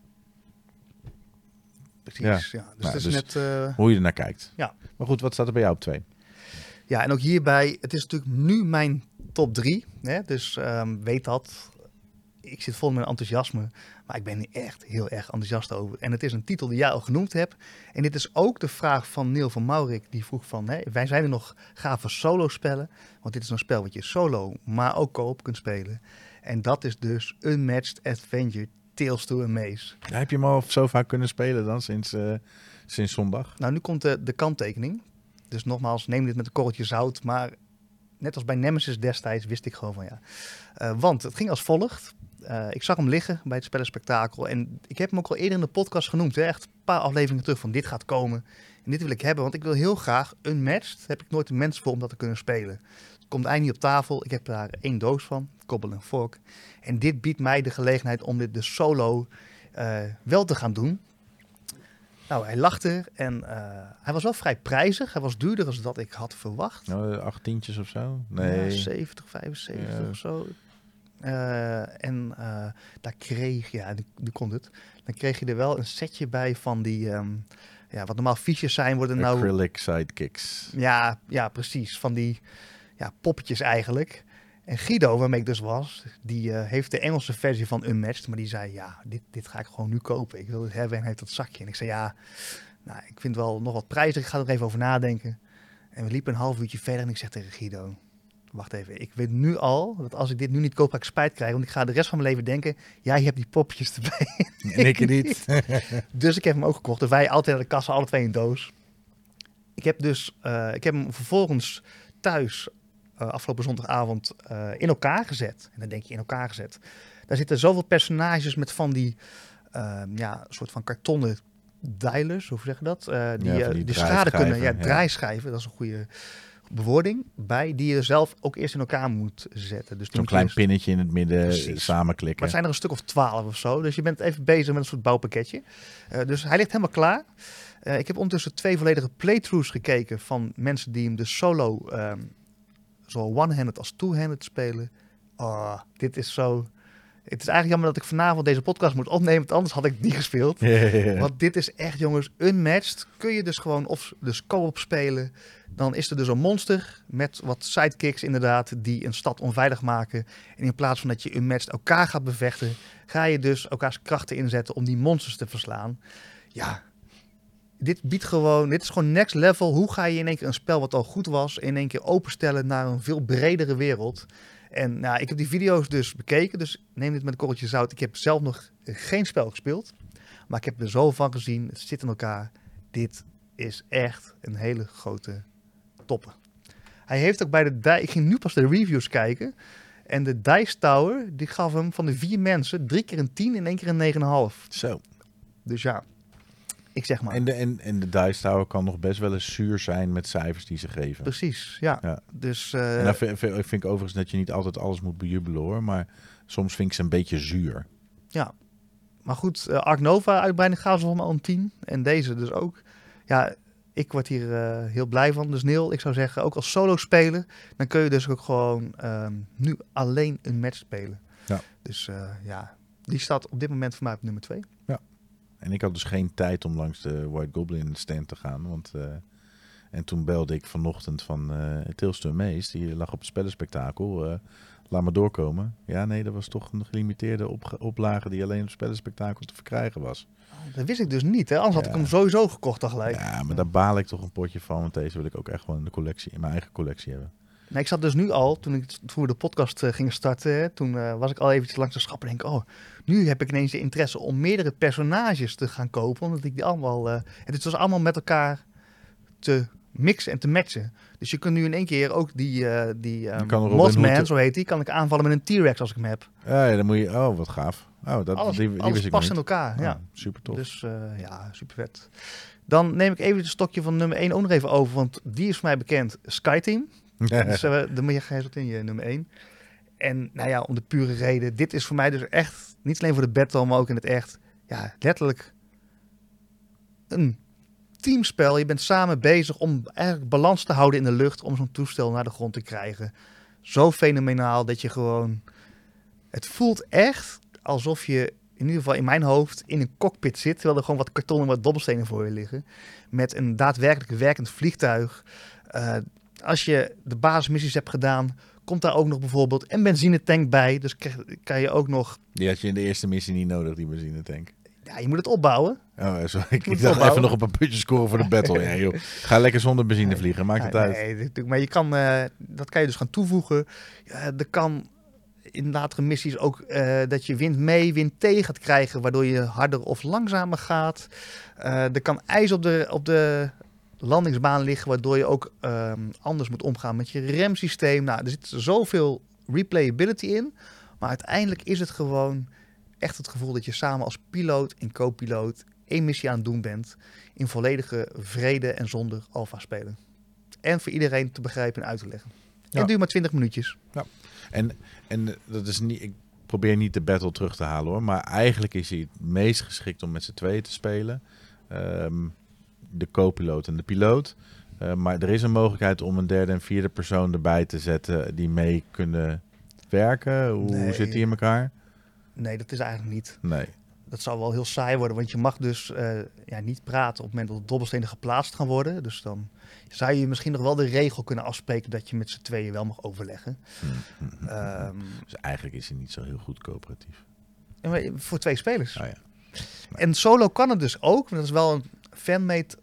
S3: Precies.
S4: Ja.
S3: Ja. Dus
S4: Nou,
S3: dat is
S4: dus-
S3: net... Uh,
S4: Hoe je er naar kijkt.
S3: Ja.
S4: Maar goed, wat staat er bij jou op twee?
S3: Ja, en ook hierbij, het is natuurlijk nu mijn top drie. Hè? Dus um, weet dat. Ik zit vol met enthousiasme. Maar ik ben er echt heel erg enthousiast over. En het is een titel die jij al genoemd hebt. En dit is ook de vraag van Neil van Maurik. Die vroeg van, hè, wij zijn er nog gave solo spellen. Want dit is een spel wat je solo, maar ook co-op kunt spelen. En dat is dus Unmatched Adventure Tales to Amaze.
S4: Ja, heb je hem al zo vaak kunnen spelen dan sinds, uh, sinds zondag?
S3: Nou, nu komt de, de kanttekening. Dus nogmaals, neem dit met een korreltje zout. Maar net als bij Nemesis destijds wist ik gewoon van ja. Uh, want het ging als volgt. Uh, ik zag hem liggen bij het spellenspectakel. En ik heb hem ook al eerder in de podcast genoemd. Hè? Echt een paar afleveringen terug van dit gaat komen. En dit wil ik hebben, want ik wil heel graag Unmatched. Heb ik nooit de mensen voor om dat te kunnen spelen. Het komt eindelijk niet op tafel. Ik heb daar één doos van. Kobbel en vork. En dit biedt mij de gelegenheid om dit de solo uh, wel te gaan doen. Nou, hij lachte en uh, hij was wel vrij prijzig. Hij was duurder dan dat ik had verwacht.
S4: Nou, acht tientjes of zo? Nee.
S3: Ja, zeventig, vijfenzeventig
S4: Ja.
S3: of zo. Uh, en uh, daar kreeg je, ja, nu, nu komt het. Dan kreeg je er wel een setje bij van die, um, ja, wat normaal fiches zijn, worden nou...
S4: Acrylic sidekicks.
S3: Ja, ja, precies. Van die ja, poppetjes eigenlijk. En Guido, waarmee ik dus was, die uh, heeft de Engelse versie van Unmatched. Maar die zei, ja, dit, dit ga ik gewoon nu kopen. Ik wil het hebben en hij heeft dat zakje. En ik zei, ja, nou, ik vind het wel nog wat prijzig. Ik ga er even over nadenken. En we liepen een half uurtje verder en ik zeg tegen Guido, wacht even, ik weet nu al dat als ik dit nu niet koop, ga ik spijt krijgen. Want ik ga de rest van mijn leven denken, ja, je hebt die popjes erbij.
S4: En ik niet.
S3: Dus ik heb hem ook gekocht. Dus wij altijd aan de kassa, alle twee een doos. Ik heb dus, uh, ik heb hem vervolgens thuis uh, afgelopen zondagavond uh, in elkaar gezet. En dan denk je in elkaar gezet. Daar zitten zoveel personages met van die, uh, ja, soort van kartonnen dialers, hoe zeg je dat? Uh, die
S4: Ja,
S3: uh,
S4: die
S3: die schade kunnen, ja,
S4: draaischijven, ja.
S3: draaischijven, dat is een goede bewoording, bij die je zelf ook eerst in elkaar moet zetten. Dus die
S4: Zo'n
S3: moet
S4: klein
S3: eerst-
S4: pinnetje in het midden
S3: Precies.
S4: samenklikken.
S3: Maar het zijn er een stuk of twaalf of zo. Dus je bent even bezig met een soort bouwpakketje. Uh, dus hij ligt helemaal klaar. Uh, ik heb ondertussen twee volledige playthroughs gekeken van mensen die hem dus solo, um, zowel one-handed als two-handed spelen. Oh, dit is zo... Het is eigenlijk jammer dat ik vanavond deze podcast moet opnemen, want anders had ik die gespeeld.
S4: Ja, ja, ja.
S3: Want dit is echt, jongens, unmatched. Kun je dus gewoon of dus co-op spelen. Dan is er dus een monster met wat sidekicks inderdaad, die een stad onveilig maken. En in plaats van dat je unmatched elkaar gaat bevechten, ga je dus elkaars krachten inzetten om die monsters te verslaan. Ja, dit biedt gewoon, dit is gewoon next level. Hoe ga je in één keer een spel wat al goed was, in één keer openstellen naar een veel bredere wereld? En nou, ik heb die video's dus bekeken, dus neem dit met een korreltje zout. Ik heb zelf nog geen spel gespeeld, maar ik heb er zo van gezien. Het zit in elkaar. Dit is echt een hele grote toppen. Hij heeft ook bij de... di- Ik ging nu pas de reviews kijken. En de Dice Tower, die gaf hem van de vier mensen drie keer een tien en één keer een negen komma vijf.
S4: Zo.
S3: Dus ja, ik zeg maar.
S4: En de, en, en de Dice Tower kan nog best wel eens zuur zijn met cijfers die ze geven.
S3: Precies, ja.
S4: Ja.
S3: Dus uh,
S4: En dan vind, vind vind ik overigens dat je niet altijd alles moet bejubelen hoor. Maar soms vind ik ze een beetje zuur.
S3: ja. Maar goed, uh, Ark Nova uitbreiding gaven ze allemaal een tien. En deze dus ook. Ja, ik word hier uh, heel blij van. Dus Neil, ik zou zeggen, ook als solo spelen, dan kun je dus ook gewoon um, nu alleen een match spelen.
S4: Ja.
S3: Dus uh, ja, die staat op dit moment voor mij op nummer twee.
S4: En ik had dus geen tijd om langs de White Goblin stand te gaan. Want, uh, en toen belde ik vanochtend van uh, Tilsten Mees. Die lag op het spellenspectakel. Uh, laat maar doorkomen. Ja, nee, dat was toch een gelimiteerde op oplage die alleen op het spellenspectakel te verkrijgen was.
S3: Oh, dat wist ik dus niet, hè? Anders
S4: Ja.
S3: had ik hem sowieso gekocht dan gelijk.
S4: Ja, maar daar baal ik toch een potje van. Want deze wil ik ook echt wel in de collectie, in mijn eigen collectie hebben.
S3: Nee, ik zat dus nu al, toen, ik, toen we de podcast uh, gingen starten, hè, toen uh, was ik al eventjes langs de schap en denk, oh, nu heb ik ineens de interesse om meerdere personages te gaan kopen, omdat ik die allemaal, uh, het was allemaal met elkaar te mixen en te matchen. Dus je kunt nu in één keer ook die, uh, die um,
S4: kan Robin
S3: Mothman,
S4: Hood-
S3: zo heet die, kan ik aanvallen met een T-Rex als ik hem heb.
S4: Ja, ja, dan moet je... Oh, wat gaaf. Oh, dat,
S3: Alles,
S4: die, die
S3: alles
S4: wist ik
S3: past
S4: nog
S3: in
S4: niet.
S3: elkaar, ja.
S4: Oh, super tof.
S3: Dus uh, ja, super vet. Dan neem ik even het stokje van nummer één ook nog even over, want die is voor mij bekend, Skyteam. Dus uh, dan moet je geen in je nummer één. En nou ja, om de pure reden, dit is voor mij dus echt, niet alleen voor de battle, maar ook in het echt, ja, letterlijk een teamspel. Je bent samen bezig om eigenlijk balans te houden in de lucht, om zo'n toestel naar de grond te krijgen. Zo fenomenaal dat je gewoon, het voelt echt alsof je, in ieder geval in mijn hoofd, in een cockpit zit, terwijl er gewoon wat kartonnen en wat dobbelstenen voor je liggen. Met een daadwerkelijk werkend vliegtuig. Uh, Als je de basismissies hebt gedaan, komt daar ook nog bijvoorbeeld een benzinetank bij. Dus krijg, kan je ook nog...
S4: Die had je in de eerste missie niet nodig, die benzinetank.
S3: Ja, je moet het opbouwen.
S4: Oh, sorry. Ik,
S3: Moet
S4: ik dacht
S3: opbouwen.
S4: even nog op een putje scoren voor de battle. Ja, joh. Ga lekker zonder benzine vliegen, maakt het
S3: Ja,
S4: uit.
S3: nee, natuurlijk, maar je kan, uh, dat kan je dus gaan toevoegen. Uh, er kan in latere missies ook uh, dat je wind mee, wind tegen gaat krijgen, waardoor je harder of langzamer gaat. Uh, er kan ijs op de... Op de landingsbaan liggen, waardoor je ook um, anders moet omgaan met je remsysteem. Nou, er zit zoveel replayability in, maar uiteindelijk is het gewoon echt het gevoel dat je samen als piloot en co-piloot één missie aan het doen bent, in volledige vrede en zonder alfa spelen. En voor iedereen te begrijpen en uit te leggen. En
S4: Ja.
S3: het duurt maar twintig minuutjes.
S4: Ja. En, en dat is niet, ik probeer niet de battle terug te halen hoor, maar eigenlijk is hij het meest geschikt om met z'n tweeën te spelen. Um, de co-piloot en de piloot. Uh, maar er is een mogelijkheid om een derde en vierde persoon erbij te zetten die mee kunnen werken. Hoe
S3: Nee.
S4: zit die in elkaar?
S3: Nee, dat is eigenlijk niet.
S4: Nee.
S3: Dat zou wel heel saai worden, want je mag dus uh, ja, niet praten op het moment dat de dobbelstenen geplaatst gaan worden. Dus dan zou je misschien nog wel de regel kunnen afspreken dat je met z'n tweeën wel mag overleggen.
S4: Hm, hm,
S3: Um,
S4: dus eigenlijk is hij niet zo heel goed coöperatief.
S3: voor twee spelers.
S4: Oh ja.
S3: En solo kan het dus ook, want dat is wel een fanmade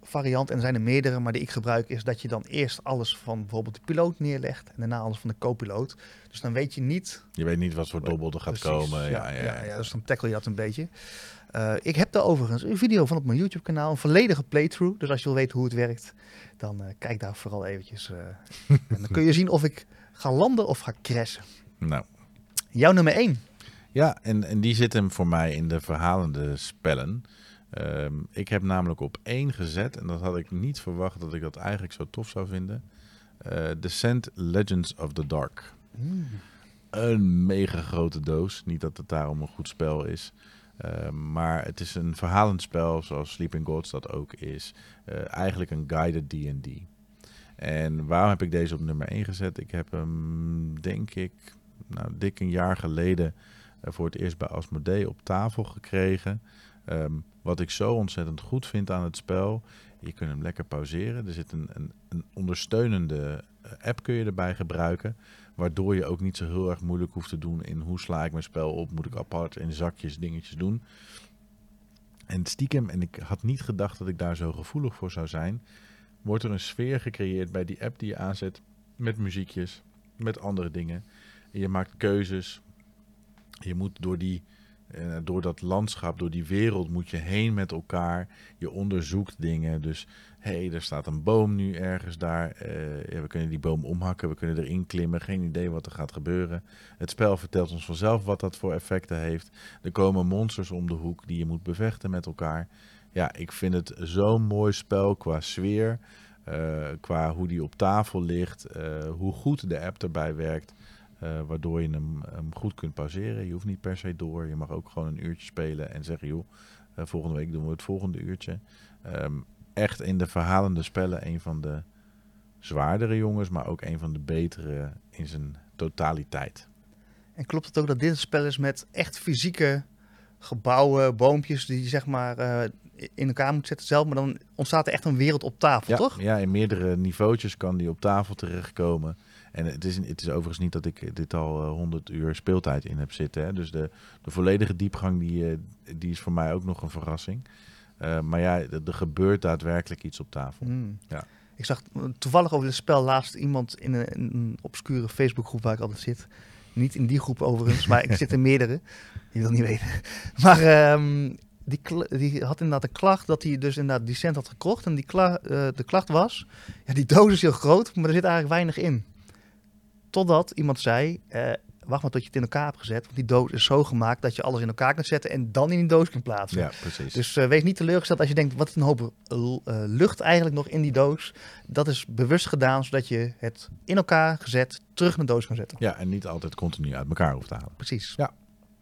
S3: variant, en er zijn er meerdere, maar die ik gebruik is dat je dan eerst alles van bijvoorbeeld de piloot neerlegt en daarna alles van de co-piloot. Dus dan weet je niet...
S4: Je weet niet wat voor dobbel er gaat
S3: Precies,
S4: komen. Ja, ja, ja,
S3: ja, ja, dus dan tackle je dat een beetje. Uh, ik heb daar overigens een video van op mijn YouTube kanaal, een volledige playthrough. Dus als je wil weten hoe het werkt, dan uh, kijk daar vooral eventjes. Uh, en dan kun je zien of ik ga landen of ga crashen.
S4: Nou.
S3: Jouw nummer één.
S4: Ja, en, en die zit hem voor mij in de verhalende spellen. Um, ik heb namelijk op één gezet, en dat had ik niet verwacht dat ik dat eigenlijk zo tof zou vinden. Uh, Descent Legends of the Dark. Mm. Een mega grote doos. Niet dat het daarom een goed spel is. Uh, maar het is een verhalend spel zoals Sleeping Gods dat ook is. Uh, eigenlijk een guided D en D. En waarom heb ik deze op nummer één gezet? Ik heb hem, denk ik, nou, dik een jaar geleden uh, voor het eerst bij Asmodee op tafel gekregen. Um, wat ik zo ontzettend goed vind aan het spel, je kunt hem lekker pauzeren. Er zit een, een, een ondersteunende app kun je erbij gebruiken, waardoor je ook niet zo heel erg moeilijk hoeft te doen in hoe sla ik mijn spel op, moet ik apart in zakjes dingetjes doen. En stiekem, en ik had niet gedacht dat ik daar zo gevoelig voor zou zijn, wordt er een sfeer gecreëerd bij die app die je aanzet met muziekjes, met andere dingen. En je maakt keuzes, je moet door die Uh, door dat landschap, door die wereld moet je heen met elkaar. Je onderzoekt dingen. Dus, hé, hey, er staat een boom nu ergens daar. Uh, ja, we kunnen die boom omhakken, we kunnen erin klimmen. Geen idee wat er gaat gebeuren. Het spel vertelt ons vanzelf wat dat voor effecten heeft. Er komen monsters om de hoek die je moet bevechten met elkaar. Ja, ik vind het zo'n mooi spel qua sfeer. Uh, qua hoe die op tafel ligt. Uh, hoe goed de app erbij werkt. Uh, waardoor je hem, hem goed kunt pauzeren. Je hoeft niet per se door. Je mag ook gewoon een uurtje spelen en zeggen, joh, uh, volgende week doen we het volgende uurtje. Um, echt in de verhalende spellen een van de zwaardere jongens, maar ook een van de betere in zijn totaliteit.
S3: En klopt het ook dat dit een spel is met echt fysieke gebouwen, boompjes die je zeg maar uh, in elkaar moet zetten zelf, maar dan ontstaat er echt een wereld op tafel,
S4: ja,
S3: toch?
S4: Ja, in meerdere niveautjes kan die op tafel terechtkomen. En het is, het is overigens niet dat ik dit al honderd uur speeltijd in heb zitten. Hè. Dus de, de volledige diepgang die, die is voor mij ook nog een verrassing. Uh, maar ja, er gebeurt daadwerkelijk iets op tafel.
S3: Mm.
S4: Ja.
S3: Ik zag toevallig over dit spel laatst iemand in een, een obscure Facebookgroep waar ik altijd zit. Niet in die groep overigens, maar ik zit in meerdere. Je wil niet weten. Maar um, die, die had inderdaad de klacht dat hij dus inderdaad Descent had gekocht. En die kla uh, de klacht was, ja, die doos is heel groot, maar er zit eigenlijk weinig in. Totdat iemand zei, uh, wacht maar tot je het in elkaar hebt gezet. Want die doos is zo gemaakt dat je alles in elkaar kunt zetten en dan in die doos kunt plaatsen.
S4: Ja, precies.
S3: Dus uh, wees niet teleurgesteld als je denkt, wat is een hoop uh, lucht eigenlijk nog in die doos. Dat is bewust gedaan, zodat je het in elkaar gezet terug naar de doos kan zetten.
S4: Ja, en niet altijd continu uit elkaar hoeft te halen.
S3: Precies.
S4: Ja.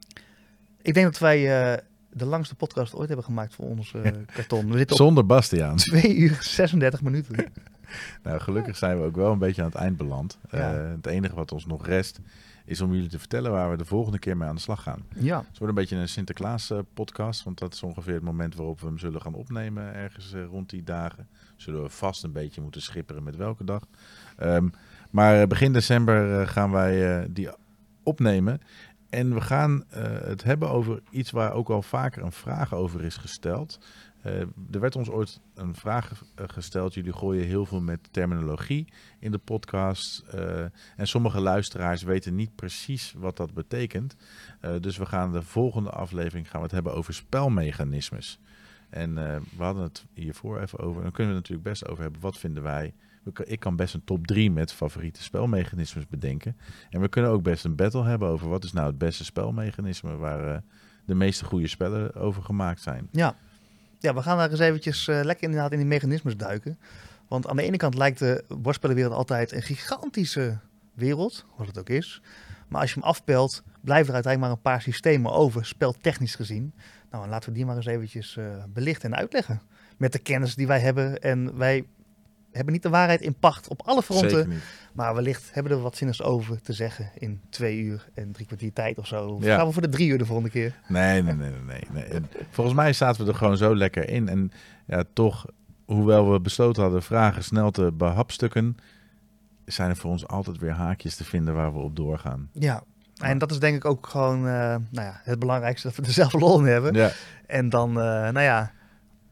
S3: Ik denk dat wij uh, de langste podcast ooit hebben gemaakt voor ons uh, karton. We zitten op
S4: Zonder Bastiaan.
S3: twee uur zesendertig minuten.
S4: Nou, gelukkig zijn we ook wel een beetje aan het eind beland.
S3: Ja.
S4: Uh, het enige wat ons nog rest is om jullie te vertellen waar we de volgende keer mee aan de slag gaan.
S3: Ja.
S4: Het wordt een beetje een Sinterklaas uh, podcast, want dat is ongeveer het moment waarop we hem zullen gaan opnemen, ergens uh, rond die dagen. Zullen we vast een beetje moeten schipperen met welke dag. Um, maar begin december uh, gaan wij uh, die opnemen. En we gaan uh, het hebben over iets waar ook al vaker een vraag over is gesteld. Uh, er werd ons ooit een vraag gesteld. Jullie gooien heel veel met terminologie in de podcast. Uh, en sommige luisteraars weten niet precies wat dat betekent. Uh, dus we gaan de volgende aflevering gaan we het hebben over spelmechanismes. En uh, we hadden het hiervoor even over. Dan kunnen we het natuurlijk best over hebben. Wat vinden wij? Ik kan best een top drie met favoriete spelmechanismes bedenken. En we kunnen ook best een battle hebben over wat is nou het beste spelmechanisme waar uh, de meeste goede spellen over gemaakt zijn.
S3: Ja. Ja, we gaan daar eens eventjes uh, lekker inderdaad in die mechanismes duiken. Want aan de ene kant lijkt de bordspellenwereld altijd een gigantische wereld, wat het ook is. Maar als je hem afpelt, blijven er uiteindelijk maar een paar systemen over, speltechnisch gezien. Nou, en laten we die maar eens eventjes uh, belichten en uitleggen. Met de kennis die wij hebben. En wij hebben niet de waarheid in pacht op alle fronten.
S4: Zeker niet.
S3: Maar wellicht hebben we er wat zinnigs over te zeggen in twee uur en drie kwartier tijd of zo. Of
S4: Ja.
S3: gaan we voor de drie uur de volgende keer?
S4: Nee, nee, nee, nee, nee. En volgens mij zaten we er gewoon zo lekker in. En ja, toch, hoewel we besloten hadden vragen snel te behapstukken, zijn er voor ons altijd weer haakjes te vinden waar we op doorgaan.
S3: Ja, en dat is denk ik ook gewoon uh, nou ja, het belangrijkste, dat we er zelf lol in hebben.
S4: Ja,
S3: En dan, uh, nou ja,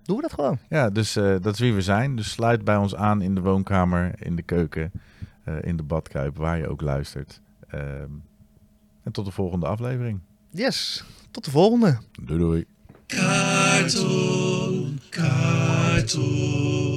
S3: Doen we dat gewoon.
S4: Ja, dus uh, dat is wie we zijn. Dus sluit bij ons aan in de woonkamer, in de keuken, uh, in de badkuip, waar je ook luistert. Uh, en tot de volgende aflevering.
S3: Yes, tot de volgende.
S4: Doei doei.
S2: Cartoon, cartoon.